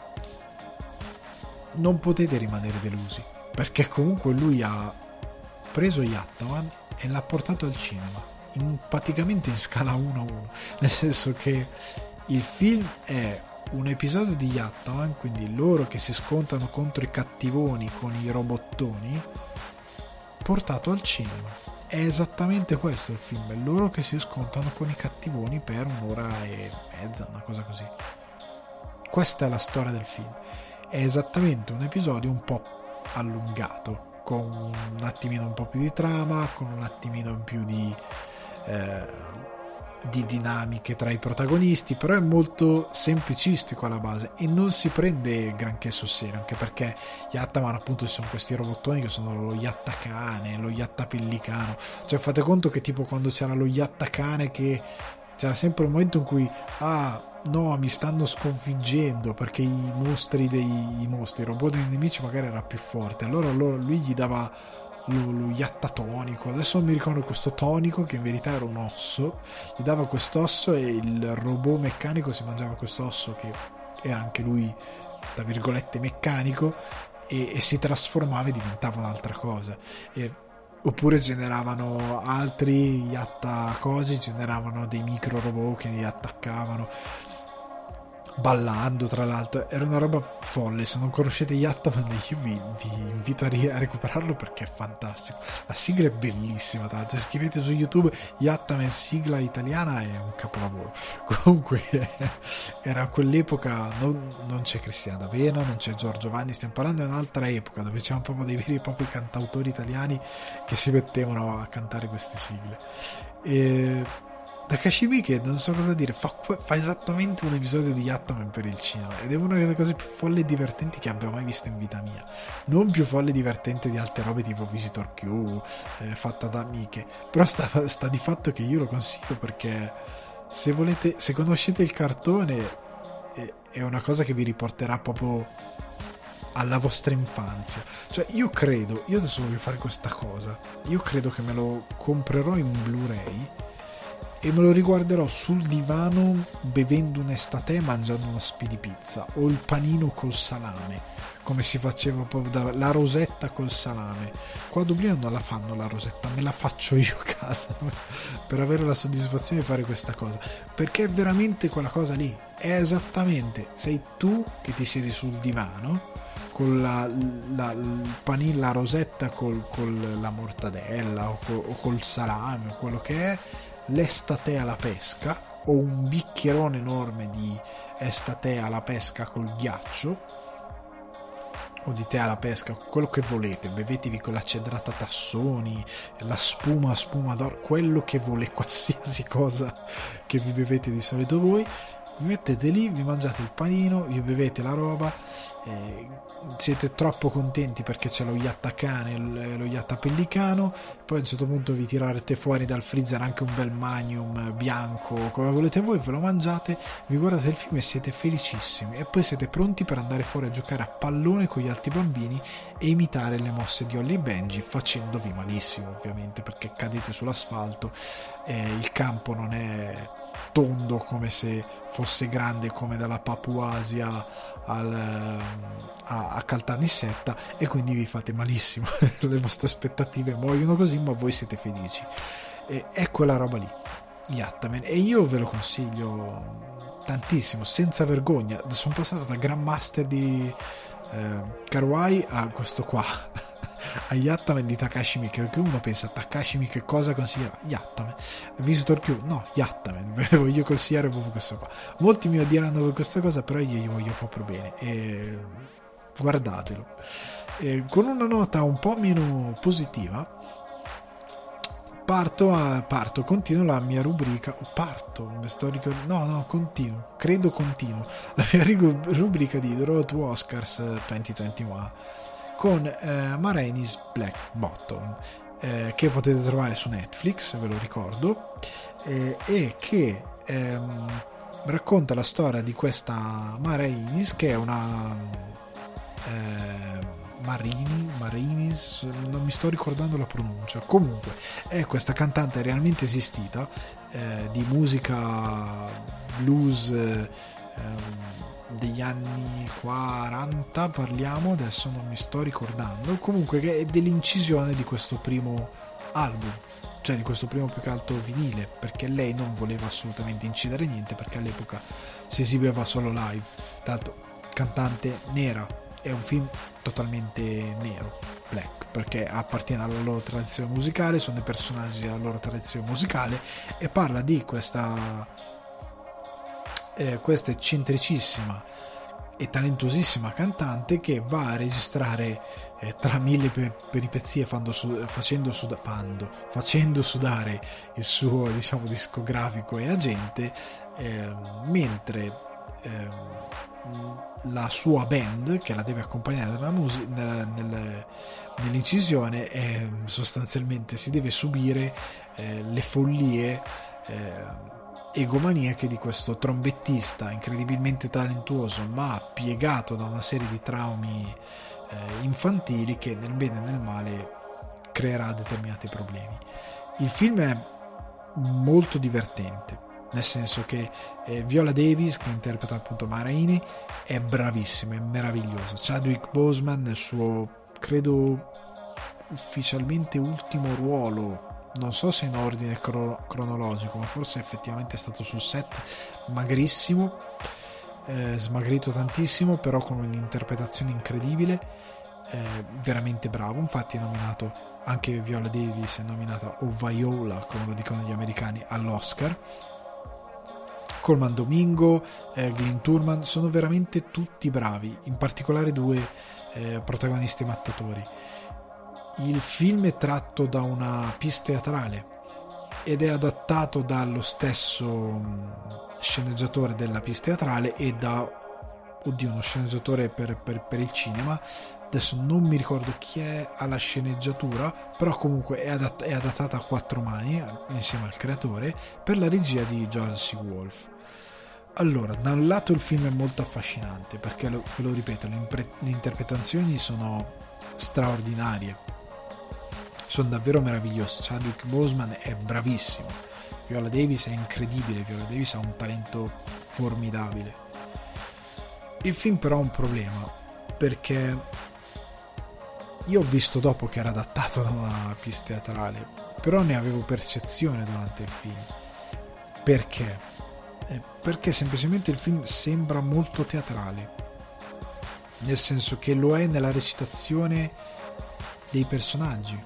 non potete rimanere delusi, perché comunque lui ha preso Yattaman e l'ha portato al cinema in, praticamente in scala uno a uno, nel senso che il film è un episodio di Yattaman, quindi loro che si scontrano contro i cattivoni con i robottoni, portato al cinema. È esattamente questo il film, è loro che si scontrano con i cattivoni per un'ora e mezza, una cosa così. Questa è la storia del film, è esattamente un episodio un po' allungato, con un attimino un po' più di trama, con un attimino in più di eh, di dinamiche tra i protagonisti, però è molto semplicistico alla base e non si prende granché sul serio, anche perché Yattaman appunto ci sono questi robottoni che sono lo Yattakane, lo Yattapellicano, cioè fate conto che tipo quando c'era lo Yattakane che c'era sempre un momento in cui ah no, mi stanno sconfiggendo perché i mostri dei i mostri, i robot dei nemici magari era più forte, allora lui gli dava lo, lo Yattatonico, adesso non mi ricordo questo tonico che in verità era un osso, gli dava quest'osso e il robot meccanico si mangiava quest'osso che era anche lui tra virgolette meccanico e, e si trasformava e diventava un'altra cosa. E, oppure generavano altri Yatta cosi, generavano dei micro robot che li attaccavano ballando, tra l'altro era una roba folle. Se non conoscete Yattaman io vi, vi invito a, ri- a recuperarlo perché è fantastico, la sigla è bellissima, tra l'altro scrivete su YouTube Yattaman sigla italiana, è un capolavoro. Comunque era quell'epoca, non, non c'è Cristiana D'Avena, non c'è Giorgio Vanni, stiamo parlando di un'altra epoca dove c'erano proprio dei veri e propri cantautori italiani che si mettevano a cantare queste sigle. E Takashi Miike, non so cosa dire, fa, fa esattamente un episodio di Yattaman per il cinema ed è una delle cose più folli e divertenti che abbia mai visto in vita mia, non più folle e divertente di altre robe tipo Visitor Q eh, fatta da Miike, però sta, sta di fatto che io lo consiglio perché se volete, se conoscete il cartone è, è una cosa che vi riporterà proprio alla vostra infanzia. Cioè io credo, io adesso voglio fare questa cosa, io credo che me lo comprerò in Blu-ray e me lo riguarderò sul divano bevendo un'estate e mangiando una speedy pizza o il panino col salame, come si faceva proprio da, la rosetta col salame. Qua a Dublino non la fanno la rosetta, me la faccio io a casa per avere la soddisfazione di fare questa cosa, perché è veramente quella cosa lì, è esattamente, sei tu che ti siedi sul divano con la, la, il panino, la rosetta col, col la mortadella o col, o col salame o quello che è, l'estate alla pesca o un bicchierone enorme di estate alla pesca col ghiaccio o di tè alla pesca, quello che volete, bevetevi con la cedrata Tassoni, la spuma spuma d'oro, quello che volete, qualsiasi cosa che vi bevete di solito voi, vi mettete lì, vi mangiate il panino, vi bevete la roba, eh, siete troppo contenti perché c'è lo Yattakane, lo Yattapellicano, poi a un certo punto vi tirate fuori dal freezer anche un bel Magnum bianco, come volete voi, ve lo mangiate, vi guardate il film e siete felicissimi e poi siete pronti per andare fuori a giocare a pallone con gli altri bambini e imitare le mosse di Holly Benji, facendovi malissimo ovviamente perché cadete sull'asfalto, eh, il campo non è tondo come se fosse grande come dalla Papuasia al, a, a Caltanissetta e quindi vi fate malissimo le vostre aspettative muoiono così, ma voi siete felici e è quella roba lì, Yattaman, e io ve lo consiglio tantissimo, senza vergogna. Sono passato da Grandmaster di eh, Kawaii a questo qua a Yattaman di Takashi Miike, perché uno pensa Takashi Miike cosa consiglierà? Yattaman. Visitor Q? No, Yattaman. Ve voglio consigliare proprio questo qua. Molti mi odieranno per questa cosa, però io gli voglio proprio bene e guardatelo. E con una nota un po' meno positiva parto, a, parto, continuo la mia rubrica, parto, mi sto ricordando, no, no, continuo, credo continuo, la mia rubrica di The Road to Oscars duemilaventuno con eh, Ma Rainey's Black Bottom, eh, che potete trovare su Netflix, ve lo ricordo, eh, e che ehm, racconta la storia di questa Ma Rainey's, che è una eh, Marini, Marinis, non mi sto ricordando la pronuncia, comunque è questa cantante realmente esistita, eh, di musica blues eh, degli anni quaranta, parliamo, adesso non mi sto ricordando, comunque che è dell'incisione di questo primo album, cioè di questo primo più che altro vinile, perché lei non voleva assolutamente incidere niente, perché all'epoca si esibeva solo live, tanto cantante nera. È un film totalmente nero, black, perché appartiene alla loro tradizione musicale, sono dei personaggi della loro tradizione musicale, e parla di questa eh, questa eccentricissima e talentosissima cantante che va a registrare eh, tra mille per, peripezie fando su, facendo, suda, fando, facendo sudare il suo, diciamo, discografico e agente, eh, mentre eh, la sua band che la deve accompagnare nella musica, nella, nel, nell'incisione, eh, sostanzialmente si deve subire eh, le follie eh, egomaniache di questo trombettista incredibilmente talentuoso, ma piegato da una serie di traumi eh, infantili, che nel bene e nel male creerà determinati problemi. Il film è molto divertente, nel senso che eh, Viola Davis, che interpreta appunto Ma Rainey, è bravissima, è meravigliosa. Chadwick Boseman nel suo, credo, ufficialmente ultimo ruolo, non so se in ordine cro- cronologico, ma forse effettivamente è stato sul set, magrissimo, eh, smagrito tantissimo, però con un'interpretazione incredibile, eh, veramente bravo. Infatti è nominato, anche Viola Davis è nominata, o Viola come lo dicono gli americani, all'Oscar. Colman Domingo, eh, Glyn Turman, sono veramente tutti bravi, in particolare due eh, protagonisti mattatori. Il film è tratto da una pièce teatrale ed è adattato dallo stesso mh, sceneggiatore della pièce teatrale e da oddio, uno sceneggiatore per, per, per il cinema. Adesso non mi ricordo chi è alla sceneggiatura, però comunque è, adatt- è adattata a quattro mani insieme al creatore, per la regia di George C. Wolfe. Allora, da un lato il film è molto affascinante, perché lo, ve lo ripeto, le, impre- le interpretazioni sono straordinarie, sono davvero meravigliose. Chadwick Boseman è bravissimo, Viola Davis è incredibile, Viola Davis ha un talento formidabile. Il film però ha un problema, perché io ho visto dopo che era adattato da una pièce teatrale, però ne avevo percezione durante il film. Perché? Eh, perché semplicemente il film sembra molto teatrale, nel senso che lo è nella recitazione dei personaggi,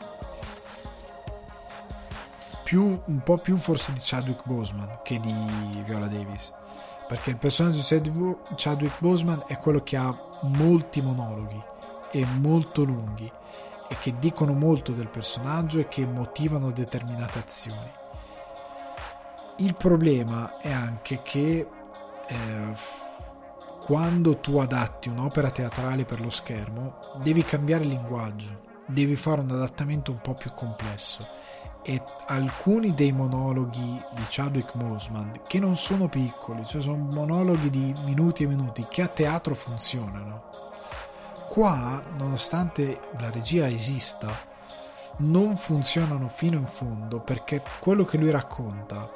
più, un po' più forse di Chadwick Boseman che di Viola Davis, perché il personaggio di Chadwick Boseman è quello che ha molti monologhi e molto lunghi, e che dicono molto del personaggio e che motivano determinate azioni. Il problema è anche che eh, quando tu adatti un'opera teatrale per lo schermo devi cambiare linguaggio, devi fare un adattamento un po' più complesso, e alcuni dei monologhi di Chadwick Boseman, che non sono piccoli, cioè sono monologhi di minuti e minuti che a teatro funzionano, qua, nonostante la regia esista, non funzionano fino in fondo, perché quello che lui racconta,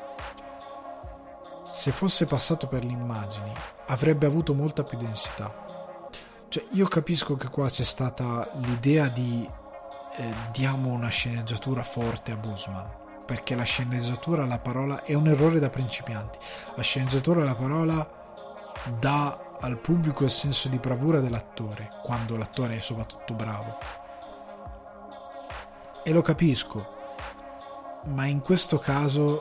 se fosse passato per le immagini, avrebbe avuto molta più densità. Cioè, io capisco che qua c'è stata l'idea di eh, diamo una sceneggiatura forte a Boseman, perché la sceneggiatura, la parola, è un errore da principianti. La sceneggiatura, la parola, dà al pubblico il senso di bravura dell'attore, quando l'attore è soprattutto bravo, e lo capisco, ma in questo caso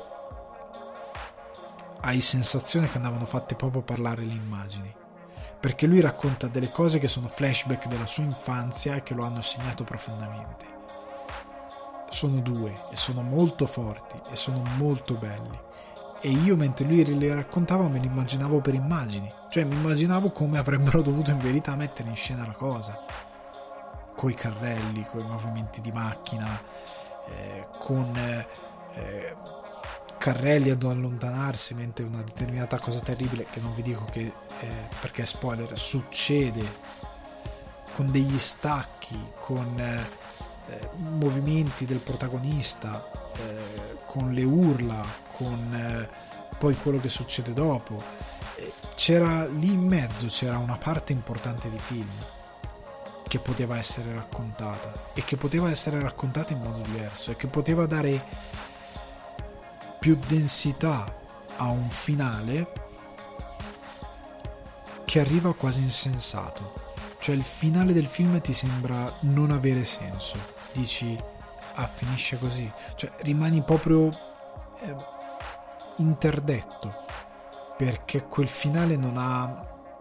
hai sensazione che andavano fatte proprio parlare le immagini, perché lui racconta delle cose che sono flashback della sua infanzia e che lo hanno segnato profondamente. sono due e sono molto forti e sono molto belli, e io mentre lui le raccontava me li immaginavo per immagini, cioè mi immaginavo come avrebbero dovuto in verità mettere in scena la cosa, coi carrelli, coi movimenti di macchina, eh, con eh, carrelli ad allontanarsi mentre una determinata cosa terribile, che non vi dico che eh, perché è spoiler, succede, con degli stacchi, con eh, eh, movimenti del protagonista, eh, con le urla, con eh, poi quello che succede dopo. Eh, c'era lì in mezzo, c'era una parte importante di film che poteva essere raccontata, e che poteva essere raccontata in modo diverso, e che poteva dare più densità a un finale che arriva quasi insensato. Cioè il finale del film ti sembra non avere senso, dici ah, finisce così, cioè rimani proprio eh, interdetto, perché quel finale non ha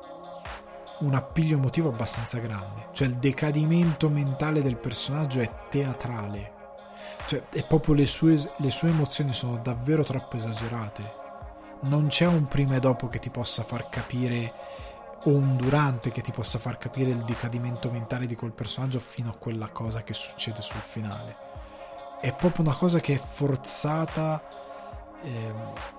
un appiglio emotivo abbastanza grande, cioè il decadimento mentale del personaggio è teatrale, cioè è proprio le sue, le sue emozioni sono davvero troppo esagerate, non c'è un prima e dopo che ti possa far capire, o un durante che ti possa far capire il decadimento mentale di quel personaggio fino a quella cosa che succede sul finale. È proprio una cosa che è forzata eh,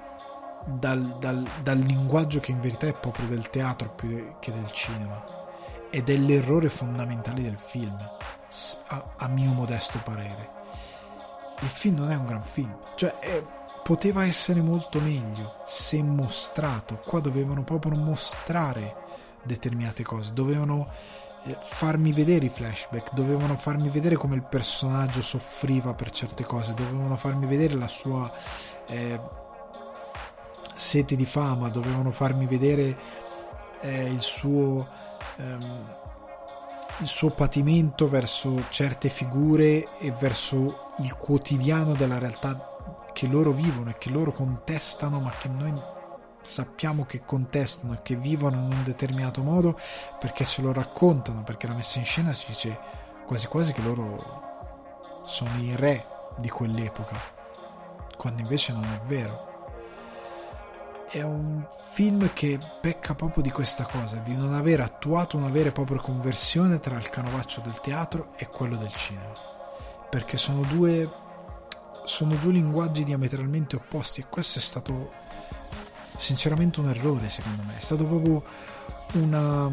dal, dal, dal linguaggio che in verità è proprio del teatro più che del cinema, ed è l'errore fondamentale del film, a, a mio modesto parere. Il film non è un gran film, cioè è, poteva essere molto meglio se mostrato. Qua dovevano proprio mostrare determinate cose, dovevano eh, farmi vedere i flashback, dovevano farmi vedere come il personaggio soffriva per certe cose, dovevano farmi vedere la sua eh, sete di fama, dovevano farmi vedere eh, il suo ehm, il suo patimento verso certe figure e verso il quotidiano della realtà che loro vivono e che loro contestano, ma che noi sappiamo che contestano e che vivono in un determinato modo perché ce lo raccontano, perché la messa in scena ci dice quasi quasi che loro sono i re di quell'epoca, quando invece non è vero. È un film che pecca proprio di questa cosa, di non aver attuato una vera e propria conversione tra il canovaccio del teatro e quello del cinema, perché sono due sono due linguaggi diametralmente opposti, e questo è stato sinceramente un errore, secondo me. È stato proprio una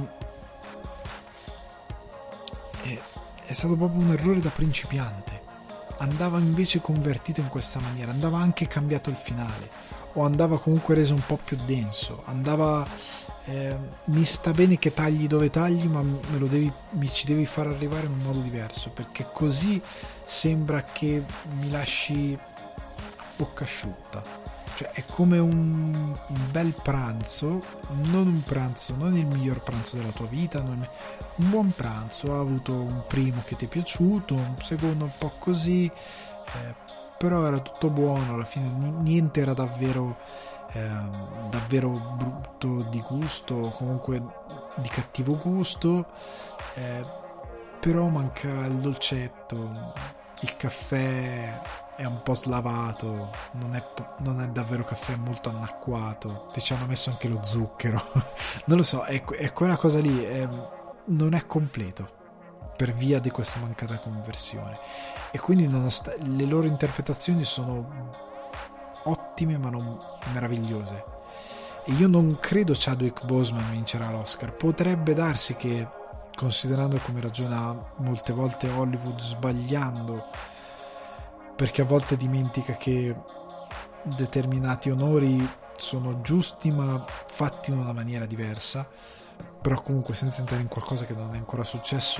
è, è stato proprio un errore da principiante. Andava invece convertito in questa maniera, andava anche cambiato il finale, o andava comunque reso un po' più denso, andava eh, mi sta bene che tagli dove tagli, ma me lo devi, mi ci devi far arrivare in un modo diverso, perché così sembra che mi lasci a bocca asciutta. Cioè è come un, un bel pranzo, non un pranzo, non il miglior pranzo della tua vita, non, un buon pranzo, ha avuto un primo che ti è piaciuto, un secondo un po' così, eh, però era tutto buono, alla fine niente era davvero eh, davvero brutto di gusto, comunque di cattivo gusto, eh, però manca il dolcetto, il caffè è un po' slavato, non è, non è davvero caffè, è molto annacquato, ti ci hanno messo anche lo zucchero non lo so, è, è quella cosa lì, è, non è completo per via di questa mancata conversione, e quindi nonost- le loro interpretazioni sono ottime ma non meravigliose, e io non credo Chadwick Boseman vincerà l'Oscar. Potrebbe darsi che, considerando come ragiona molte volte Hollywood, sbagliando, perché a volte dimentica che determinati onori sono giusti ma fatti in una maniera diversa, però comunque senza entrare in qualcosa che non è ancora successo,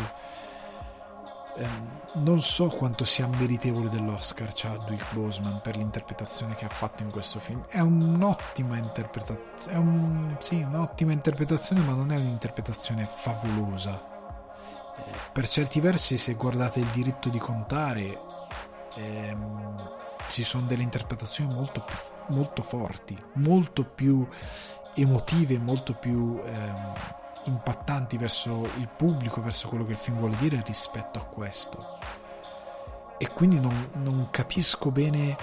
ehm, non so quanto sia meritevole dell'Oscar Chadwick Boseman per l'interpretazione che ha fatto in questo film. È un'ottima interpretazione, è un, sì, un'ottima interpretazione, ma non è un'interpretazione favolosa. Eh, per certi versi, se guardate Il diritto di contare, ehm, ci sono delle interpretazioni molto più, molto forti, molto più emotive, molto più ehm, impattanti verso il pubblico, verso quello che il film vuole dire rispetto a questo. e quindi non, non capisco bene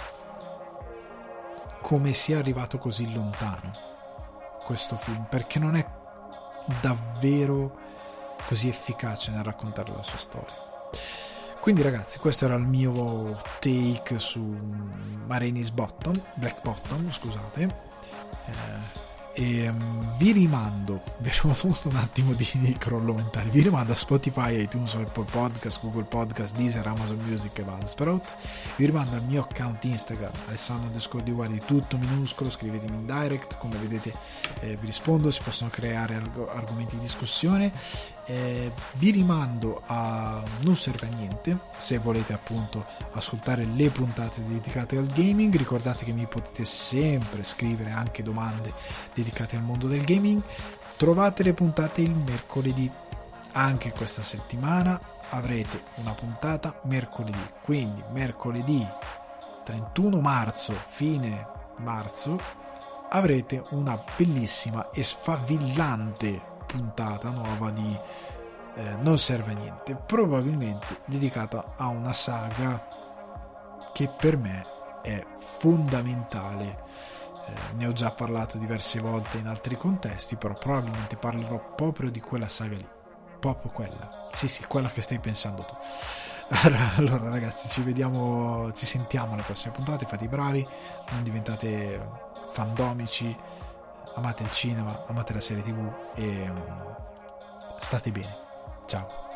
come sia arrivato così lontano questo film, perché non è davvero così efficace nel raccontare la sua storia. Quindi ragazzi, questo era il mio take su Marini's Bottom, Black Bottom, scusate, eh, e um, vi rimando, vi ho avuto un attimo di, di crollo mentale, vi rimando a Spotify, iTunes, Apple Podcast, Google Podcast, Deezer, Amazon Music e Buzzsprout. Vi rimando al mio account Instagram, Alessandro underscore Di Guardi, tutto minuscolo, scrivetemi in direct, come vedete eh, vi rispondo, si possono creare arg- argomenti di discussione. Eh, vi rimando a Non Serve a Niente se volete appunto ascoltare le puntate dedicate al gaming. Ricordate che mi potete sempre scrivere anche domande dedicate al mondo del gaming. Trovate le puntate il mercoledì. Anche questa settimana avrete una puntata mercoledì, quindi mercoledì trentuno marzo, fine marzo, avrete una bellissima e sfavillante puntata nuova di eh, Non Serve a Niente, probabilmente dedicata a una saga che per me è fondamentale. Eh, ne ho già parlato diverse volte in altri contesti, però probabilmente parlerò proprio di quella saga lì, proprio quella, sì sì, quella che stai pensando tu. Allora, allora ragazzi, ci vediamo, ci sentiamo alle prossime puntate, fate i bravi, non diventate fandomici, amate il cinema, amate la serie tv e um, state bene. Ciao.